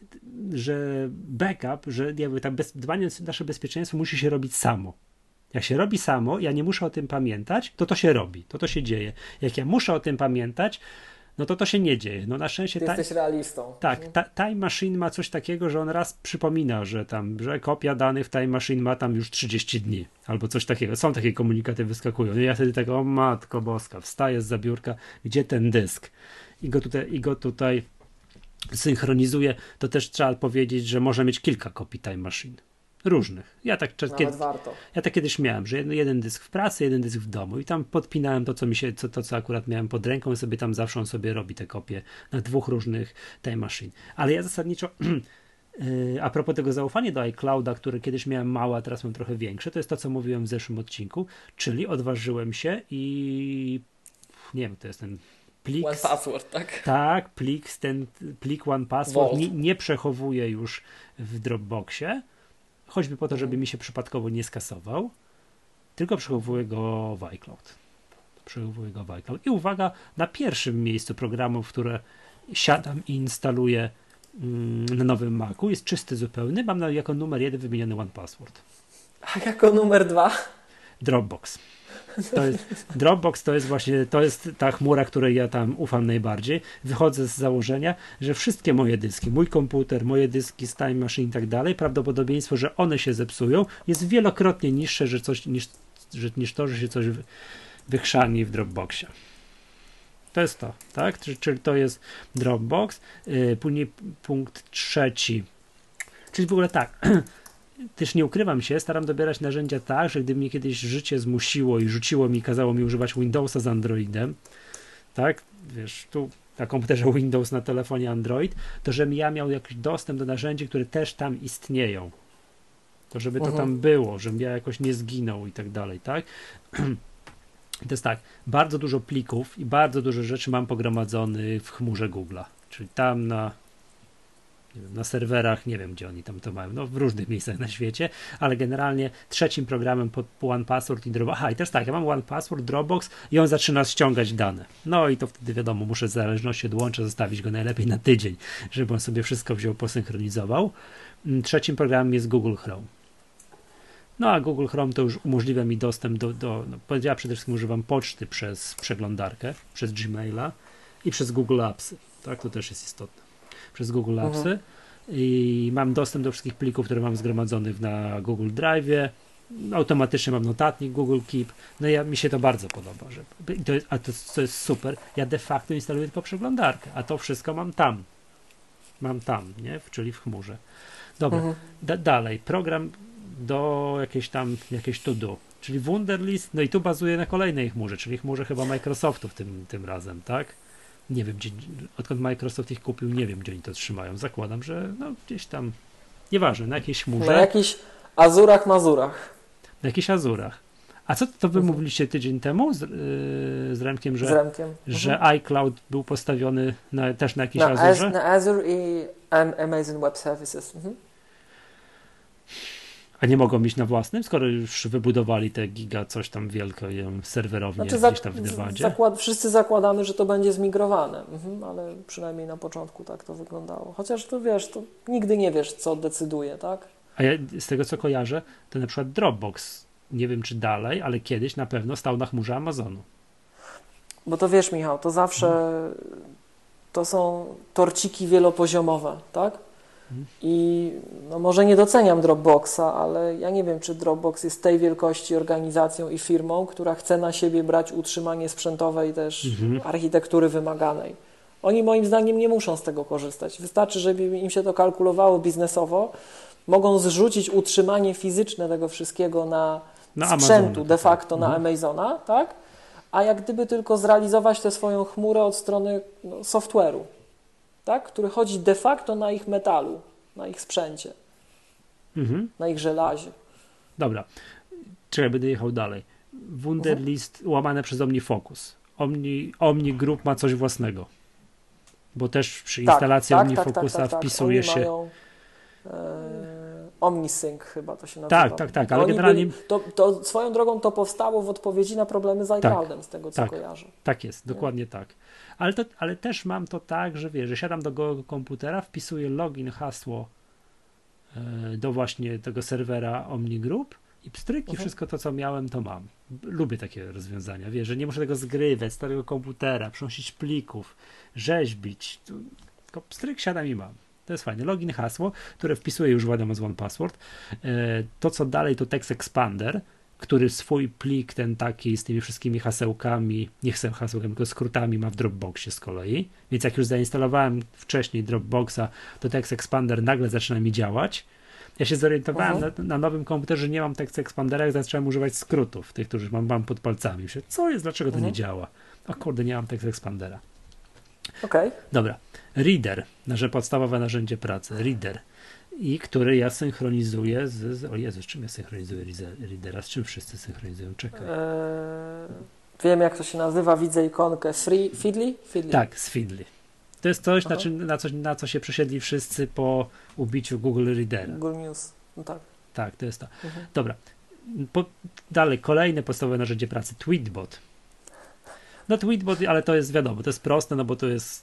że backup, że jakby dbanie o nasze bezpieczeństwo musi się robić samo. Jak się robi samo, ja nie muszę o tym pamiętać, to się robi, to się dzieje. Jak ja muszę o tym pamiętać, no to się nie dzieje. No na szczęście... Ty jesteś realistą. Tak, Time Machine ma coś takiego, że on raz przypomina, że kopia danych w Time Machine ma tam już 30 dni, albo coś takiego. Są takie komunikaty, wyskakują. No i ja wtedy tak, o matko boska, wstaję z zabiórka, gdzie ten dysk? I go tutaj synchronizuję. To też trzeba powiedzieć, że może mieć kilka kopii Time Machine. Różnych. Ja tak kiedyś miałem, że jeden dysk w pracy, jeden dysk w domu i tam podpinałem to, co akurat miałem pod ręką i sobie tam zawsze on sobie robi te kopie na 2 różnych Time Machine. Ale ja zasadniczo a propos tego zaufania do iClouda, które kiedyś miałem małe, a teraz mam trochę większe, to jest to, co mówiłem w zeszłym odcinku, czyli odważyłem się i nie wiem, to jest ten plik. One Password, tak? Tak, plik One Password nie przechowuję już w Dropboxie, choćby po to, żeby mi się przypadkowo nie skasował, tylko przechowuję go w iCloud. I uwaga, na pierwszym miejscu programów, które siadam i instaluję na nowym Macu, jest czysty zupełny, mam jako numer 1 wymieniony One Password. A jako numer 2? Dropbox. Dropbox to jest ta chmura, której ja tam ufam najbardziej. Wychodzę z założenia, że wszystkie moje dyski, mój komputer, moje dyski z Time Machine i tak dalej, prawdopodobieństwo, że one się zepsują, jest wielokrotnie niższe, niż to, że się coś wychrzani w Dropboxie. To jest to, tak? Czyli to jest Dropbox. Później punkt 3. Czyli w ogóle tak. Też nie ukrywam się, staram dobierać narzędzia tak, że gdyby mnie kiedyś życie zmusiło i kazało mi używać Windowsa z Androidem, tak, wiesz, tu na komputerze Windows, na telefonie Android, to żebym ja miał jakiś dostęp do narzędzi, które też tam istnieją. To żeby to tam było, żebym ja jakoś nie zginął i tak dalej, tak? To jest tak, bardzo dużo plików i bardzo dużo rzeczy mam pogromadzonych w chmurze Google'a, czyli tam na serwerach, nie wiem gdzie oni tam to mają, no w różnych miejscach na świecie, ale generalnie trzecim programem pod One Password i Dropbox, i też tak, ja mam One Password, Dropbox i on zaczyna ściągać dane, no i to wtedy wiadomo, muszę w zależności od łącza zostawić go najlepiej na tydzień, żeby on sobie wszystko wziął, posynchronizował. Trzecim programem jest Google Chrome. No a Google Chrome to już umożliwia mi dostęp ja przede wszystkim używam poczty przez przeglądarkę, przez Gmaila i przez Google Appsy, tak, to też jest istotne. Przez Google Appsy i mam dostęp do wszystkich plików, które mam zgromadzonych na Google Drive. Automatycznie mam notatnik Google Keep. No mi się to bardzo podoba. To jest super. Ja de facto instaluję tylko przeglądarkę, a to wszystko mam tam. Nie? Czyli w chmurze. Dobra, dalej. Program do jakieś to-do, czyli Wunderlist, no i tu bazuje na kolejnej chmurze, czyli chmurze chyba Microsoftu tym razem, tak? Nie wiem, odkąd Microsoft ich kupił, nie wiem, gdzie oni to trzymają. Zakładam, że gdzieś tam, nieważne, na jakiejś chmurze. Na jakichś Azurach, Mazurach. Na jakichś Azurach. A co to wy mówiliście tydzień temu z Remkiem, że iCloud był postawiony też na jakiejś Azurze? Na Azure i Amazon Web Services. A nie mogą mieć na własnym, skoro już wybudowali te giga coś tam wielką serwerownię gdzieś tam w Nevadzie? Wszyscy zakładamy, że to będzie zmigrowane, ale przynajmniej na początku tak to wyglądało. Chociaż to wiesz, to nigdy nie wiesz, co decyduje, tak? A ja z tego, co kojarzę, to na przykład Dropbox, nie wiem czy dalej, ale kiedyś na pewno stał na chmurze Amazonu. Bo to wiesz, Michał, to zawsze to są torciki wielopoziomowe, tak? I no może nie doceniam Dropboxa, ale ja nie wiem, czy Dropbox jest tej wielkości organizacją i firmą, która chce na siebie brać utrzymanie sprzętowe i też architektury wymaganej. Oni moim zdaniem nie muszą z tego korzystać. Wystarczy, żeby im się to kalkulowało biznesowo. Mogą zrzucić utrzymanie fizyczne tego wszystkiego na sprzętu Amazona, de facto na Amazona, tak? A jak gdyby tylko zrealizować tę swoją chmurę od strony software'u, tak? Który chodzi de facto na ich metalu, na ich sprzęcie, na ich żelazie. Dobra, czekaj, będę jechał dalej. Wunderlist łamane przez OmniFocus. Omni Group ma coś własnego, bo też przy instalacji OmniFocusa wpisuje się... Mają, OmniSync chyba to się nazywa. Tak, ale generalnie... To swoją drogą to powstało w odpowiedzi na problemy z iCloudem, z tego co kojarzę. Tak jest, dokładnie tak. Ale też mam to tak, że wiesz, że siadam do gołego komputera, wpisuję login, hasło do właśnie tego serwera OmniGroup i pstryk i wszystko to, co miałem, to mam. Lubię takie rozwiązania, wiesz, że nie muszę tego zgrywać z tego komputera, przenosić plików, rzeźbić. Tylko pstryk, siadam i mam. To jest fajne. Login, hasło, które wpisuję już wiadomo z OnePassword. To, co dalej, to Text Expander, który swój plik ten taki z tymi wszystkimi hasełkami, nie hasełkami, tylko skrótami ma w Dropboxie z kolei. Więc jak już zainstalowałem wcześniej Dropboxa, to Text Expander nagle zaczyna mi działać. Ja się zorientowałem na nowym komputerze, że nie mam Text Expandera, jak zacząłem używać skrótów, tych, których mam pod palcami. Myślę, co jest, dlaczego to nie działa? O kurde, nie mam Text Expandera. Dobra. Reader, nasze podstawowe narzędzie pracy. Reader. I który ja synchronizuję o Jezu, z czym ja synchronizuję Readera? Z czym wszyscy synchronizują? Czekaj. Wiem, jak to się nazywa, widzę ikonkę. Feedly? Tak, z Feedly. To jest coś, na co się przesiedli wszyscy po ubiciu Google Readera. Google News, no tak. Tak, to jest to. Dobra. Dalej, kolejne podstawowe narzędzie pracy. Tweetbot. No Tweetbot, ale to jest wiadomo, to jest proste, no bo to jest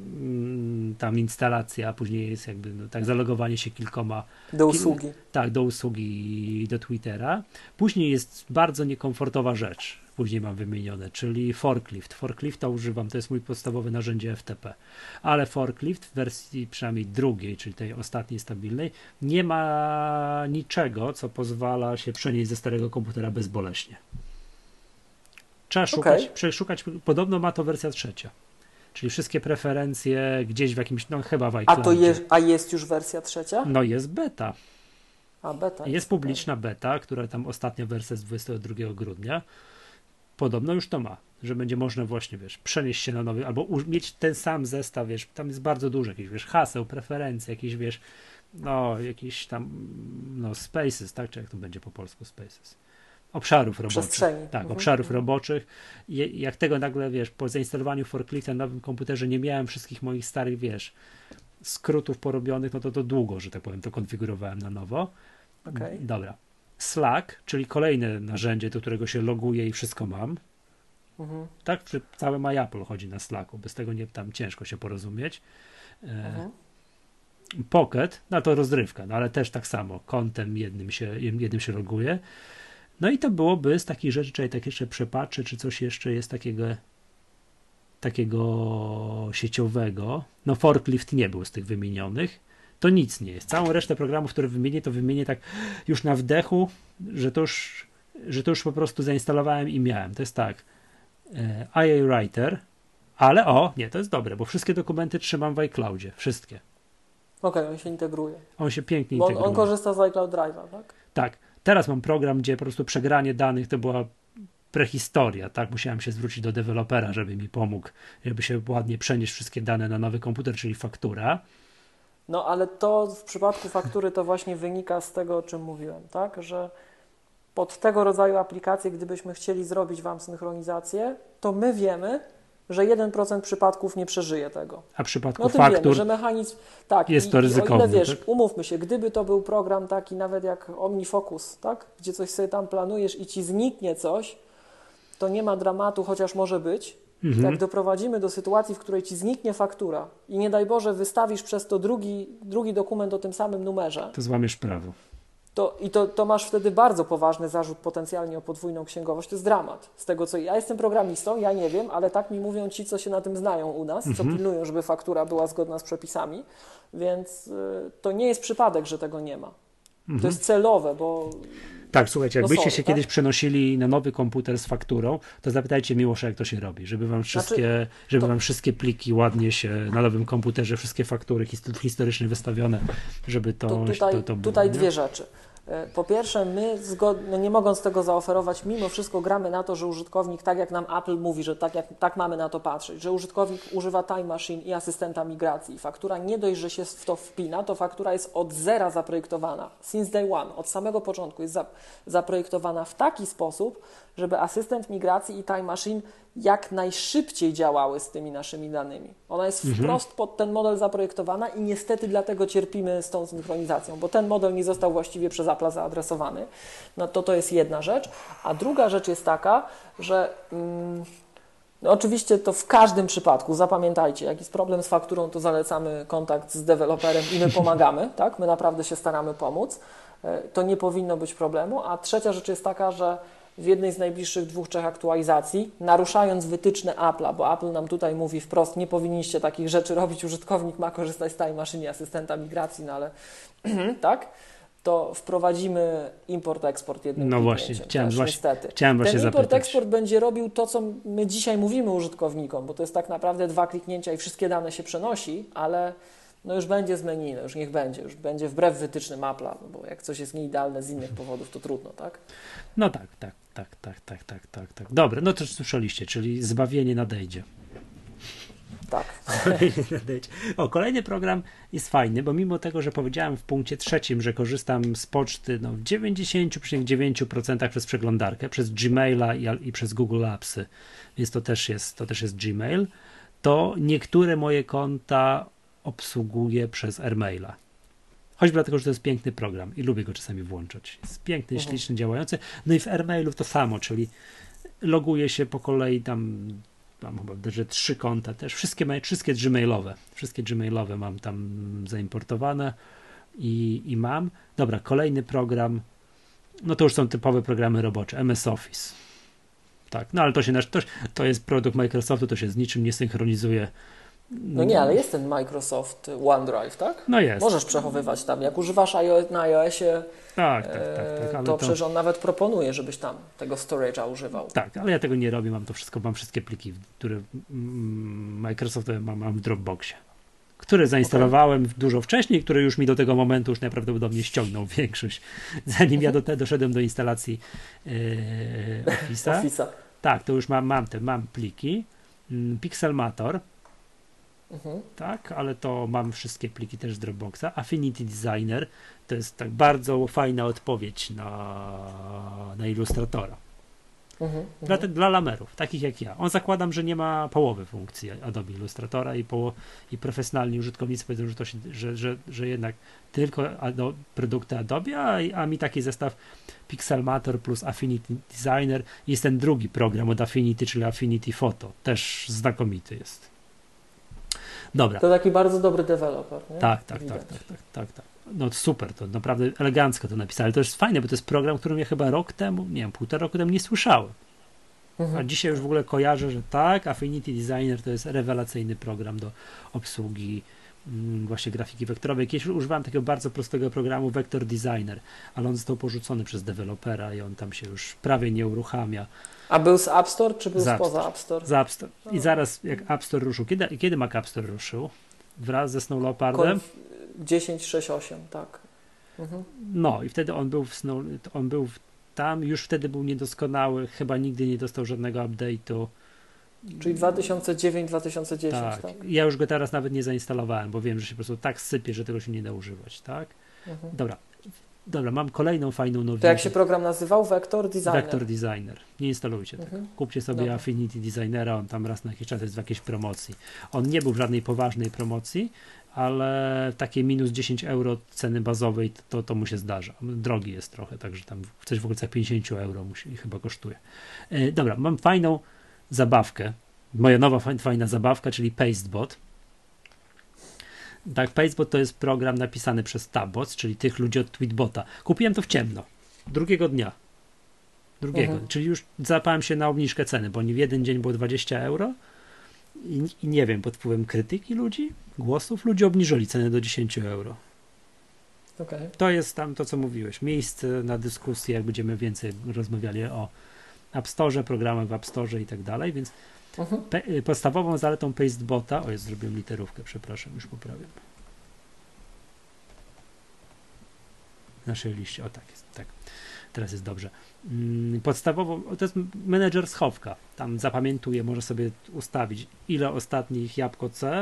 tam instalacja, a później jest jakby zalogowanie się kilkoma do usługi. Do usługi do Twittera. Później jest bardzo niekomfortowa rzecz, później mam wymienione, czyli Forklift. Forklifta używam, to jest mój podstawowe narzędzie FTP, ale Forklift w wersji przynajmniej drugiej, czyli tej ostatniej stabilnej, nie ma niczego, co pozwala się przenieść ze starego komputera bezboleśnie. Trzeba szukać, podobno ma to wersja trzecia. Czyli wszystkie preferencje gdzieś w jakimś, chyba w iCloudzie. A jest już wersja trzecia? No jest beta. Beta. Jest publiczna beta, która tam ostatnia wersja z 22 grudnia. Podobno już to ma, że będzie można właśnie, przenieść się na nowy, albo mieć ten sam zestaw, tam jest bardzo dużo jakichś, haseł, preferencje, jakieś, jakieś tam, spaces, tak? Czy jak to będzie po polsku spaces? Obszarów roboczych. Przestrzeni. Tak, obszarów roboczych. Jak tego nagle, po zainstalowaniu Forklifta na nowym komputerze nie miałem wszystkich moich starych, skrótów porobionych, no to długo, że tak powiem, to konfigurowałem na nowo. Dobra. Slack, czyli kolejne narzędzie, do którego się loguję i wszystko mam. Tak, całe MyApple chodzi na Slacku, bez tego tam ciężko się porozumieć. Pocket, to rozrywka, ale też tak samo, kontem jednym się loguje. No i to byłoby z takich rzeczy, czyli tak jeszcze przepatrzę, czy coś jeszcze jest takiego sieciowego. No Forklift nie był z tych wymienionych. To nic nie jest. Całą resztę programów, które wymienię tak już na wdechu, że to już po prostu zainstalowałem i miałem. To jest tak. IA Writer, ale to jest dobre, bo wszystkie dokumenty trzymam w iCloudzie. Wszystkie. On się integruje. On się pięknie integruje. On korzysta z iCloud Drive'a, tak? Tak. Teraz mam program, gdzie po prostu przegranie danych to była prehistoria, tak? Musiałem się zwrócić do dewelopera, żeby mi pomógł, żeby się ładnie przenieść wszystkie dane na nowy komputer, czyli faktura. No ale to w przypadku faktury to właśnie wynika z tego, o czym mówiłem, tak? Że pod tego rodzaju aplikacje, gdybyśmy chcieli zrobić Wam synchronizację, to my wiemy, że 1% przypadków nie przeżyje tego. A w przypadku faktur wiemy, że mechanizm, tak, jest to ryzykowne. O ile tak? Umówmy się, gdyby to był program taki nawet jak OmniFocus, tak? Gdzie coś sobie tam planujesz i Ci zniknie coś, to nie ma dramatu, chociaż może być. Jak doprowadzimy do sytuacji, w której Ci zniknie faktura i nie daj Boże wystawisz przez to drugi dokument o tym samym numerze, to złamiesz prawo. To masz wtedy bardzo poważny zarzut potencjalnie o podwójną księgowość. To jest dramat. Z tego co ja jestem programistą, ja nie wiem, ale tak mi mówią ci, co się na tym znają u nas, co pilnują, żeby faktura była zgodna z przepisami, więc to nie jest przypadek, że tego nie ma. To jest celowe, bo... Tak, słuchajcie, jakbyście się kiedyś przenosili na nowy komputer z fakturą, to zapytajcie Miłosza, jak to się robi, żeby wam wszystkie pliki ładnie się na nowym komputerze, wszystkie faktury historyczne wystawione, żeby to było. Tutaj dwie rzeczy. Po pierwsze, my nie mogąc tego zaoferować, mimo wszystko gramy na to, że użytkownik, tak jak nam Apple mówi, że tak mamy na to patrzeć, że użytkownik używa Time Machine i asystenta migracji. Faktura nie dość, że się w to wpina, to faktura jest od zera zaprojektowana, since day one, od samego początku jest zaprojektowana w taki sposób, żeby asystent migracji i Time Machine jak najszybciej działały z tymi naszymi danymi. Ona jest wprost pod ten model zaprojektowana i niestety dlatego cierpimy z tą synchronizacją, bo ten model nie został właściwie przez Apple'a zaadresowany. No to jest jedna rzecz. A druga rzecz jest taka, że oczywiście to w każdym przypadku, zapamiętajcie, jak jest problem z fakturą, to zalecamy kontakt z deweloperem i my pomagamy, tak? My naprawdę się staramy pomóc. To nie powinno być problemu. A trzecia rzecz jest taka, że w jednej z najbliższych 2-3 aktualizacji, naruszając wytyczne Apple'a, bo Apple nam tutaj mówi wprost, nie powinniście takich rzeczy robić, użytkownik ma korzystać z Time Machine i asystenta migracji, no ale tak, to wprowadzimy import-eksport jednym No właśnie, niestety. Chciałem Ten import-eksport będzie robił to, co my dzisiaj mówimy użytkownikom, bo to jest tak naprawdę 2 kliknięcia i wszystkie dane się przenosi, ale no już będzie z menu, no już niech będzie, już będzie wbrew wytycznym Apple'a, no bo jak coś jest nieidealne z innych powodów, to trudno, tak? No tak. Dobra, no to słyszeliście, czyli zbawienie nadejdzie. Tak. O, kolejny program jest fajny, bo mimo tego, że powiedziałem w punkcie 3, że korzystam z poczty w 90,9% przez przeglądarkę, przez Gmaila i przez Google Appsy, więc to też jest Gmail, to niektóre moje konta obsługuję przez AirMaila. Choćby dlatego, że to jest piękny program i lubię go czasami włączać. Jest piękny, śliczny, działający. No i w AirMailu to samo, czyli loguję się po kolei mam chyba, że 3 konta też, wszystkie Gmailowe mam tam zaimportowane i mam. Dobra, kolejny program, no to już są typowe programy robocze, MS Office. Tak, no ale to jest produkt Microsoftu, to się z niczym nie synchronizuje. No nie, ale jest ten Microsoft OneDrive, tak? No jest. Możesz przechowywać tam. Jak używasz na iOSie, tak, to przecież on nawet proponuje, żebyś tam tego storage'a używał. Tak, ale ja tego nie robię, mam wszystkie pliki, które Microsoftowe mam w Dropboxie, które zainstalowałem dużo wcześniej, które już mi do tego momentu już najprawdopodobniej ściągnął większość, zanim ja doszedłem do instalacji Office'a. Tak, to już mam pliki. Pixelmator. Tak, ale to mam wszystkie pliki też z Dropboxa. Affinity Designer to jest tak bardzo fajna odpowiedź na Illustratora. Dla lamerów, takich jak ja. On zakładam, że nie ma połowy funkcji Adobe Illustratora i profesjonalni użytkownicy powiedzą, że jednak tylko produkty Adobe, a mi taki zestaw Pixelmator plus Affinity Designer. Jest ten drugi program od Affinity, czyli Affinity Photo. Też znakomity jest. Dobra. To taki bardzo dobry deweloper, nie? Tak. No super, to naprawdę elegancko to napisali. To jest fajne, bo to jest program, który ja chyba rok temu, nie wiem, 1,5 roku temu nie słyszałem. A dzisiaj już w ogóle kojarzę, że tak, Affinity Designer to jest rewelacyjny program do obsługi właśnie grafiki wektorowej. Kiedyś używałem takiego bardzo prostego programu Vector Designer, ale on został porzucony przez dewelopera i on tam się już prawie nie uruchamia. A był z App Store, czy był spoza App Store? Z App Store. I zaraz jak App Store ruszył, kiedy Mac App Store ruszył? Wraz ze Snow Leopardem? 10.6.8, tak. No i wtedy on był tam, już wtedy był niedoskonały, chyba nigdy nie dostał żadnego update'u. Czyli 2009-2010, tak? Ja już go teraz nawet nie zainstalowałem, bo wiem, że się po prostu tak sypie, że tego się nie da używać, tak? Dobra, mam kolejną fajną nowinę. To jak się program nazywał? Vector Designer? Vector Designer. Nie instalujcie tego. Kupcie sobie Affinity Designera, on tam raz na jakiś czas jest w jakiejś promocji. On nie był w żadnej poważnej promocji, ale takie minus 10 euro ceny bazowej to mu się zdarza. Drogi jest trochę, także tam coś w okolicach 50 euro chyba kosztuje. Dobra, mam fajną zabawkę. Moja nowa fajna zabawka, czyli Pastebot. Tak, Pastebot to jest program napisany przez Tabbots, czyli tych ludzi od Tweetbota. Kupiłem to w ciemno, drugiego dnia. Czyli już załapałem się na obniżkę ceny, bo w jeden dzień było 20 euro i nie wiem, pod wpływem krytyki ludzi, głosów, ludzie obniżyli cenę do 10 euro. Okay. To jest tam to, co mówiłeś, miejsce na dyskusję, jak będziemy więcej rozmawiali o App Store, programach w App Store i tak dalej, więc podstawową zaletą Pastebota, zrobiłem literówkę, przepraszam, już poprawiam. W naszej liście, tak jest, tak. Teraz jest dobrze. Podstawową, to jest menedżer schowka. Tam zapamiętuje, może sobie ustawić, ile ostatnich jabłko C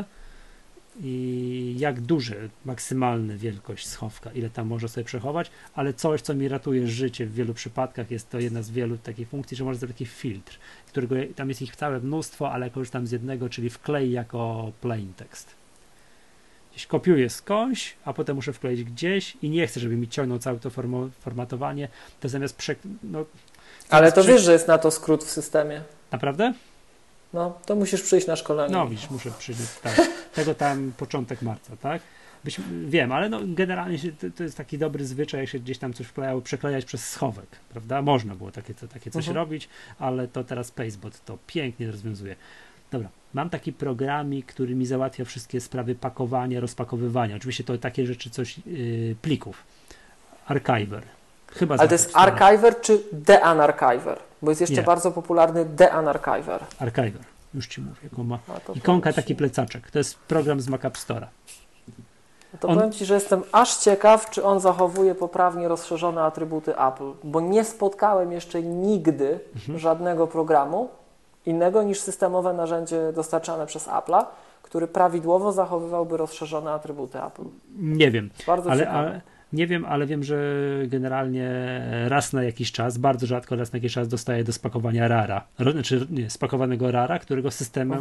i jak duży, maksymalny wielkość schowka, ile tam może sobie przechować, ale coś, co mi ratuje życie w wielu przypadkach, jest to jedna z wielu takich funkcji, że może zrobić taki filtr, którego tam jest ich całe mnóstwo, ale korzystam z jednego, czyli wklej jako plain text. Gdzieś kopiuję skądś, a potem muszę wkleić gdzieś i nie chcę, żeby mi ciągnął całe to formatowanie, to zamiast ale to wiesz, że jest na to skrót w systemie. Naprawdę? No, to musisz przyjść na szkolenie. No widzisz, muszę przyjść, tak. Tego tam początek marca, tak? Wiem, ale generalnie to jest taki dobry zwyczaj, jak się gdzieś tam coś wklejało, przeklejać przez schowek, prawda? Można było takie coś robić, ale to teraz Pastebot to pięknie rozwiązuje. Dobra, mam taki programik, który mi załatwia wszystkie sprawy pakowania, rozpakowywania. Oczywiście to takie rzeczy, plików. Archiver. Ale to jest Archiver czy Deunarchiver? Bo jest jeszcze bardzo popularny Deunarchiver. Archiver, już ci mówię. Ma ikonka, taki plecaczek. To jest program z Mac App Store'a. To powiem ci, że jestem aż ciekaw, czy on zachowuje poprawnie rozszerzone atrybuty Apple, bo nie spotkałem jeszcze nigdy żadnego programu innego niż systemowe narzędzie dostarczane przez Apple'a, który prawidłowo zachowywałby rozszerzone atrybuty Apple. Nie wiem, bardzo ciekawe. Nie wiem, ale wiem, że generalnie raz na jakiś czas, bardzo rzadko raz na jakiś czas dostaję do spakowania RARa, spakowanego RARa, którego systemem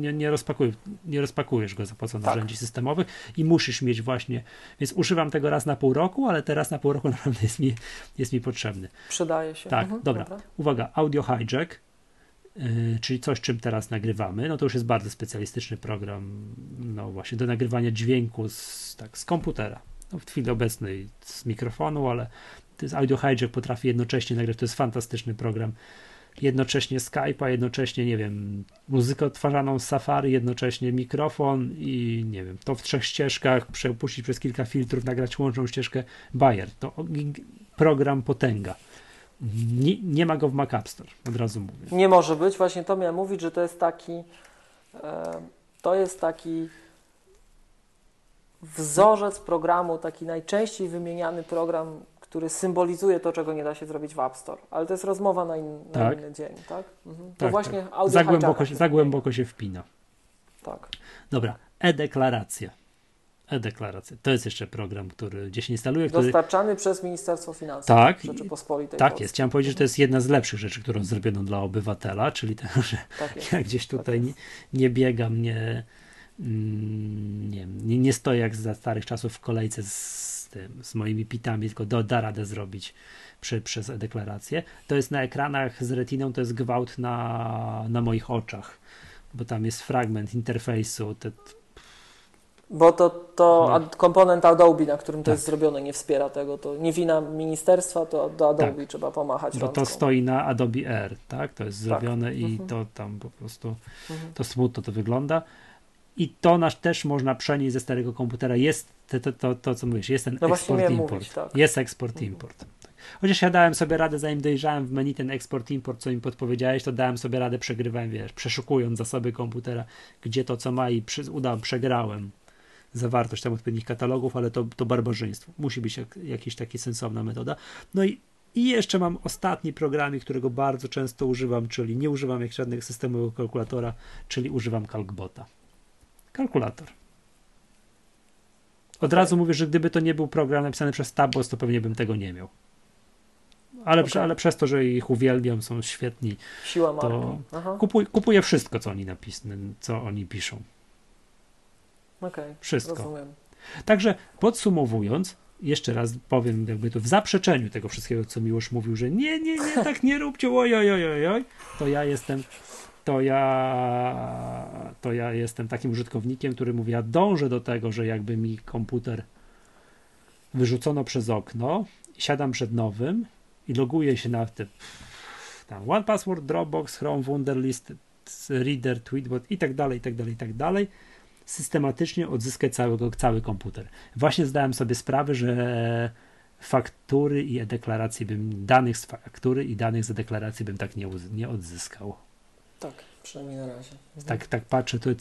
nie rozpakujesz go za pomocą narzędzi systemowych i musisz mieć właśnie, więc używam tego raz na pół roku, ale teraz na pół roku naprawdę jest mi potrzebny. Przydaje się. Tak, dobra. Uwaga, Audio Hijack, czyli coś, czym teraz nagrywamy, no to już jest bardzo specjalistyczny program, no właśnie, do nagrywania dźwięku z komputera. No w chwili obecnej z mikrofonu, ale to jest Audio Hijack, potrafi jednocześnie nagrać, to jest fantastyczny program, jednocześnie Skype'a, jednocześnie, nie wiem, muzykę odtwarzaną z Safari, jednocześnie mikrofon i nie wiem, to w 3 ścieżkach, przepuścić przez kilka filtrów, nagrać łączną ścieżkę Bayer. To program potęga. Nie ma go w Mac App Store, od razu mówię. Nie może być, właśnie to miałem mówić, że to jest taki wzorzec programu, taki najczęściej wymieniany program, który symbolizuje to, czego nie da się zrobić w App Store. Ale to jest rozmowa na inny dzień, tak? To właśnie Audio za głęboko się wpina. Tak. Dobra, e-deklaracja. To jest jeszcze program, który gdzieś instaluje. Dostarczany przez Ministerstwo Finansów Rzeczypospolitej Polskiej. Jest. Chciałem powiedzieć, że to jest jedna z lepszych rzeczy, którą zrobiono dla obywatela, czyli to, że ja gdzieś tutaj nie biegam, nie stoję jak za starych czasów w kolejce z moimi pitami, tylko da radę zrobić przez e-deklarację. To jest na ekranach z retiną, to jest gwałt na moich oczach, bo tam jest fragment interfejsu. Bo to komponent Adobe, na którym to jest zrobione, nie wspiera tego. To nie wina ministerstwa, to do Adobe trzeba pomachać rączką. Bo to stoi na Adobe Air, tak? To jest zrobione i to tam po prostu to smutno to wygląda. I to też można przenieść ze starego komputera. Jest to co mówisz, jest ten eksport-import. Jest eksport-import. Chociaż ja dałem sobie radę, zanim dojrzałem w menu ten eksport-import, co mi podpowiedziałeś, to dałem sobie radę, przegrywałem, przeszukując zasoby komputera, gdzie to co ma i przegrałem zawartość tam odpowiednich katalogów, ale to barbarzyństwo. Musi być jakaś taka sensowna metoda. No i jeszcze mam ostatni programik, którego bardzo często używam, czyli nie używam jak żadnego systemowego kalkulatora, czyli używam Calcbota. Kalkulator. Od razu mówię, że gdyby to nie był program napisany przez Tabbots, to pewnie bym tego nie miał. Ale przez to, że ich uwielbiam, są świetni, siła marki. To kupuję wszystko, co oni piszą. Wszystko. Rozumiem. Także podsumowując, jeszcze raz powiem jakby to w zaprzeczeniu tego wszystkiego, co Miłosz mówił, że nie, tak nie róbcie, oj, to ja jestem to ja jestem takim użytkownikiem, który mówi, ja dążę do tego, że jakby mi komputer wyrzucono przez okno, siadam przed nowym i loguję się na te tam OnePassword, Dropbox, Chrome, Wunderlist, Reader, Tweetbot i tak dalej, systematycznie odzyskać cały komputer. Właśnie zdałem sobie sprawę, że faktury i e-deklaracje danych z faktury i danych z e-deklaracji bym tak nie odzyskał. Tak, przynajmniej na razie. Tak patrzę, to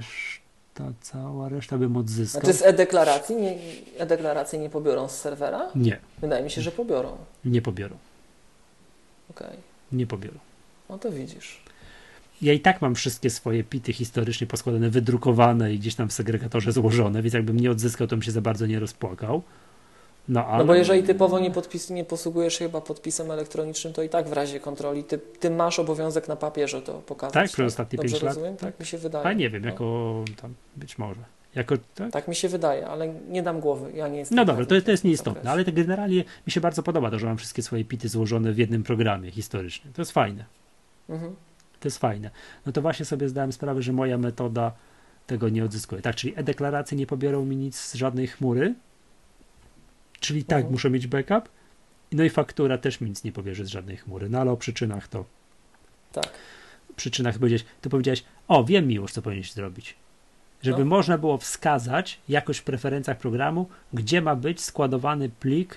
cała reszta bym odzyskał. Znaczy z e-deklaracje nie pobiorą z serwera? Nie. Wydaje mi się, że pobiorą. Nie pobiorą. Okej. Nie pobiorą. No to widzisz. Ja i tak mam wszystkie swoje pity historycznie poskładane, wydrukowane i gdzieś tam w segregatorze złożone, więc jakbym nie odzyskał, to bym się za bardzo nie rozpłakał. No bo jeżeli typowo nie posługujesz się chyba podpisem elektronicznym, to i tak w razie kontroli ty masz obowiązek na papierze to pokazać. Tak, przez ostatnie Dobrze 5 lat. rozumiem? Tak mi się wydaje. A nie wiem, jako tam być może. Tak mi się wydaje, ale nie dam głowy. Ja nie jestem. No dobra, to jest nieistotne, ale to generalnie mi się bardzo podoba to, że mam wszystkie swoje pity złożone w jednym programie historycznym. To jest fajne. Mhm. To jest fajne. No to właśnie sobie zdałem sprawę, że moja metoda tego nie odzyskuje. Tak, czyli e-deklaracje nie pobiorą mi nic z żadnej chmury, czyli tak, muszę mieć backup, no i faktura też mi nic nie pobierze z żadnej chmury. No ale o przyczynach to... Tak. Przyczynach powiedziałeś, wiem Miłosz, co powinieneś zrobić. Żeby można było wskazać jakoś w preferencjach programu, gdzie ma być składowany plik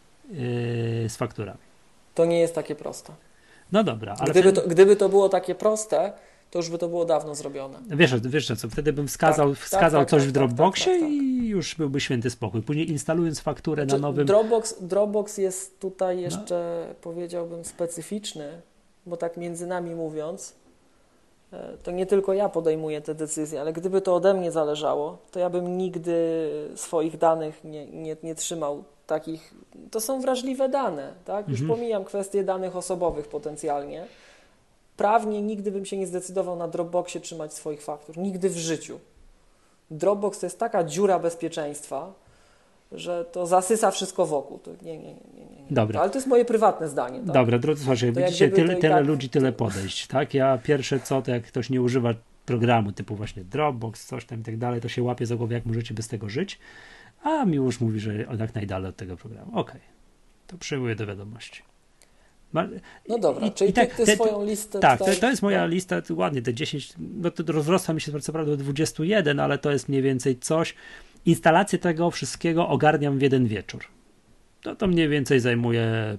z fakturami. To nie jest takie proste. No dobra, ale gdyby to było takie proste, to już by to było dawno zrobione. Wiesz co, wtedy bym wskazał coś w Dropboxie i już byłby święty spokój. Później instalując fakturę na nowym... Dropbox jest tutaj jeszcze, powiedziałbym, specyficzny, bo tak między nami mówiąc, to nie tylko ja podejmuję te decyzje, ale gdyby to ode mnie zależało, to ja bym nigdy swoich danych nie trzymał takich, to są wrażliwe dane, tak? Już pomijam kwestie danych osobowych potencjalnie. Prawnie nigdy bym się nie zdecydował na Dropboxie trzymać swoich faktur. Nigdy w życiu. Dropbox to jest taka dziura bezpieczeństwa, że to zasysa wszystko wokół. To nie. Dobra. Ale to jest moje prywatne zdanie. Tak? Dobra, drodzy słuchacze, widzicie, tyle ludzi, tyle podejść, tak? Ja pierwsze co, to jak ktoś nie używa programu typu właśnie Dropbox, coś tam i tak dalej, to się łapie za głowę, jak możecie bez tego żyć, a Miłosz mówi, że jak najdalej od tego programu. Okej, to przyjmuję do wiadomości. No dobra, czyli ty swoją listę... Tak, to jest moja lista, ładnie, te 10, no to rozrosła mi się co prawda do 21, ale to jest mniej więcej coś. Instalację tego wszystkiego ogarniam w jeden wieczór. To mniej więcej zajmuje...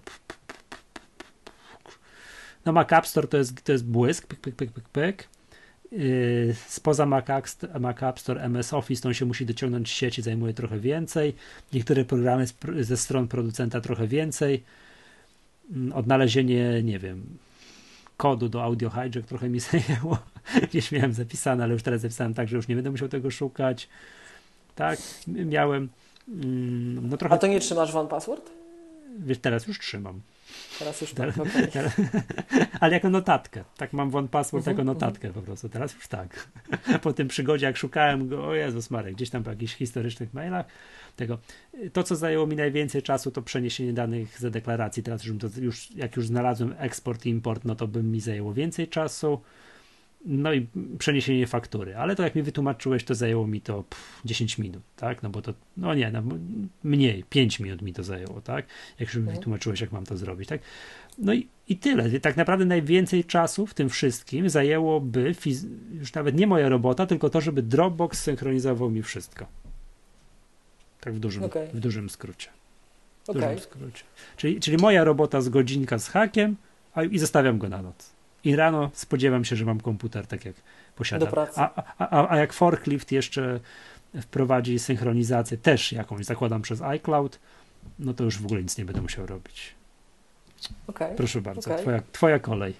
No Mac App Store to jest błysk, pyk. Spoza Mac App Store MS Office, to on się musi dociągnąć sieci, zajmuje trochę więcej. Niektóre programy ze stron producenta trochę więcej. Odnalezienie, nie wiem, kodu do Audio Hijack trochę mi zajęło. Gdzieś miałem zapisane, ale już teraz zapisałem tak, że już nie będę musiał tego szukać. Tak, miałem no trochę... A to nie trzymasz OnePassword? Wiesz, teraz już trzymam. Teraz już tak, okay. Ale jako notatkę. Tak mam OnePassword jako notatkę po prostu. Teraz już tak. Po tym przygodzie, jak szukałem go, o Jezus Marek, gdzieś tam po jakichś historycznych mailach, to, co zajęło mi najwięcej czasu, to przeniesienie danych z deklaracji. Teraz jak już znalazłem eksport, import, no to by mi zajęło więcej czasu. No i przeniesienie faktury. Ale to jak mi wytłumaczyłeś, to zajęło mi to 10 minut, tak? No bo to, mniej, 5 minut mi to zajęło, tak? Jak już mi wytłumaczyłeś, jak mam to zrobić, tak? No i tyle. Tak naprawdę najwięcej czasu w tym wszystkim zajęłoby już nawet nie moja robota, tylko to, żeby Dropbox synchronizował mi wszystko. Tak w dużym skrócie. W dużym skrócie. Czyli moja robota z godzinka z hakiem i zostawiam go na noc. I rano spodziewam się, że mam komputer tak jak posiadam. Do pracy. A jak forklift jeszcze wprowadzi synchronizację też jakąś, zakładam przez iCloud, no to już w ogóle nic nie będę musiał robić. Proszę bardzo, twoja kolej.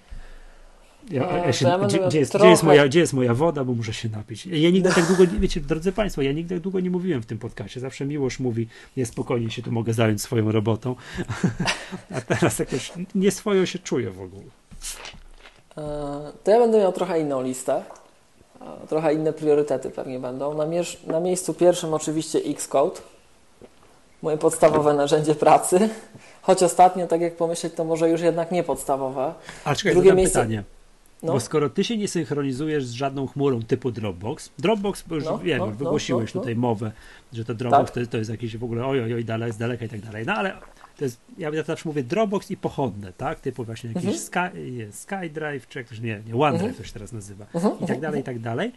Gdzie jest moja woda, bo muszę się napić. Ja nigdy tak długo, wiecie, drodzy Państwo, ja nigdy tak długo nie mówiłem w tym podcaście. Zawsze Miłosz mówi, spokojnie się tu mogę zająć swoją robotą. A teraz jakoś nieswojo się czuję w ogóle. To ja będę miał trochę inną listę. Trochę inne priorytety pewnie będą. Na miejscu pierwszym oczywiście Xcode. Moje podstawowe narzędzie pracy. Choć ostatnio, tak jak pomyśleć, to może już jednak nie podstawowe. Ale czekaj, drugie miejsce... pytanie. Bo skoro ty się nie synchronizujesz z żadną chmurą typu Dropbox, bo już wiem, wygłosiłeś tutaj mowę, że to Dropbox to jest jakieś w ogóle oj, z daleka i tak dalej. No ale to jest, ja zawsze mówię Dropbox i pochodne, tak? Typu właśnie jakiś SkyDrive, czy jakoś, nie, OneDrive to się teraz nazywa. I tak dalej.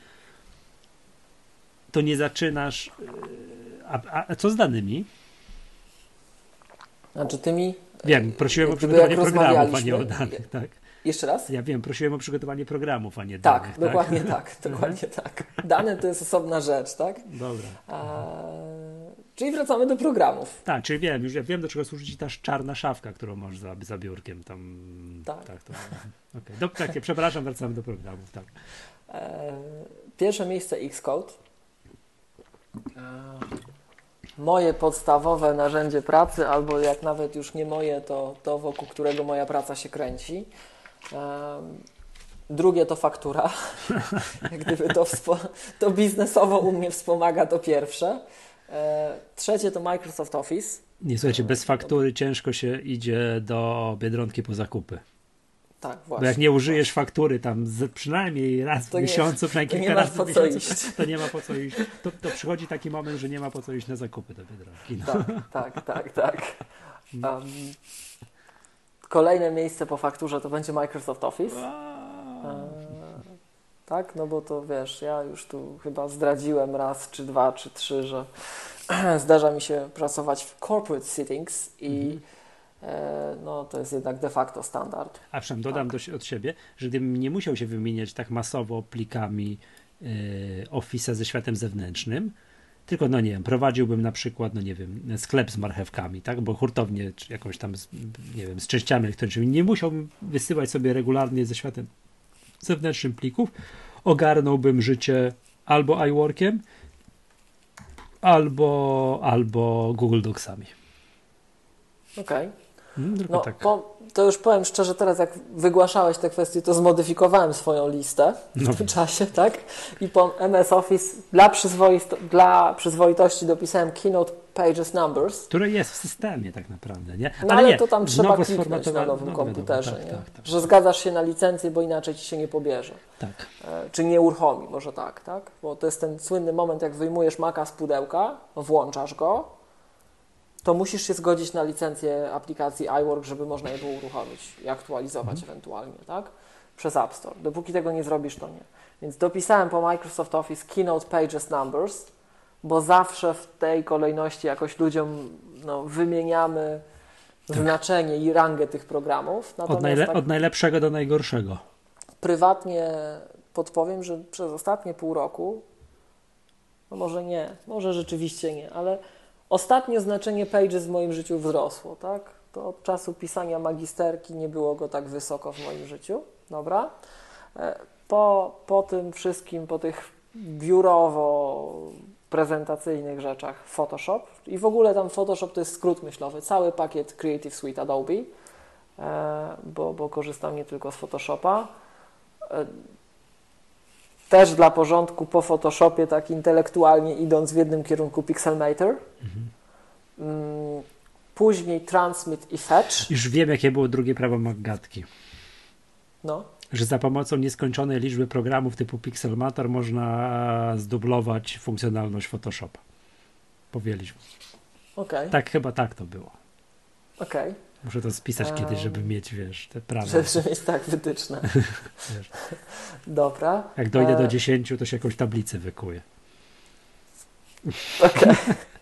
To nie zaczynasz. A co z danymi? Znaczy tymi. Wiem, prosiłem o przygotowanie programów, a nie o danych, tak. Jeszcze raz? Ja wiem, prosiłem o przygotowanie programów, a nie danych. Tak, dokładnie tak. Dokładnie tak. Dane to jest osobna rzecz, tak? Dobra. Czyli wracamy do programów. Tak, czyli wiem, do czego służy ci ta czarna szafka, którą masz za biurkiem. Tam, tak. Okay. Przepraszam, wracamy do programów. Tak. Pierwsze miejsce Xcode. Moje podstawowe narzędzie pracy, albo jak nawet już nie moje, to wokół którego moja praca się kręci. Drugie to faktura. Jak gdyby to biznesowo u mnie wspomaga to pierwsze. Trzecie to Microsoft Office. Nie, słuchajcie, bez faktury ciężko się idzie do Biedronki po zakupy. Tak, właśnie. Bo jak nie użyjesz faktury tam przynajmniej raz w miesiącu, przynajmniej kilka razy w miesiącu, to nie ma po co iść. To przychodzi taki moment, że nie ma po co iść na zakupy do Biedronki. No. Tak. Kolejne miejsce po fakturze to będzie Microsoft Office. Tak, no bo to wiesz, ja już tu chyba zdradziłem raz, czy dwa, czy trzy, że zdarza mi się pracować w corporate settings i no to jest jednak de facto standard. A przynajmniej dodam od siebie, że gdybym nie musiał się wymieniać tak masowo plikami Office'a ze światem zewnętrznym, tylko, no nie wiem, prowadziłbym na przykład, sklep z marchewkami, tak, bo hurtownię, czy jakąś tam, z częściami elektronicznymi, nie musiałbym wysyłać sobie regularnie ze światem zewnętrznym plików, ogarnąłbym życie albo iWorkiem, albo Google Docsami. Okej. Tak. To już powiem szczerze, teraz jak wygłaszałeś te kwestie, to zmodyfikowałem swoją listę w tym czasie, tak? I po MS Office dla przyzwoitości dopisałem Keynote Pages Numbers. Które jest w systemie tak naprawdę, nie? Ale nie, to tam trzeba kliknąć na nowym komputerze, tak. Że zgadzasz się na licencję, bo inaczej ci się nie pobierze. Tak. Czy nie uruchomi, może tak? Bo to jest ten słynny moment, jak wyjmujesz Maca z pudełka, włączasz go, to musisz się zgodzić na licencję aplikacji iWork, żeby można je było uruchomić i aktualizować ewentualnie, tak? Przez App Store. Dopóki tego nie zrobisz, to nie. Więc dopisałem po Microsoft Office Keynote Pages Numbers, bo zawsze w tej kolejności jakoś ludziom wymieniamy znaczenie i rangę tych programów. Od najlepszego do najgorszego. Prywatnie podpowiem, że przez ostatnie pół roku, może rzeczywiście nie, ale ostatnio znaczenie Pages w moim życiu wzrosło, tak? To od czasu pisania magisterki nie było go tak wysoko w moim życiu, dobra? Po tym wszystkim, po tych biurowo-prezentacyjnych rzeczach Photoshop i w ogóle tam Photoshop to jest skrót myślowy, cały pakiet Creative Suite Adobe, bo korzystam nie tylko z Photoshopa. Też dla porządku po Photoshopie, tak intelektualnie idąc w jednym kierunku Pixelmator. Później Transmit i Fetch. Już wiem, jakie było drugie prawo McGatki. No. Że za pomocą nieskończonej liczby programów typu Pixelmator można zdublować funkcjonalność Photoshopa. Powieliśmy. Okay. Tak, chyba tak to było. Okay. Muszę to spisać kiedyś, żeby mieć, te prawa. Żeby mieć wytyczne. Dobra. Jak dojdę do 10, to się jakąś tablicę wykuje. Okej.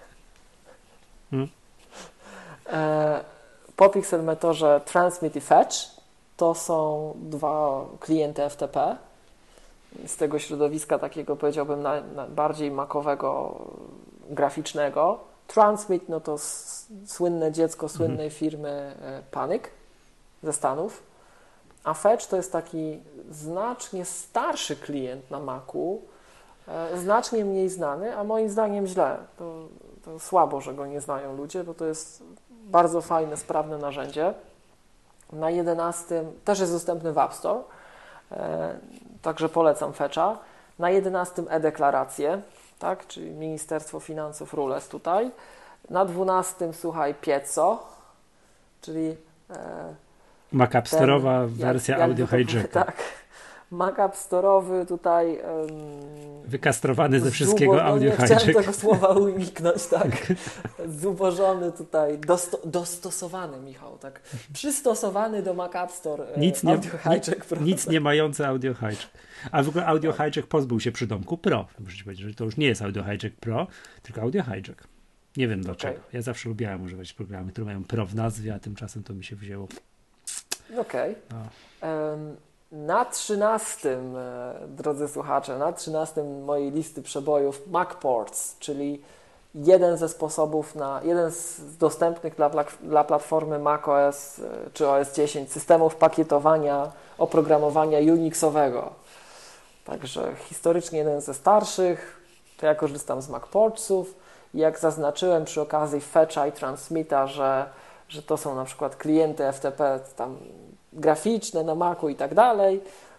Po Pixelmatorze Transmit i Fetch to są dwa klienty FTP z tego środowiska takiego, powiedziałbym, bardziej makowego, graficznego. Transmit to słynne dziecko słynnej firmy Panic ze Stanów, a Fetch to jest taki znacznie starszy klient na Macu, znacznie mniej znany, a moim zdaniem źle. To słabo, że go nie znają ludzie, bo to jest bardzo fajne, sprawne narzędzie. Na 11 też jest dostępny w App Store, także polecam Fetcha. Na 11 e-deklaracje, tak, czyli Ministerstwo Finansów Rules tutaj. Na 12 słuchaj Pieco, czyli Mac App Store'owa wersja Audio Hijacka. Tak, Mac App Store'owy tutaj wykastrowany ze wszystkiego audio hijack. Chciałem tego słowa uniknąć, tak. Zubożony tutaj, dostosowany, Michał, tak. Przystosowany do Mac App Store audio hijack. Nic nie mający audio hijack. A w ogóle audio hijack pozbył się przydomku Pro. Muszę ci powiedzieć, że to już nie jest audio hijack Pro, tylko audio hijack. Nie wiem dlaczego. Okay. Ja zawsze lubiłem używać programy, które mają Pro w nazwie, a tymczasem to mi się wzięło. Okej. Na 13, drodzy słuchacze, na 13 mojej listy przebojów MacPorts, czyli jeden ze sposobów jeden z dostępnych dla platformy macOS czy OS X systemów pakietowania oprogramowania Unixowego. Także historycznie jeden ze starszych, to ja korzystam z MacPortsów i jak zaznaczyłem przy okazji Fetcha i Transmita, że to są na przykład klienty FTP tam graficzne na Macu i tak dalej,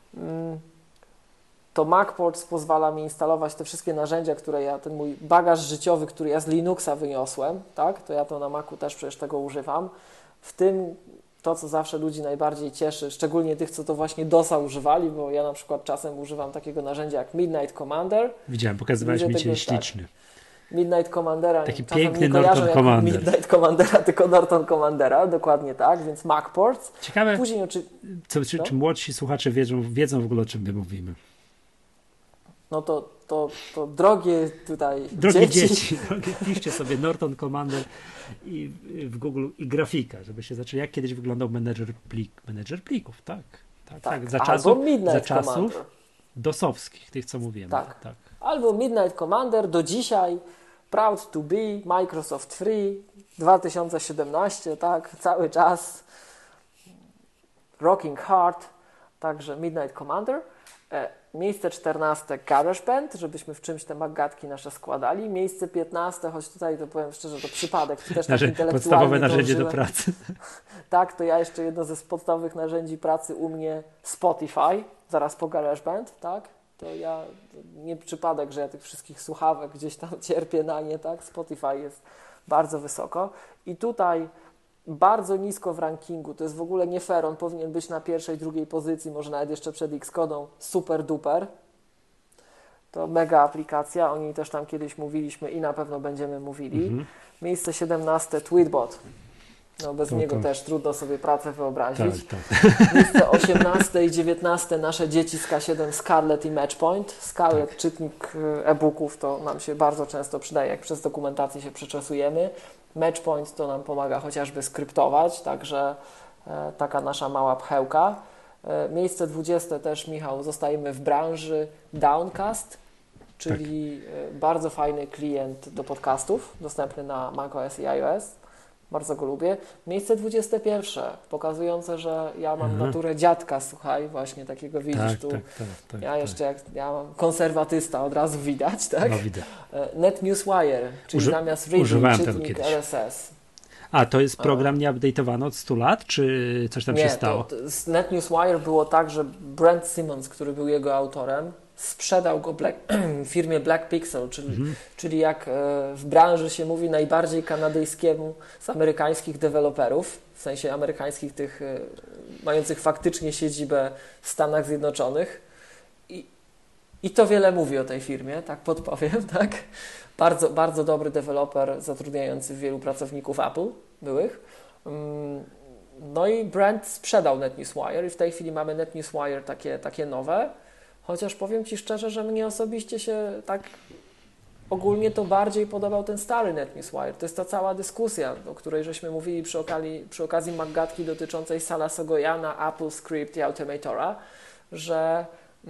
to MacPorts pozwala mi instalować te wszystkie narzędzia, ten mój bagaż życiowy, który ja z Linuxa wyniosłem, tak, to ja to na Macu też przecież tego używam, w tym to, co zawsze ludzi najbardziej cieszy, szczególnie tych, co to właśnie DOSa używali, bo ja na przykład czasem używam takiego narzędzia jak Midnight Commander. Widziałem, pokazywałeś mi dzisiaj śliczny. Midnight Commandera. Taki piękny Norton Commander. Midnight Commandera, tylko Norton Commandera, dokładnie tak, więc MacPorts. Ciekawe, później czy młodsi słuchacze wiedzą w ogóle, o czym my mówimy. No to drogie tutaj dzieci, piszcie sobie Norton Commander w Google i grafika, żeby się zaczęli, jak kiedyś wyglądał menedżer plików, tak. Za czasów dosowskich, tych co mówiłem. Tak. Albo Midnight Commander do dzisiaj, Proud to be, Microsoft Free, 2017, tak, cały czas, Rocking Hard, także Midnight Commander. Miejsce 14 GarageBand, żebyśmy w czymś te magatki nasze składali. Miejsce 15, choć tutaj to powiem szczerze, to przypadek, to też tak intelektualnie podstawowe narzędzie do pracy. Tak, to ja jeszcze jedno ze podstawowych narzędzi pracy u mnie Spotify, zaraz po GarageBand, tak? To ja nie przypadek, że ja tych wszystkich słuchawek gdzieś tam cierpię na nie, tak? Spotify jest bardzo wysoko. I tutaj bardzo nisko w rankingu, to jest w ogóle nie fair, on powinien być na pierwszej, drugiej pozycji, może nawet jeszcze przed Xcodą, Super Duper. To mega aplikacja, o niej też tam kiedyś mówiliśmy i na pewno będziemy mówili. Miejsce 17 Tweetbot. No bez niego też trudno sobie pracę wyobrazić. Tak. Miejsce 18 i 19 nasze dzieci z K7 Scarlett i Matchpoint. Scarlett, czytnik e-booków, to nam się bardzo często przydaje, jak przez dokumentację się przeczesujemy. Matchpoint to nam pomaga chociażby skryptować, także taka nasza mała pchełka. Miejsce 20 też, Michał, zostajemy w branży Downcast, czyli bardzo fajny klient do podcastów, dostępny na macOS i iOS. Bardzo go lubię. Miejsce 21, pokazujące, że ja mam naturę dziadka, słuchaj, właśnie takiego widzisz tu. Ja mam konserwatysta, od razu widać, tak? No, widać. NetNewsWire, czyli zamiast reading, czytnik RSS. A to jest program nieupdate'owany od 100 lat, czy coś tam się stało? Z NetNewsWire było tak, że Brent Simmons, który był jego autorem, sprzedał go firmie Black Pixel, czyli jak w branży się mówi, najbardziej kanadyjskiemu z amerykańskich deweloperów, w sensie amerykańskich tych mających faktycznie siedzibę w Stanach Zjednoczonych. I to wiele mówi o tej firmie, tak podpowiem, tak? Bardzo, bardzo dobry deweloper zatrudniający wielu pracowników Apple byłych. No i Brent sprzedał NetNewsWire i w tej chwili mamy NetNewsWire takie nowe. Chociaż powiem Ci szczerze, że mnie osobiście się tak ogólnie to bardziej podobał ten stary NetNewsWire. To jest ta cała dyskusja, o której żeśmy mówili przy okazji magatki dotyczącej Sala Sogojana, AppleScript i Automatora, że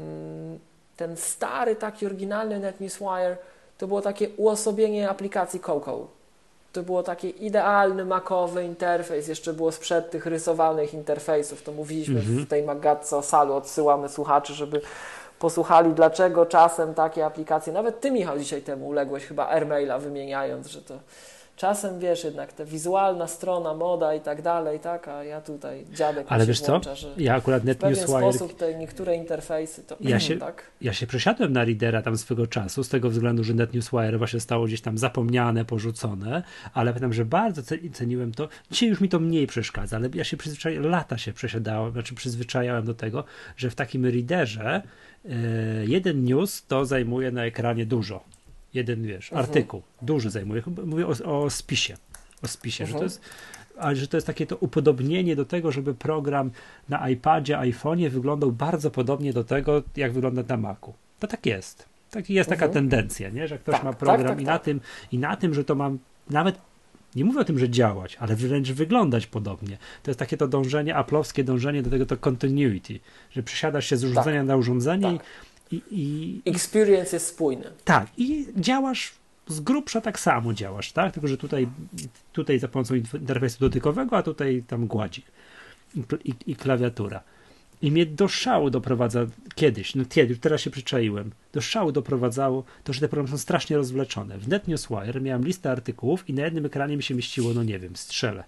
ten stary, taki oryginalny NetNewsWire to było takie uosobienie aplikacji Cocoa. To było taki idealny macowy interfejs, jeszcze było sprzed tych rysowanych interfejsów. To mówiliśmy w tej magatce o Salu, odsyłamy słuchaczy, żeby posłuchali, dlaczego czasem takie aplikacje, nawet Ty, Michał, dzisiaj temu uległeś chyba AirMaila wymieniając, że to czasem wiesz, jednak ta wizualna strona, moda i tak dalej, tak, a ja tutaj dziadek Ale mi wiesz się co? włącza, że Ja akurat w pewien NetNewsWire, sposób te niektóre interfejsy to tak. ja się przesiadłem na Readera tam swego czasu, z tego względu, że NetNewsWire właśnie stało gdzieś tam zapomniane, porzucone, ale pamiętam, że bardzo ceniłem to. Dzisiaj już mi to mniej przeszkadza, ale ja się lata się przesiadałem, znaczy przyzwyczajałem do tego, że w takim Readerze jeden news to zajmuje na ekranie dużo. Jeden, wiesz, artykuł duży zajmuje. Mówię o spisie. O spisie, że to jest, ale że to jest takie to upodobnienie do tego, żeby program na iPadzie, iPhone'ie wyglądał bardzo podobnie do tego, jak wygląda na Macu. To tak jest. Jest taka tendencja, nie? Że ktoś ma program i na tym, że to ma nawet, nie mówię o tym, że działać, ale wręcz wyglądać podobnie. To jest takie to dążenie, Apple'owskie dążenie do tego to continuity, że przesiadasz się z urządzenia na urządzenie i experience jest spójny. Tak, i działasz z grubsza tak samo działasz, tak? Tylko że tutaj za pomocą interfejsu dotykowego, a tutaj tam gładzik i klawiatura. I mnie do szału doprowadza kiedyś, teraz się przyczaiłem, do szału doprowadzało to, że te programy są strasznie rozwleczone. W NetNewsWire miałem listę artykułów i na jednym ekranie mi się mieściło, no nie wiem, strzelę,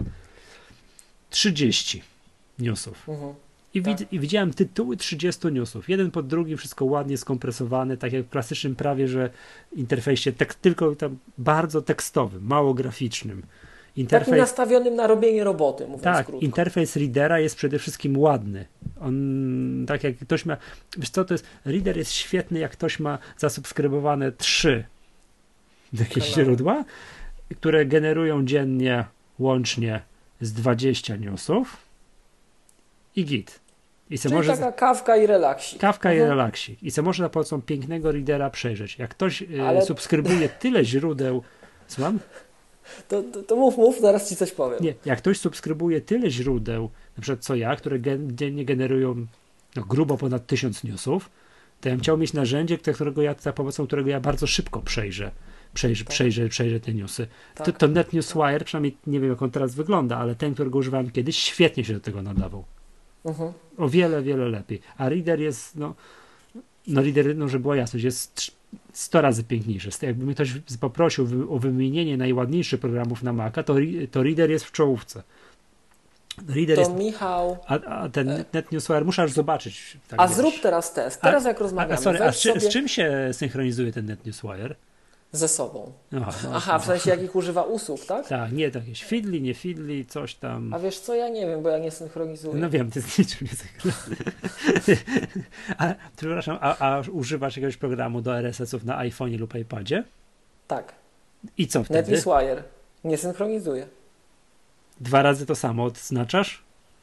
30 newsów. I widziałem tytuły 30 newsów. Jeden po drugim, wszystko ładnie skompresowane, tak jak w klasycznym prawie, że interfejsie tylko tam bardzo tekstowym, mało graficznym. Takim nastawionym na robienie roboty, mówiąc krótko. Interfejs Readera jest przede wszystkim ładny. On, tak jak ktoś ma, wiesz co, to jest, Reader jest świetny, jak ktoś ma zasubskrybowane 3 jakieś źródła, które generują dziennie łącznie z 20 newsów i git. Czyli taka kawka i relaksik. I relaksik. I co można za pomocą pięknego Readera przejrzeć. Jak ktoś subskrybuje tyle źródeł, słucham? To mów, zaraz ci coś powiem. Nie, jak ktoś subskrybuje tyle źródeł, na przykład co ja, które dziennie generują grubo ponad 1000 newsów, to ja bym chciał mieć narzędzie, za pomocą którego ja bardzo szybko przejrzę te newsy. Tak. To NetNewsWire, przynajmniej nie wiem jak on teraz wygląda, ale ten, którego używałem kiedyś, świetnie się do tego nadawał. O wiele, wiele lepiej. A Reader jest, żeby była jasność, jest 100 razy piękniejszy. Jakby mnie ktoś poprosił o wymienienie najładniejszych programów na Maca, to Reader jest w czołówce. Michał... A ten NetNewsWire muszę aż zobaczyć. Tak zrób teraz test. Teraz jak rozmawiamy. Z czym się synchronizuje ten NetNewsWire? Ze sobą. Aha, w sensie jakich używa usług, tak? Tak, nie jakieś Feedly, nie Feedly, coś tam. A wiesz co, ja nie wiem, bo ja nie synchronizuję. No wiem, ty z niczym nie synchronizujesz. Przepraszam, a używasz jakiegoś programu do RSS-ów na iPhone'ie lub iPadzie? Tak. I co wtedy? NetNewsWire. Nie synchronizuję. 2 razy to samo odznaczasz?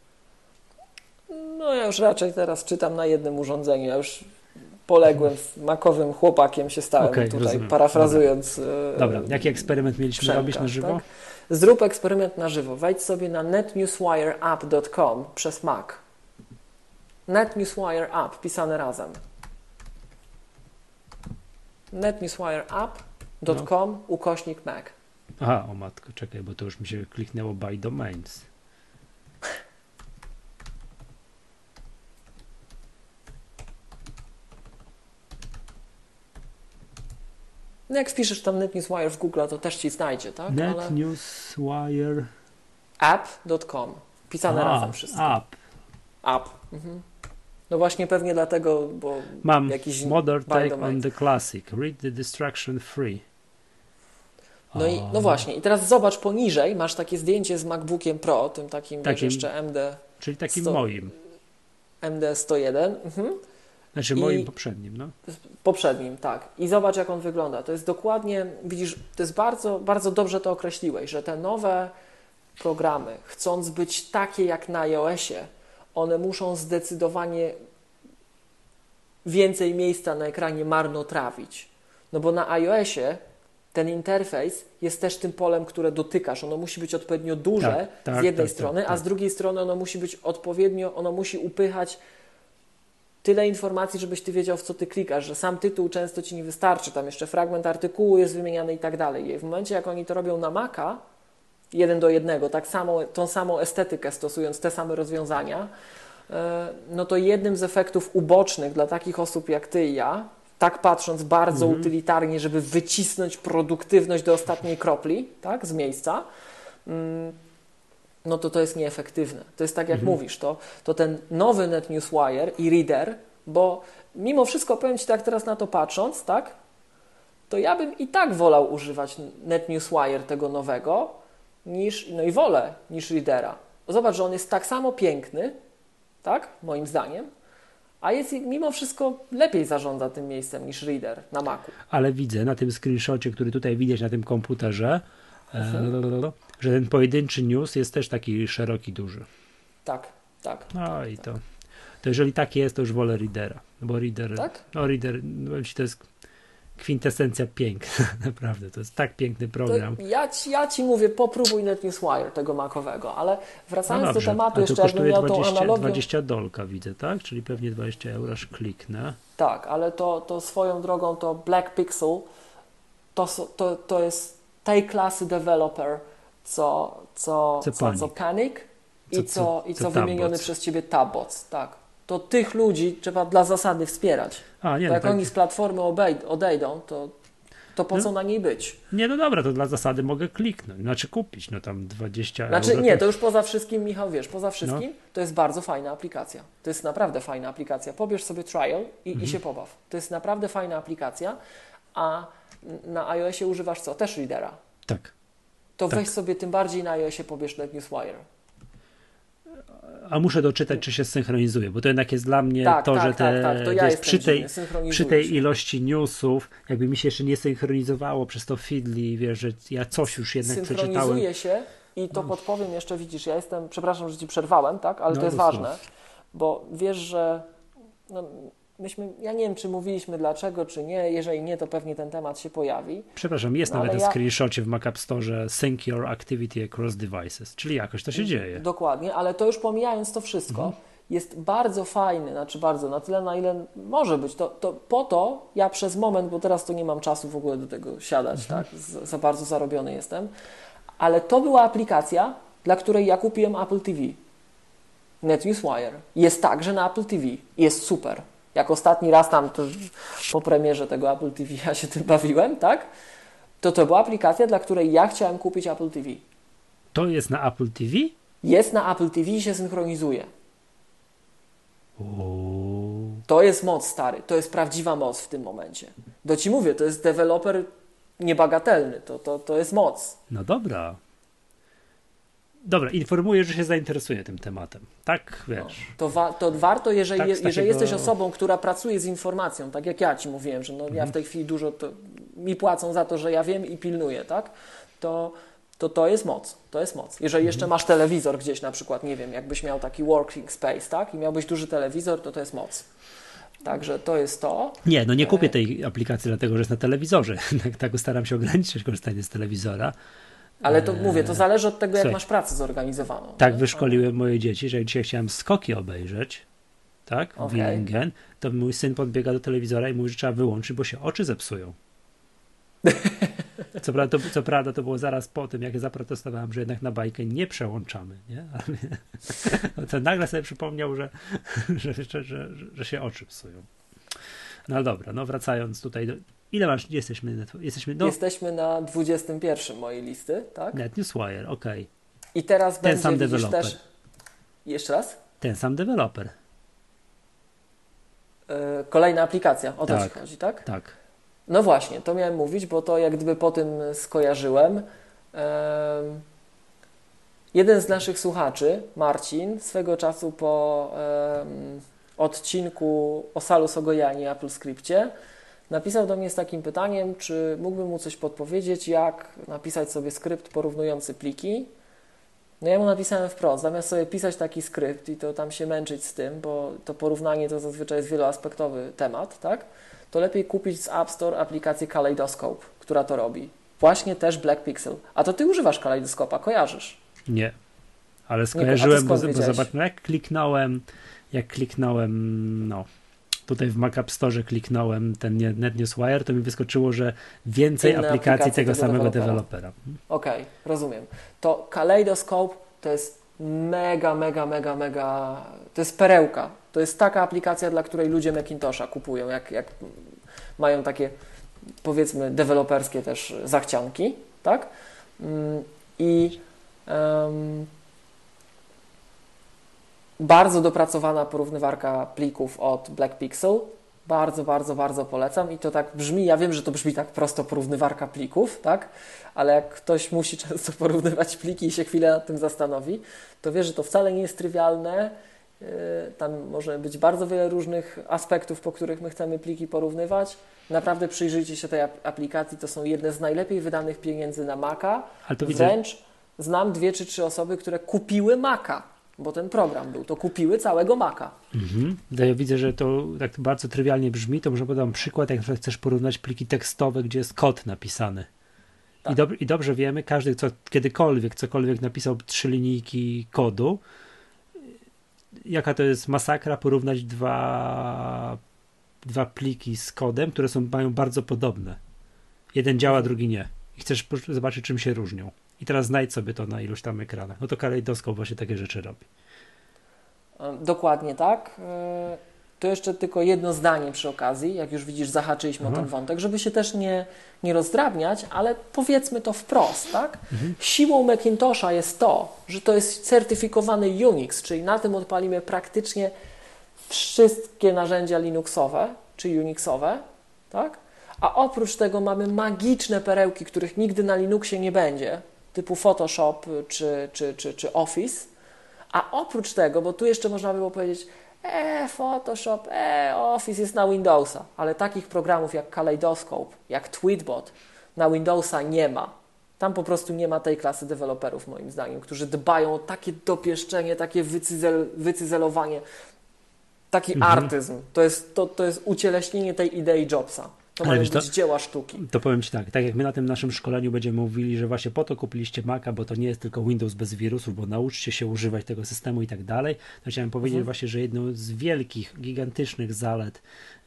No ja już raczej teraz czytam na jednym urządzeniu. Ja już poległym makowym chłopakiem się stałem tutaj, rozumiem. Parafrazując. Dobra, jaki eksperyment mieliśmy robić na żywo? Tak? Zrób eksperyment na żywo. Wejdź sobie na netnewswireapp.com przez Mac. NetNewsWire App, pisane razem. netnewswireapp.com /Mac. Aha, o matko, czekaj, bo to już mi się kliknęło by domains. No jak wpiszesz tam NetNewsWire w Google, to też ci znajdzie, tak? NetNewsWire app.com. Pisane razem wszystko. App. No właśnie pewnie dlatego, bo mam jakiś modern take on the classic. Read the distraction free. No właśnie. I teraz zobacz poniżej, masz takie zdjęcie z MacBookiem Pro, tym takim wiesz, jeszcze MD. Czyli takim moim. MD 101. Znaczy moim poprzednim, no. Poprzednim, tak. I zobacz, jak on wygląda. To jest dokładnie, widzisz, to jest bardzo, bardzo dobrze to określiłeś, że te nowe programy, chcąc być takie jak na iOSie, one muszą zdecydowanie więcej miejsca na ekranie marnotrawić. No bo na iOSie ten interfejs jest też tym polem, które dotykasz. Ono musi być odpowiednio duże z jednej strony, a z drugiej strony ono musi być odpowiednio, ono musi upychać tyle informacji, żebyś ty wiedział, w co ty klikasz, że sam tytuł często ci nie wystarczy, tam jeszcze fragment artykułu jest wymieniany i tak dalej. I w momencie, jak oni to robią na Maca, 1:1, tak samo, tą samą estetykę stosując te same rozwiązania, no to jednym z efektów ubocznych dla takich osób jak ty i ja, tak patrząc bardzo utylitarnie, żeby wycisnąć produktywność do ostatniej kropli, tak, z miejsca, no to jest nieefektywne. To jest tak, jak mówisz, to ten nowy NetNewsWire i Reader, bo mimo wszystko, powiem Ci tak teraz na to patrząc, tak, to ja bym i tak wolał używać NetNewsWire tego nowego, niż Readera. Zobacz, że on jest tak samo piękny, tak, moim zdaniem, a jest mimo wszystko lepiej zarządza tym miejscem niż Reader na Macu. Ale widzę na tym screenshocie, który tutaj widać na tym komputerze, że ten pojedynczy news jest też taki szeroki, duży. Tak. No i to jeżeli tak jest, to już wolę Readera, bo Reader, tak? Reader, to jest kwintesencja piękna, naprawdę, to jest tak piękny program. Ja ci mówię, popróbuj NetNewsWire tego makowego, ale wracając do tematu, jeszcze jakbym miał tą analogię... $20 widzę, tak? Czyli pewnie 20 euro, aż kliknę. Tak, ale to swoją drogą to Black Pixel to jest tej klasy developer, co Panic i co wymieniony przez Ciebie Tabbots, tak. To tych ludzi trzeba dla zasady wspierać. Jak oni z platformy odejdą, to po co na niej być? Nie, no dobra, to dla zasady mogę kliknąć, znaczy kupić, no tam 20 euro. Nie, to już poza wszystkim, Michał, wiesz, to jest bardzo fajna aplikacja. To jest naprawdę fajna aplikacja. Pobierz sobie trial i się pobaw. To jest naprawdę fajna aplikacja, a na iOSie używasz co? Też Readera. Tak. To weź sobie tym bardziej na iOSie pobierz NetNewsWire. A muszę doczytać, czy się synchronizuje, bo to jednak jest dla mnie że przy tej ilości newsów, jakby mi się jeszcze nie synchronizowało przez to Feedly, wiesz, że ja coś już jednak przeczytałem. Synchronizuje się i to podpowiem jeszcze, widzisz, przepraszam, że Ci przerwałem, tak, ale to jest ważne, bo wiesz, że ja nie wiem, czy mówiliśmy dlaczego, czy nie, jeżeli nie, to pewnie ten temat się pojawi. Przepraszam, jest nawet w screenshocie w Mac App Store sync your activity across devices, czyli jakoś to się dzieje. Dokładnie, ale to już pomijając to wszystko, jest bardzo fajny, na tyle, na ile może być. To po to ja przez moment, bo teraz to nie mam czasu w ogóle do tego siadać, tak, za bardzo zarobiony jestem, ale to była aplikacja, dla której ja kupiłem Apple TV. NetNewsWire. Jest także na Apple TV. Jest super. Jak ostatni raz tam po premierze tego Apple TV ja się tym bawiłem, tak? To była aplikacja, dla której ja chciałem kupić Apple TV. To jest na Apple TV? Jest na Apple TV i się synchronizuje. To jest moc, stary. To jest prawdziwa moc w tym momencie. Ci mówię, to jest deweloper niebagatelny. To jest moc. No dobra. Dobra, informuję, że się zainteresuję tym tematem. Tak, wiesz. To warto, jeżeli jesteś osobą, która pracuje z informacją, tak jak ja Ci mówiłem, że ja w tej chwili dużo mi płacą za to, że ja wiem i pilnuję, tak? To jest moc. To jest moc. Jeżeli jeszcze masz telewizor gdzieś na przykład, nie wiem, jakbyś miał taki working space, tak? I miałbyś duży telewizor, to jest moc. Także to jest to. Nie kupię tej aplikacji, dlatego że jest na telewizorze. Tak staram się ograniczyć korzystanie z telewizora. Ale to mówię, to zależy od tego, jak masz pracę zorganizowaną. Tak wyszkoliłem moje dzieci, że jak dzisiaj chciałem skoki obejrzeć, tak, w Willingen, to mój syn podbiega do telewizora i mówi, że trzeba wyłączyć, bo się oczy zepsują. Co prawda to było zaraz po tym, jak zaprotestowałem, że jednak na bajkę nie przełączamy, nie? Ale to nagle sobie przypomniał, że się oczy psują. No dobra, wracając tutaj do... Ile masz? Jesteśmy na 21 mojej listy, tak? NetNewsWire, okej. I teraz ten sam deweloper. Też... Jeszcze raz? Ten sam deweloper. Kolejna aplikacja, o to ci chodzi, tak? Tak. No właśnie, to miałem mówić, bo to jak gdyby po tym skojarzyłem. Jeden z naszych słuchaczy, Marcin, swego czasu po odcinku o Salu Sogojani Apple Scriptie napisał do mnie z takim pytaniem, czy mógłbym mu coś podpowiedzieć, jak napisać sobie skrypt porównujący pliki. No ja mu napisałem wprost, zamiast sobie pisać taki skrypt i to tam się męczyć z tym, bo to porównanie to zazwyczaj jest wieloaspektowy temat, tak? To lepiej kupić z App Store aplikację Kaleidoscope, która to robi. Właśnie też Black Pixel. A to ty używasz Kaleidoscopa, kojarzysz? Nie, ale skojarzyłem, bo zobacz, jak kliknąłem, tutaj w Mac App Store kliknąłem ten NetNewsWire, to mi wyskoczyło, że więcej aplikacji tego samego dewelopera. Okej, rozumiem. To Kaleidoscope to jest mega, to jest perełka. To jest taka aplikacja, dla której ludzie Macintosha kupują. Jak mają takie, powiedzmy, deweloperskie też zachcianki, tak? I bardzo dopracowana porównywarka plików od Black Pixel. Bardzo, bardzo, bardzo polecam i to tak brzmi, ja wiem, że to brzmi tak prosto, porównywarka plików, tak? Ale jak ktoś musi często porównywać pliki i się chwilę nad tym zastanowi, to wie, że to wcale nie jest trywialne. Tam może być bardzo wiele różnych aspektów, po których my chcemy pliki porównywać. Naprawdę przyjrzyjcie się tej aplikacji, to są jedne z najlepiej wydanych pieniędzy na Maca. Wręcz znam 2 czy 3 osoby, które kupiły Maca, bo ten program był, to kupiły całego Maca. Ja widzę, że to tak bardzo trywialnie brzmi, to może podam przykład, jak chcesz porównać pliki tekstowe, gdzie jest kod napisany. Tak. I dobrze wiemy, każdy, kto kiedykolwiek cokolwiek napisał 3 linijki kodu, jaka to jest masakra porównać dwa pliki z kodem, które mają bardzo podobne. Jeden działa, drugi nie. I chcesz zobaczyć, czym się różnią. I teraz znajdź sobie to na iluś tam ekranach. No to kalejdoskop właśnie takie rzeczy robi. Dokładnie tak. To jeszcze tylko jedno zdanie przy okazji, jak już widzisz, zahaczyliśmy o ten wątek, żeby się też nie rozdrabniać, ale powiedzmy to wprost, tak? Siłą Macintosha jest to, że to jest certyfikowany Unix, czyli na tym odpalimy praktycznie wszystkie narzędzia Linuxowe czy Unixowe, tak? A oprócz tego mamy magiczne perełki, których nigdy na Linuxie nie będzie, typu Photoshop czy Office. A oprócz tego, bo tu jeszcze można by było powiedzieć, Photoshop, Office jest na Windowsa, ale takich programów jak Kaleidoscope, jak Tweetbot na Windowsa nie ma. Tam po prostu nie ma tej klasy deweloperów, moim zdaniem, którzy dbają o takie dopieszczenie, takie wycyzelowanie, taki artyzm. To jest ucieleśnienie tej idei Jobsa. To mają być dzieła sztuki. To powiem Ci tak jak my na tym naszym szkoleniu będziemy mówili, że właśnie po to kupiliście Maca, bo to nie jest tylko Windows bez wirusów, bo nauczcie się używać tego systemu i tak dalej, to chciałem powiedzieć właśnie, że jedną z wielkich, gigantycznych zalet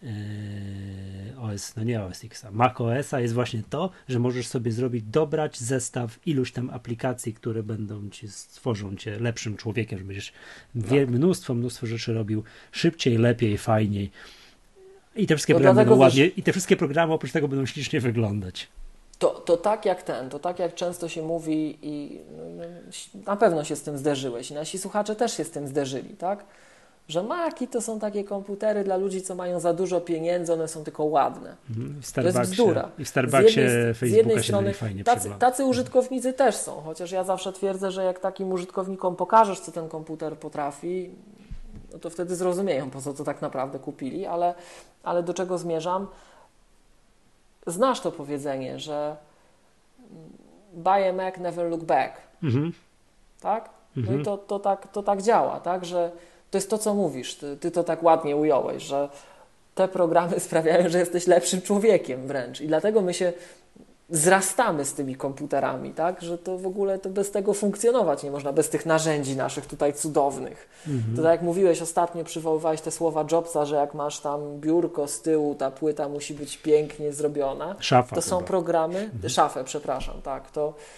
Mac OS-a jest właśnie to, że możesz sobie dobrać zestaw iluś tam aplikacji, które stworzą Cię lepszym człowiekiem, że będziesz mnóstwo rzeczy robił szybciej, lepiej, fajniej. I te wszystkie programy będą ładnie, i te wszystkie programy oprócz tego będą ślicznie wyglądać. To tak jak często się mówi i na pewno się z tym zderzyłeś i nasi słuchacze też się z tym zderzyli, tak? Że Maci to są takie komputery dla ludzi, co mają za dużo pieniędzy, one są tylko ładne. To jest bzdura. I w Starbucksie Facebooka się najfajnie tacy użytkownicy też są, chociaż ja zawsze twierdzę, że jak takim użytkownikom pokażesz, co ten komputer potrafi, no to wtedy zrozumieją, po co to tak naprawdę kupili, ale do czego zmierzam? Znasz to powiedzenie, że buy a Mac, never look back. Tak? No i to tak działa, tak? Że to jest to, co mówisz. Ty to tak ładnie ująłeś, że te programy sprawiają, że jesteś lepszym człowiekiem wręcz. I dlatego my się zrastamy z tymi komputerami, tak? Że to w ogóle to bez tego funkcjonować nie można, bez tych narzędzi naszych tutaj cudownych. To tak jak mówiłeś ostatnio, przywoływałeś te słowa Jobsa, że jak masz tam biurko z tyłu, ta płyta musi być pięknie zrobiona. Szafa to są chyba. Programy, szafę, przepraszam, tak,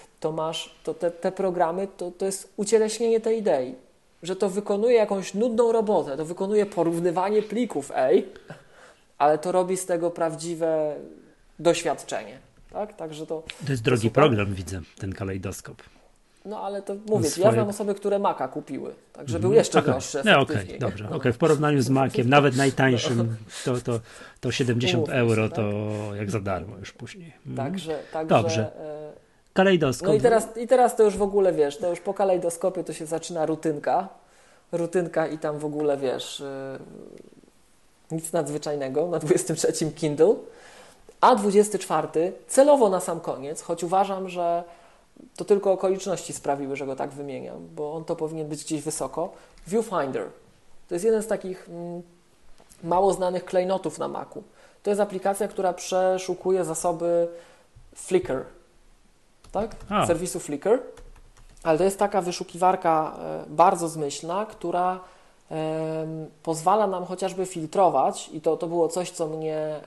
te programy, to jest ucieleśnienie tej idei, że to wykonuje jakąś nudną robotę, to wykonuje porównywanie plików, ale to robi z tego prawdziwe doświadczenie. Tak? Także to jest drogi program, widzę, ten kalejdoskop. No ale to mówię, ja znam osoby, które Maca kupiły, także był jeszcze droższy. No okej, dobrze. W porównaniu z Maciem, nawet najtańszym, to 70 euro to jak za darmo już później. Także dobrze. Kalejdoskop. No i teraz to już w ogóle, wiesz, to już po kalejdoskopie to się zaczyna rutynka i tam w ogóle, wiesz, nic nadzwyczajnego na 23 Kindle. A 24 celowo na sam koniec, choć uważam, że to tylko okoliczności sprawiły, że go tak wymieniam, bo on to powinien być gdzieś wysoko. Viewfinder. To jest jeden z takich mało znanych klejnotów na Macu. To jest aplikacja, która przeszukuje zasoby Flickr, tak? Serwisu Flickr. Ale to jest taka wyszukiwarka bardzo zmyślna, która pozwala nam chociażby filtrować i to było coś, co mnie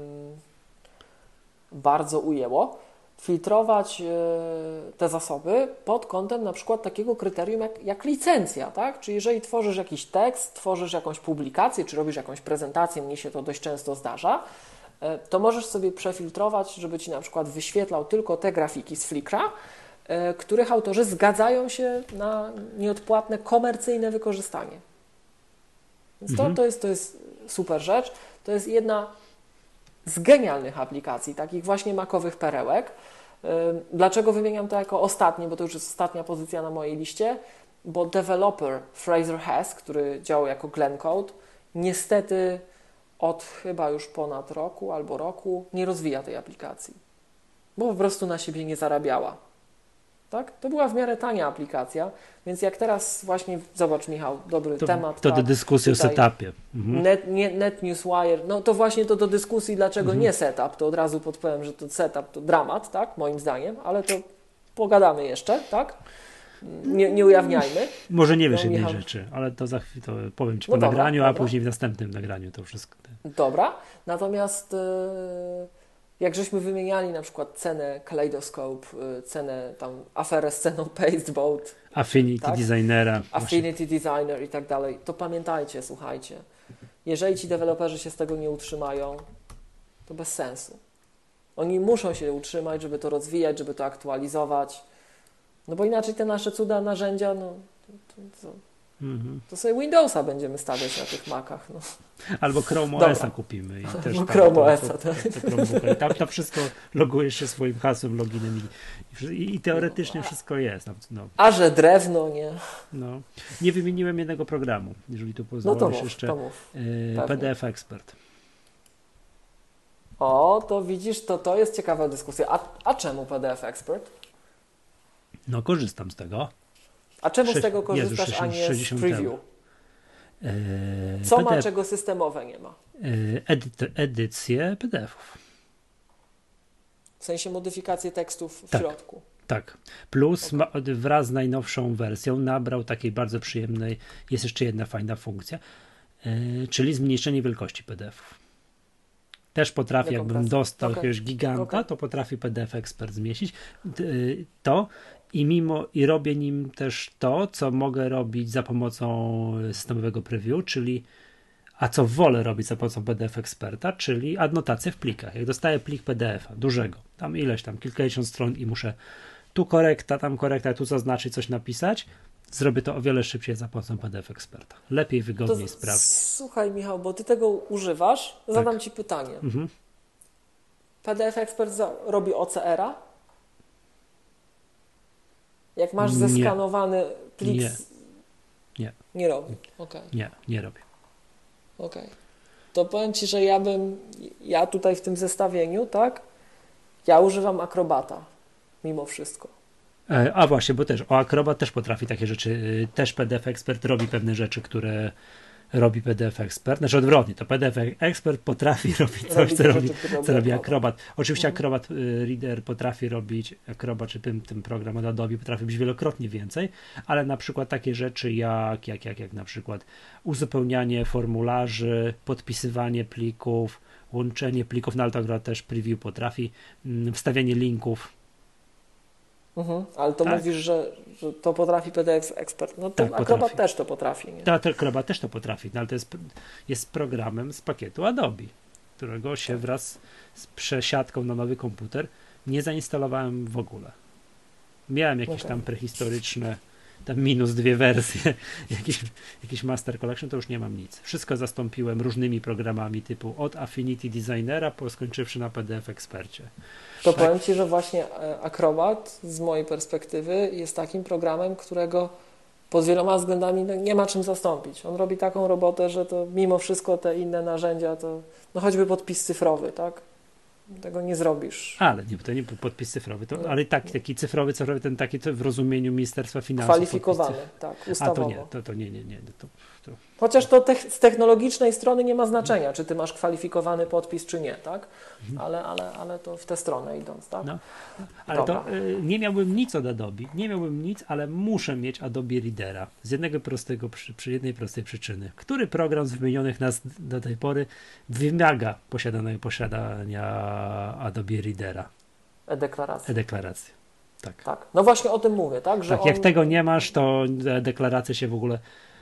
bardzo ujęło, filtrować te zasoby pod kątem na przykład takiego kryterium jak licencja, tak? Czyli jeżeli tworzysz jakiś tekst, tworzysz jakąś publikację, czy robisz jakąś prezentację, mnie się to dość często zdarza, to możesz sobie przefiltrować, żeby Ci na przykład wyświetlał tylko te grafiki z Flickra, których autorzy zgadzają się na nieodpłatne, komercyjne wykorzystanie. Więc to jest super rzecz. To jest jedna z genialnych aplikacji, takich właśnie makowych perełek. Dlaczego wymieniam to jako ostatnie, bo to już jest ostatnia pozycja na mojej liście? Bo developer Fraser Hess, który działał jako Glencode, niestety od chyba już ponad roku albo roku nie rozwija tej aplikacji, bo po prostu na siebie nie zarabiała. Tak? To była w miarę tania aplikacja, więc jak teraz właśnie, zobacz Michał, dobry temat. To tak, do dyskusji o setupie. NetNewsWire, no to właśnie to do dyskusji, dlaczego nie setup, to od razu podpowiem, że to setup to dramat, tak, moim zdaniem, ale to pogadamy jeszcze, tak? Nie ujawniajmy. Może nie wiesz jednej rzeczy, ale to za chwilę to powiem Ci po nagraniu, a później w następnym nagraniu to wszystko. Dobra, natomiast jak żeśmy wymieniali na przykład cenę Kaleidoscope, cenę tam, aferę z ceną Pasteboard, Affinity tak? Designera. Affinity Designer i tak dalej, to pamiętajcie, słuchajcie, jeżeli ci deweloperzy się z tego nie utrzymają, to bez sensu. Oni muszą się utrzymać, żeby to rozwijać, żeby to aktualizować, no bo inaczej te nasze cuda narzędzia, no to sobie Windowsa będziemy stawiać na tych Macach. No. Albo Chrome OS-a kupimy. I też Chrome OS-a, tak. Tam wszystko logujesz się swoim hasłem, loginem i teoretycznie wszystko jest. No. A że drewno, nie? No. Nie wymieniłem jednego programu, jeżeli tu pozwolisz jeszcze. PDF Expert. O, to widzisz, to jest ciekawa dyskusja. A czemu PDF Expert? No korzystam z tego. A czemu z tego korzystasz, a nie z preview? Co PDF, ma, czego systemowe nie ma? Edycję PDF-ów. W sensie modyfikację tekstów w środku. Tak. Plus wraz z najnowszą wersją nabrał takiej bardzo przyjemnej, jest jeszcze jedna fajna funkcja, czyli zmniejszenie wielkości PDF-ów. Też potrafi, jakbym dostał jakiegoś giganta, to potrafi PDF Expert zmieścić. I robię nim też to, co mogę robić za pomocą systemowego preview, czyli co wolę robić za pomocą PDF Experta, czyli adnotacje w plikach. Jak dostaję plik PDF-a dużego, tam kilkadziesiąt stron i muszę tu korekta, tam korekta, tu zaznaczyć, coś napisać, zrobię to o wiele szybciej za pomocą PDF Experta. Lepiej, wygodniej, sprawniej. Słuchaj Michał, bo ty tego używasz, zadam ci pytanie. PDF Expert robi OCR-a? Jak masz zeskanowany plik... Nie. Nie robi? Okay. Nie robi. Okej. To powiem Ci, że ja tutaj w tym zestawieniu, tak, ja używam Acrobata mimo wszystko. A właśnie, bo też Acrobat też potrafi takie rzeczy, też PDF Expert robi pewne rzeczy, które robi PDF Expert, znaczy odwrotnie, to PDF Expert potrafi robić coś, co robi Acrobat. Oczywiście Acrobat Reader potrafi robić, Acrobat czy tym program od Adobe potrafi być wielokrotnie więcej, ale na przykład takie rzeczy jak na przykład uzupełnianie formularzy, podpisywanie plików, łączenie plików, no ale to akurat też preview potrafi, wstawianie linków. Ale to mówisz, że to potrafi PDF Expert. No to Acrobat też to potrafi. Nie? Acrobat też to potrafi, no ale to jest programem z pakietu Adobe, którego się wraz z przesiadką na nowy komputer nie zainstalowałem w ogóle. Miałem jakieś tam prehistoryczne, tam -2 wersje, jakiś Master Collection, to już nie mam nic. Wszystko zastąpiłem różnymi programami typu od Affinity Designera, skończywszy na PDF Expercie. To powiem Ci, że właśnie Acrobat z mojej perspektywy jest takim programem, którego pod wieloma względami nie ma czym zastąpić. On robi taką robotę, że to mimo wszystko te inne narzędzia, to no choćby podpis cyfrowy, tak? Tego nie zrobisz. Ale to nie podpis cyfrowy, ale taki cyfrowy, ten taki w rozumieniu Ministerstwa Finansów. Kwalifikowany, tak, ustawowo. To nie. Chociaż to z technologicznej strony nie ma znaczenia, czy ty masz kwalifikowany podpis, czy nie, tak? Ale to w tę stronę idąc, tak? No, ale to nie miałbym nic od Adobe, ale muszę mieć Adobe Readera z jednego prostego, przy jednej prostej przyczyny. Który program z wymienionych nas do tej pory wymaga posiadania Adobe Readera? E-deklarację. Tak. No właśnie o tym mówię, tak? Że jak tego nie masz, to deklaracje się w ogóle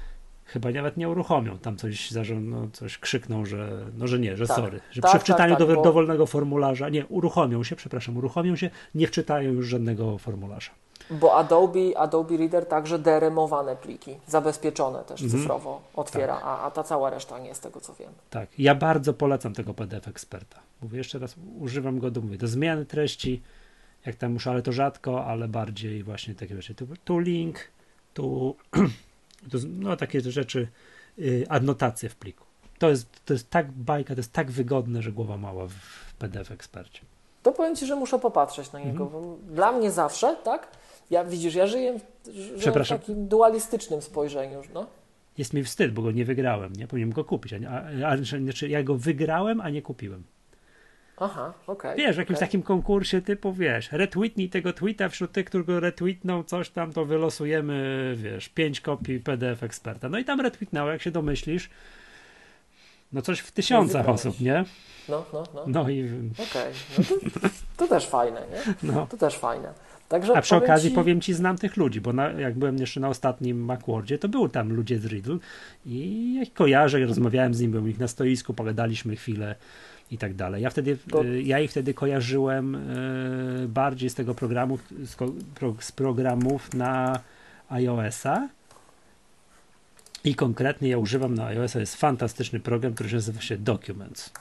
chyba nawet nie uruchomią. Tam coś krzykną, że nie, że tak. sorry. Że Tak, przy wczytaniu bo... dowolnego formularza, nie, uruchomią się, nie wczytają już żadnego formularza. Bo Adobe Reader także deremowane pliki, zabezpieczone też cyfrowo otwiera, tak. a ta cała reszta nie, z tego co wiem. Tak, ja bardzo polecam tego PDF Experta. Mówię jeszcze raz, używam go do zmiany treści, jak tam muszę, ale to rzadko, ale bardziej właśnie takie rzeczy. Tu link, tu no takie rzeczy, adnotacje w pliku. To jest tak bajka, to jest tak wygodne, że głowa mała w PDF Expercie. To powiem Ci, że muszę popatrzeć na niego. Bo dla mnie zawsze, tak? Ja żyję w takim dualistycznym spojrzeniu. No. Jest mi wstyd, bo go nie wygrałem, nie? Powinienem go kupić. Znaczy ja go wygrałem, a nie kupiłem. Aha, okej. Wiesz, w jakimś takim konkursie typu, retweetnij tego tweeta, wśród tych, którzy go retweetną, coś tam, to wylosujemy, 5 kopii PDF Experta. No i tam retweetnęło, jak się domyślisz, no coś w tysiącach osób, nie? No. No i... Okej, no to też fajne, nie? No. To też fajne. Także a przy okazji powiem Ci, znam tych ludzi, bo jak byłem jeszcze na ostatnim Macworldzie, to były tam ludzie z Riddle i jak kojarzę, rozmawiałem z nimi, byłem ich na stoisku, pogadaliśmy chwilę i tak dalej. Ja ich wtedy kojarzyłem bardziej z tego programu, z programów na iOS-a i konkretnie ja używam na iOS-a, jest fantastyczny program, który się nazywa się Documents.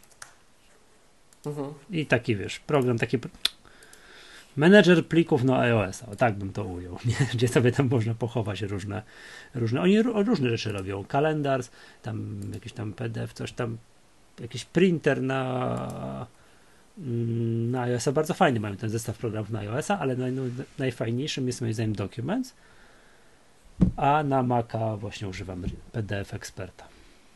I taki, program taki menedżer plików na iOS-a, o tak bym to ujął, nie? Gdzie sobie tam można pochować różne oni różne rzeczy robią, kalendarz, tam jakiś tam PDF, coś tam, jakiś printer na iOS-a, bardzo fajny mają ten zestaw programów na iOS-a, ale najfajniejszym jest moim zdaniem Documents, a na Maca właśnie używam PDF Experta.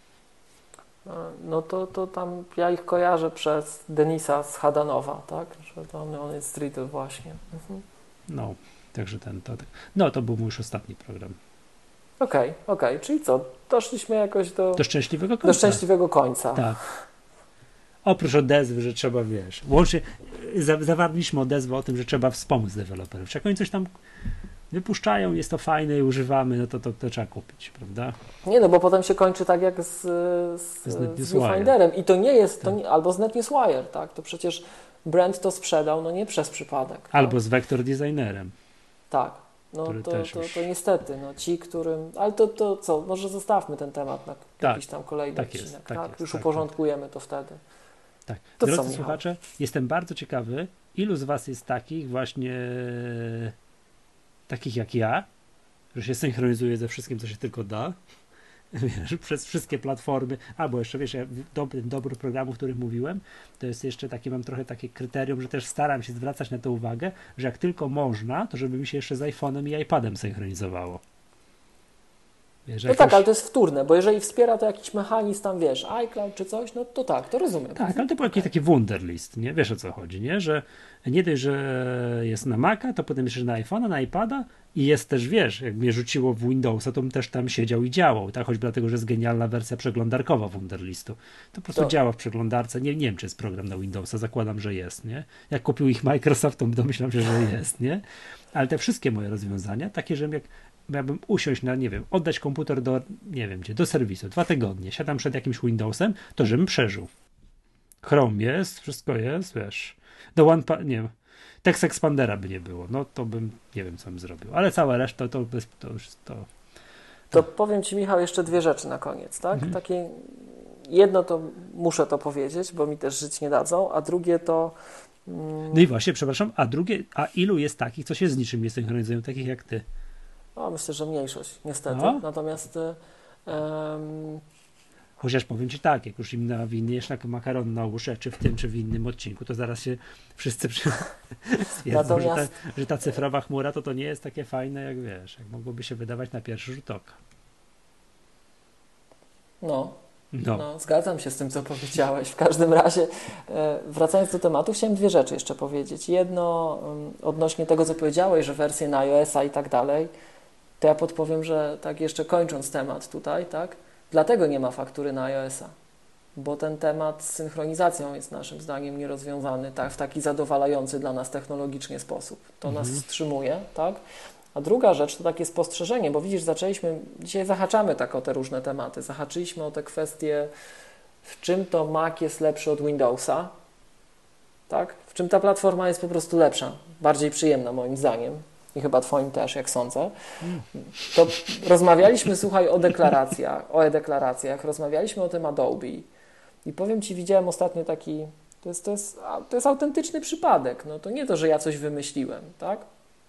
No to tam ja ich kojarzę przez Denisa z Hadanowa, tak? Że on jest z Riddle właśnie. No, także to był mój już ostatni program. Okej, czyli co? Doszliśmy jakoś do szczęśliwego końca. Do szczęśliwego końca. Tak. Oprócz odezwy, że trzeba, łącznie zawarliśmy odezwę o tym, że trzeba wspomóc deweloperów. Jak oni coś tam wypuszczają, jest to fajne i używamy, no to trzeba kupić, prawda? Nie, no bo potem się kończy tak jak z Viewfinderem i to nie jest, albo z NetNewsWire, tak? To przecież brand to sprzedał, no nie przez przypadek. Albo tak? z Vector Designerem. Tak, no to niestety, no ci, którym, ale to co, może zostawmy ten temat na jakiś tam kolejny odcinek, tak? Już uporządkujemy to wtedy. Tak. To drodzy słuchacze, jestem bardzo ciekawy, ilu z Was jest takich właśnie takich jak ja, że się synchronizuje ze wszystkim, co się tylko da, przez wszystkie platformy, albo jeszcze, dobór programów, o których mówiłem, to jest jeszcze mam trochę takie kryterium, że też staram się zwracać na to uwagę, że jak tylko można, to żeby mi się jeszcze z iPhone'em i iPadem synchronizowało. No tak, ale to jest wtórne, bo jeżeli wspiera to jakiś mechanizm tam, iCloud czy coś, no to tak, to rozumiem. Tak, ale to był jakiś taki wunderlist, nie? Wiesz o co chodzi, nie? Że nie dość, że jest na Maca, to potem jeszcze na iPhone'a, na iPada i jest też, jak mnie rzuciło w Windowsa, to bym też tam siedział i działał, tak? Choćby dlatego, że jest genialna wersja przeglądarkowa wunderlistu. To po prostu działa w przeglądarce, nie wiem, czy jest program na Windowsa, zakładam, że jest, nie? Jak kupił ich Microsoft, to domyślam się, że jest, nie? Ale te wszystkie moje rozwiązania, takie, że miałbym usiąść na, oddać komputer do serwisu, 2 tygodnie, siadam przed jakimś Windowsem, to żebym przeżył. Chrome jest, wszystko jest, Text Expandera by nie było, no to bym, nie wiem, co bym zrobił, ale cała reszta to już To powiem Ci, Michał, jeszcze 2 rzeczy na koniec, tak? Takie, jedno to muszę to powiedzieć, bo mi też żyć nie dadzą, a drugie to... No i właśnie, przepraszam, a ilu jest takich, co się z niczym nie synchronizują, takich jak Ty? Myślę, że mniejszość, niestety. Natomiast... Chociaż powiem Ci tak, jak już im nawiniesz makaron na uszy, czy w tym, czy w innym odcinku, to zaraz się wszyscy stwierdzą, że ta cyfrowa chmura to nie jest takie fajne, jak jak mogłoby się wydawać na pierwszy rzut oka. No, zgadzam się z tym, co powiedziałeś. W każdym razie, wracając do tematu, chciałem 2 rzeczy jeszcze powiedzieć. Jedno odnośnie tego, co powiedziałeś, że wersje na iOS-a i tak dalej, to ja podpowiem, że tak jeszcze kończąc temat tutaj, tak, dlatego nie ma faktury na iOS-a, bo ten temat z synchronizacją jest naszym zdaniem nierozwiązany w taki zadowalający dla nas technologicznie sposób. To nas wstrzymuje, tak? A druga rzecz to takie spostrzeżenie, bo widzisz, dzisiaj zahaczamy tak o te różne tematy, zahaczyliśmy o te kwestie, w czym to Mac jest lepszy od Windowsa, tak? W czym ta platforma jest po prostu lepsza, bardziej przyjemna moim zdaniem i chyba twoim też, jak sądzę. To rozmawialiśmy, słuchaj, o e-deklaracjach, rozmawialiśmy o tym Adobe i powiem ci, widziałem ostatnio taki, to jest autentyczny przypadek, no to nie to, że ja coś wymyśliłem, tak?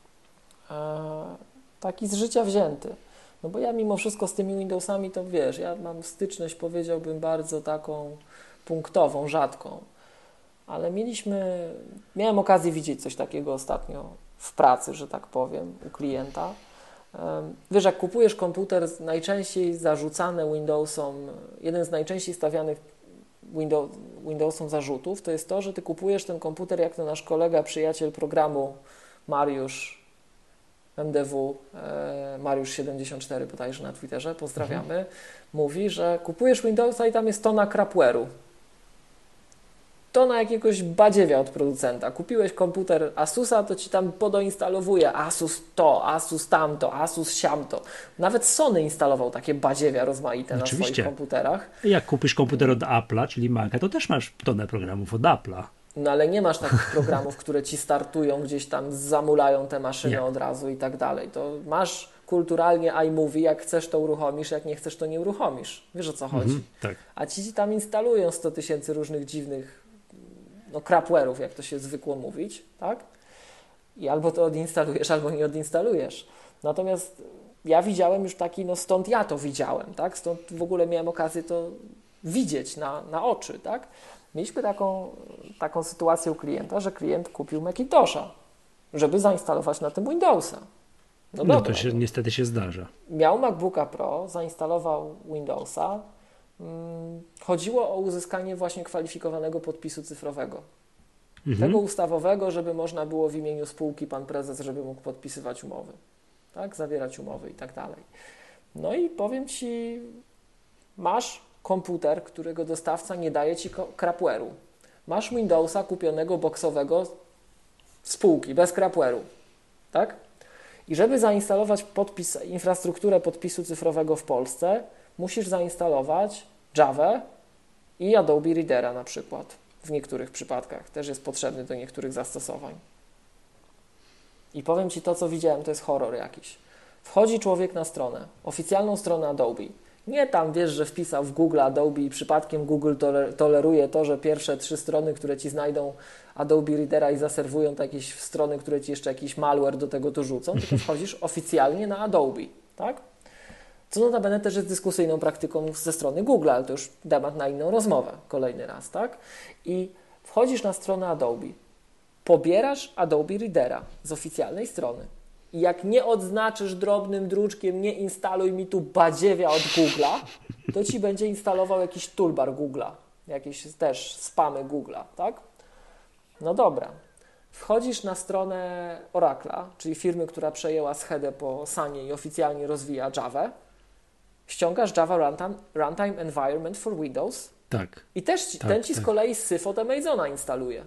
Taki z życia wzięty. No bo ja mimo wszystko z tymi Windowsami to wiesz, ja mam styczność, powiedziałbym, bardzo taką punktową, rzadką. Ale miałem okazję widzieć coś takiego ostatnio w pracy, że tak powiem, u klienta. Wiesz, jak kupujesz komputer, najczęściej zarzucane Windowsom, jeden z najczęściej stawianych Windowsom zarzutów, to jest to, że ty kupujesz ten komputer, jak to nasz kolega, przyjaciel programu Mariusz MDW, Mariusz74 bodajże na Twitterze, pozdrawiamy, mówi, że kupujesz Windowsa i tam jest tona crapware'u. Tona jakiegoś badziewia od producenta. Kupiłeś komputer Asusa, to ci tam podoinstalowuje Asus to, Asus tamto, Asus siamto. Nawet Sony instalował takie badziewia rozmaite na swoich komputerach. Jak kupisz komputer od Apple'a, czyli Maca, to też masz tonę programów od Apple'a. No ale nie masz takich programów, które ci startują, gdzieś tam zamulają te maszyny od razu i tak dalej. To masz kulturalnie iMovie, jak chcesz to uruchomisz, jak nie chcesz to nie uruchomisz. Wiesz, o co chodzi. Tak. A ci tam instalują 100 000 różnych dziwnych crapware'ów, jak to się zwykło mówić, tak? I albo to odinstalujesz, albo nie odinstalujesz. Natomiast ja widziałem już taki, stąd ja to widziałem, tak? Stąd w ogóle miałem okazję to widzieć na oczy, tak? Mieliśmy taką sytuację u klienta, że klient kupił Macintosha, żeby zainstalować na tym Windowsa. No to niestety się zdarza. Miał MacBooka Pro, zainstalował Windowsa. Chodziło o uzyskanie właśnie kwalifikowanego podpisu cyfrowego. Tego ustawowego, żeby można było w imieniu spółki pan prezes, żeby mógł podpisywać umowy, tak? Zawierać umowy i tak dalej. No i powiem ci, masz komputer, którego dostawca nie daje ci crapware'u. Masz Windowsa kupionego boksowego z spółki, bez crapware'u, tak? I żeby zainstalować infrastrukturę podpisu cyfrowego w Polsce, musisz zainstalować Javę i Adobe Readera na przykład. W niektórych przypadkach też jest potrzebny do niektórych zastosowań. I powiem ci, to co widziałem, to jest horror jakiś. Wchodzi człowiek na stronę, oficjalną stronę Adobe. Nie tam, wiesz, że wpisał w Google Adobe i przypadkiem Google toleruje to, że pierwsze 3 strony, które ci znajdą Adobe Readera i zaserwują to jakieś strony, które ci jeszcze jakiś malware do tego dorzucą, tylko wchodzisz oficjalnie na Adobe, tak? Co notabene też jest dyskusyjną praktyką ze strony Google, ale to już temat na inną rozmowę, kolejny raz, tak? I wchodzisz na stronę Adobe, pobierasz Adobe Readera z oficjalnej strony i jak nie odznaczysz drobnym druczkiem, nie instaluj mi tu badziewia od Google'a, to ci będzie instalował jakiś toolbar Google'a, jakieś też spamy Google'a, tak? No dobra. Wchodzisz na stronę Oracle'a, czyli firmy, która przejęła schedę po Sunie i oficjalnie rozwija Javę. Ściągasz Java Runtime Environment for Windows. Tak. I też ten ci z kolei syf od Amazona instaluje.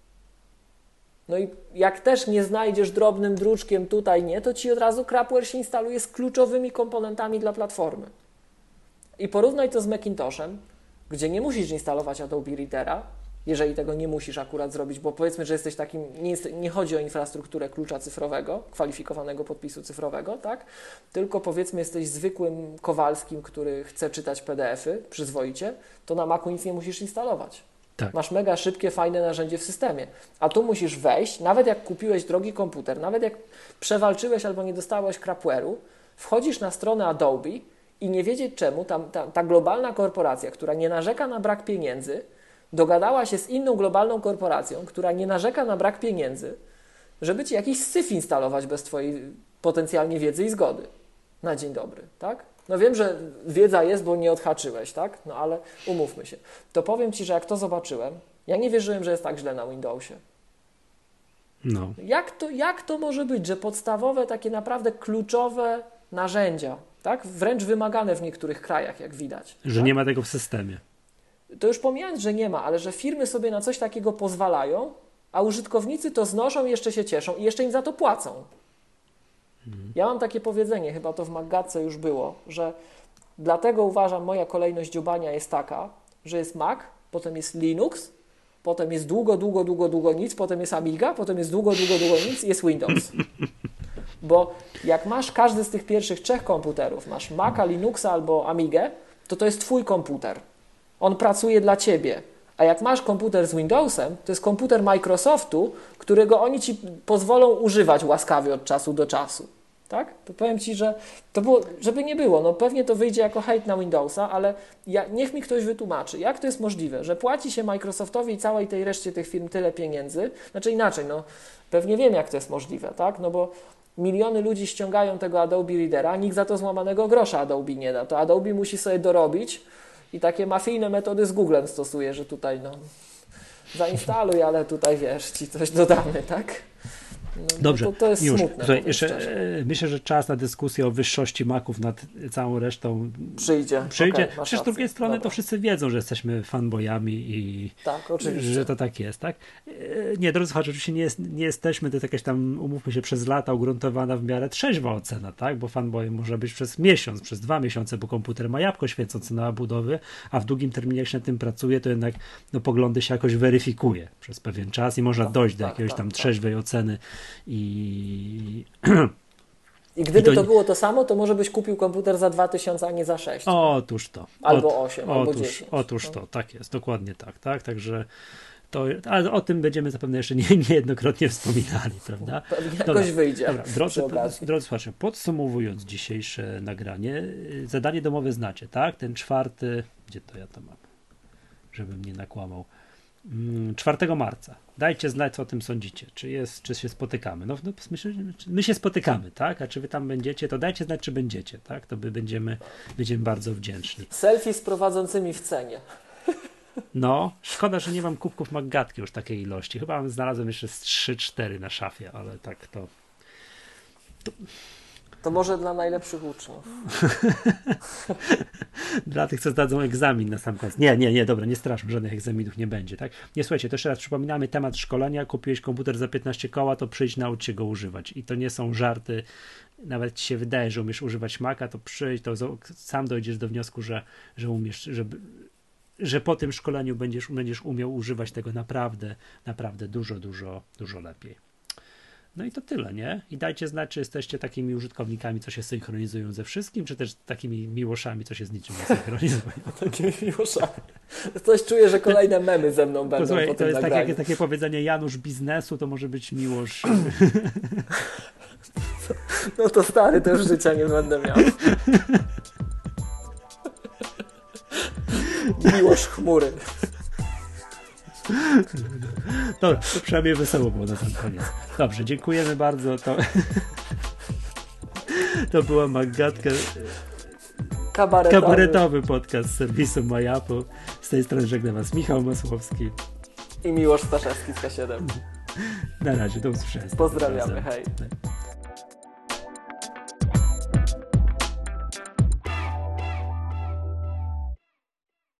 No i jak też nie znajdziesz drobnym druczkiem tutaj nie, to ci od razu crapware się instaluje z kluczowymi komponentami dla platformy. I porównaj to z Macintoshem, gdzie nie musisz instalować Adobe Readera, jeżeli tego nie musisz akurat zrobić, bo powiedzmy, że jesteś takim, nie chodzi o infrastrukturę klucza cyfrowego, kwalifikowanego podpisu cyfrowego, tak? Tylko powiedzmy jesteś zwykłym Kowalskim, który chce czytać PDF-y przyzwoicie, to na Macu nic nie musisz instalować. Tak. Masz mega szybkie, fajne narzędzie w systemie. A tu musisz wejść, nawet jak kupiłeś drogi komputer, nawet jak przewalczyłeś albo nie dostałeś crapware'u, wchodzisz na stronę Adobe i nie wiedzieć czemu ta globalna korporacja, która nie narzeka na brak pieniędzy, dogadała się z inną globalną korporacją, która nie narzeka na brak pieniędzy, żeby ci jakiś syf instalować bez twojej potencjalnie wiedzy i zgody. Na dzień dobry, tak? No wiem, że wiedza jest, bo nie odhaczyłeś, tak? No ale umówmy się. To powiem ci, że jak to zobaczyłem, ja nie wierzyłem, że jest tak źle na Windowsie. No. Jak to może być, że podstawowe, takie naprawdę kluczowe narzędzia, tak? Wręcz wymagane w niektórych krajach, jak widać. Że tak? nie ma tego w systemie. To już pomijając, że nie ma, ale że firmy sobie na coś takiego pozwalają, a użytkownicy to znoszą i jeszcze się cieszą i jeszcze im za to płacą. Ja mam takie powiedzenie, chyba to w Maggatce już było, że dlatego uważam, moja kolejność dziobania jest taka, że jest Mac, potem jest Linux, potem jest długo nic, potem jest Amiga, potem jest długo nic i jest Windows. Bo jak masz każdy z tych pierwszych 3 komputerów, masz Maca, Linuxa albo Amigę, to jest twój komputer. On pracuje dla ciebie. A jak masz komputer z Windowsem, to jest komputer Microsoftu, którego oni ci pozwolą używać łaskawie od czasu do czasu. Tak? To powiem ci, że to było, żeby nie było, no pewnie to wyjdzie jako hejt na Windowsa, ale niech mi ktoś wytłumaczy, jak to jest możliwe, że płaci się Microsoftowi i całej tej reszcie tych firm tyle pieniędzy, znaczy inaczej, no pewnie wiem, jak to jest możliwe, tak? No bo miliony ludzi ściągają tego Adobe Readera, nikt za to złamanego grosza Adobe nie da, to Adobe musi sobie dorobić i takie mafijne metody z Googlem stosuje, że tutaj no zainstaluj, ale tutaj wiesz, ci coś dodamy, tak? No, dobrze, to jest już. smutne. Słuchaj, jeszcze, myślę, że czas na dyskusję o wyższości Maców nad całą resztą przyjdzie. Okay, przecież z drugiej strony to wszyscy wiedzą, że jesteśmy fanboyami i tak, oczywiście. że to tak jest, tak? Nie, drodzy słuchacze, oczywiście nie jesteśmy, to jakaś tam, umówmy się, przez lata ugruntowana w miarę trzeźwa ocena, tak? Bo fanboy może być przez miesiąc, przez 2 miesiące, bo komputer ma jabłko świecące na budowy, a w długim terminie, jak się nad tym pracuje, to jednak poglądy się jakoś weryfikuje przez pewien czas i można dojść do jakiegoś tam trzeźwej oceny I gdyby to było to samo, to może byś kupił komputer za 2000, a nie za 6. Otóż to. Albo 8, albo 10. Otóż to, tak jest, dokładnie tak, także to, ale o tym będziemy zapewne jeszcze niejednokrotnie wspominali, prawda? Pewnie jakoś wyjdzie. Dobra, drodzy słuchacze, podsumowując dzisiejsze nagranie, zadanie domowe znacie, tak? Ten 4, gdzie to ja to mam, żebym nie nakłamał. 4 marca. Dajcie znać, co o tym sądzicie. Czy się spotykamy? No myślę, że my się spotykamy, tak? A czy wy tam będziecie, to dajcie znać, czy będziecie, tak? To będziemy bardzo wdzięczni. Selfie z prowadzącymi w cenie. No, szkoda, że nie mam kubków Maggatki już takiej ilości. Chyba znalazłem jeszcze z 3-4 na szafie, ale tak to... To może dla najlepszych uczniów. Dla tych, co zdadzą egzamin na sam koniec. Nie, dobra, nie straszmy, żadnych egzaminów nie będzie, tak? Nie, słuchajcie, to jeszcze raz przypominamy temat szkolenia. Kupiłeś komputer za 15 koła, to przyjdź, naucz się go używać. I to nie są żarty. Nawet ci się wydaje, że umiesz używać Maca, to przyjdź, to sam dojdziesz do wniosku, że umiesz, że po tym szkoleniu będziesz umiał używać tego naprawdę dużo lepiej. No i to tyle, nie? I dajcie znać, czy jesteście takimi użytkownikami, co się synchronizują ze wszystkim, czy też takimi miłoszami, co się z niczym nie synchronizują. Takimi miłoszami. Coś czuję, że kolejne memy ze mną będą. Słuchaj, to jest takie powiedzenie Janusz biznesu, to może być Miłosz. No to stary, to już życia nie będę miał. Miłosz chmury. Dobra, to przynajmniej wesoło było na sam koniec. Dobrze, dziękujemy bardzo. To była Maggatka. Kabaretowy podcast z serwisu MyApple. Z tej strony żegna was Michał Masłowski i Miłosz Staszewski z K7. Na razie, do usłyszenia. Pozdrawiamy, hej.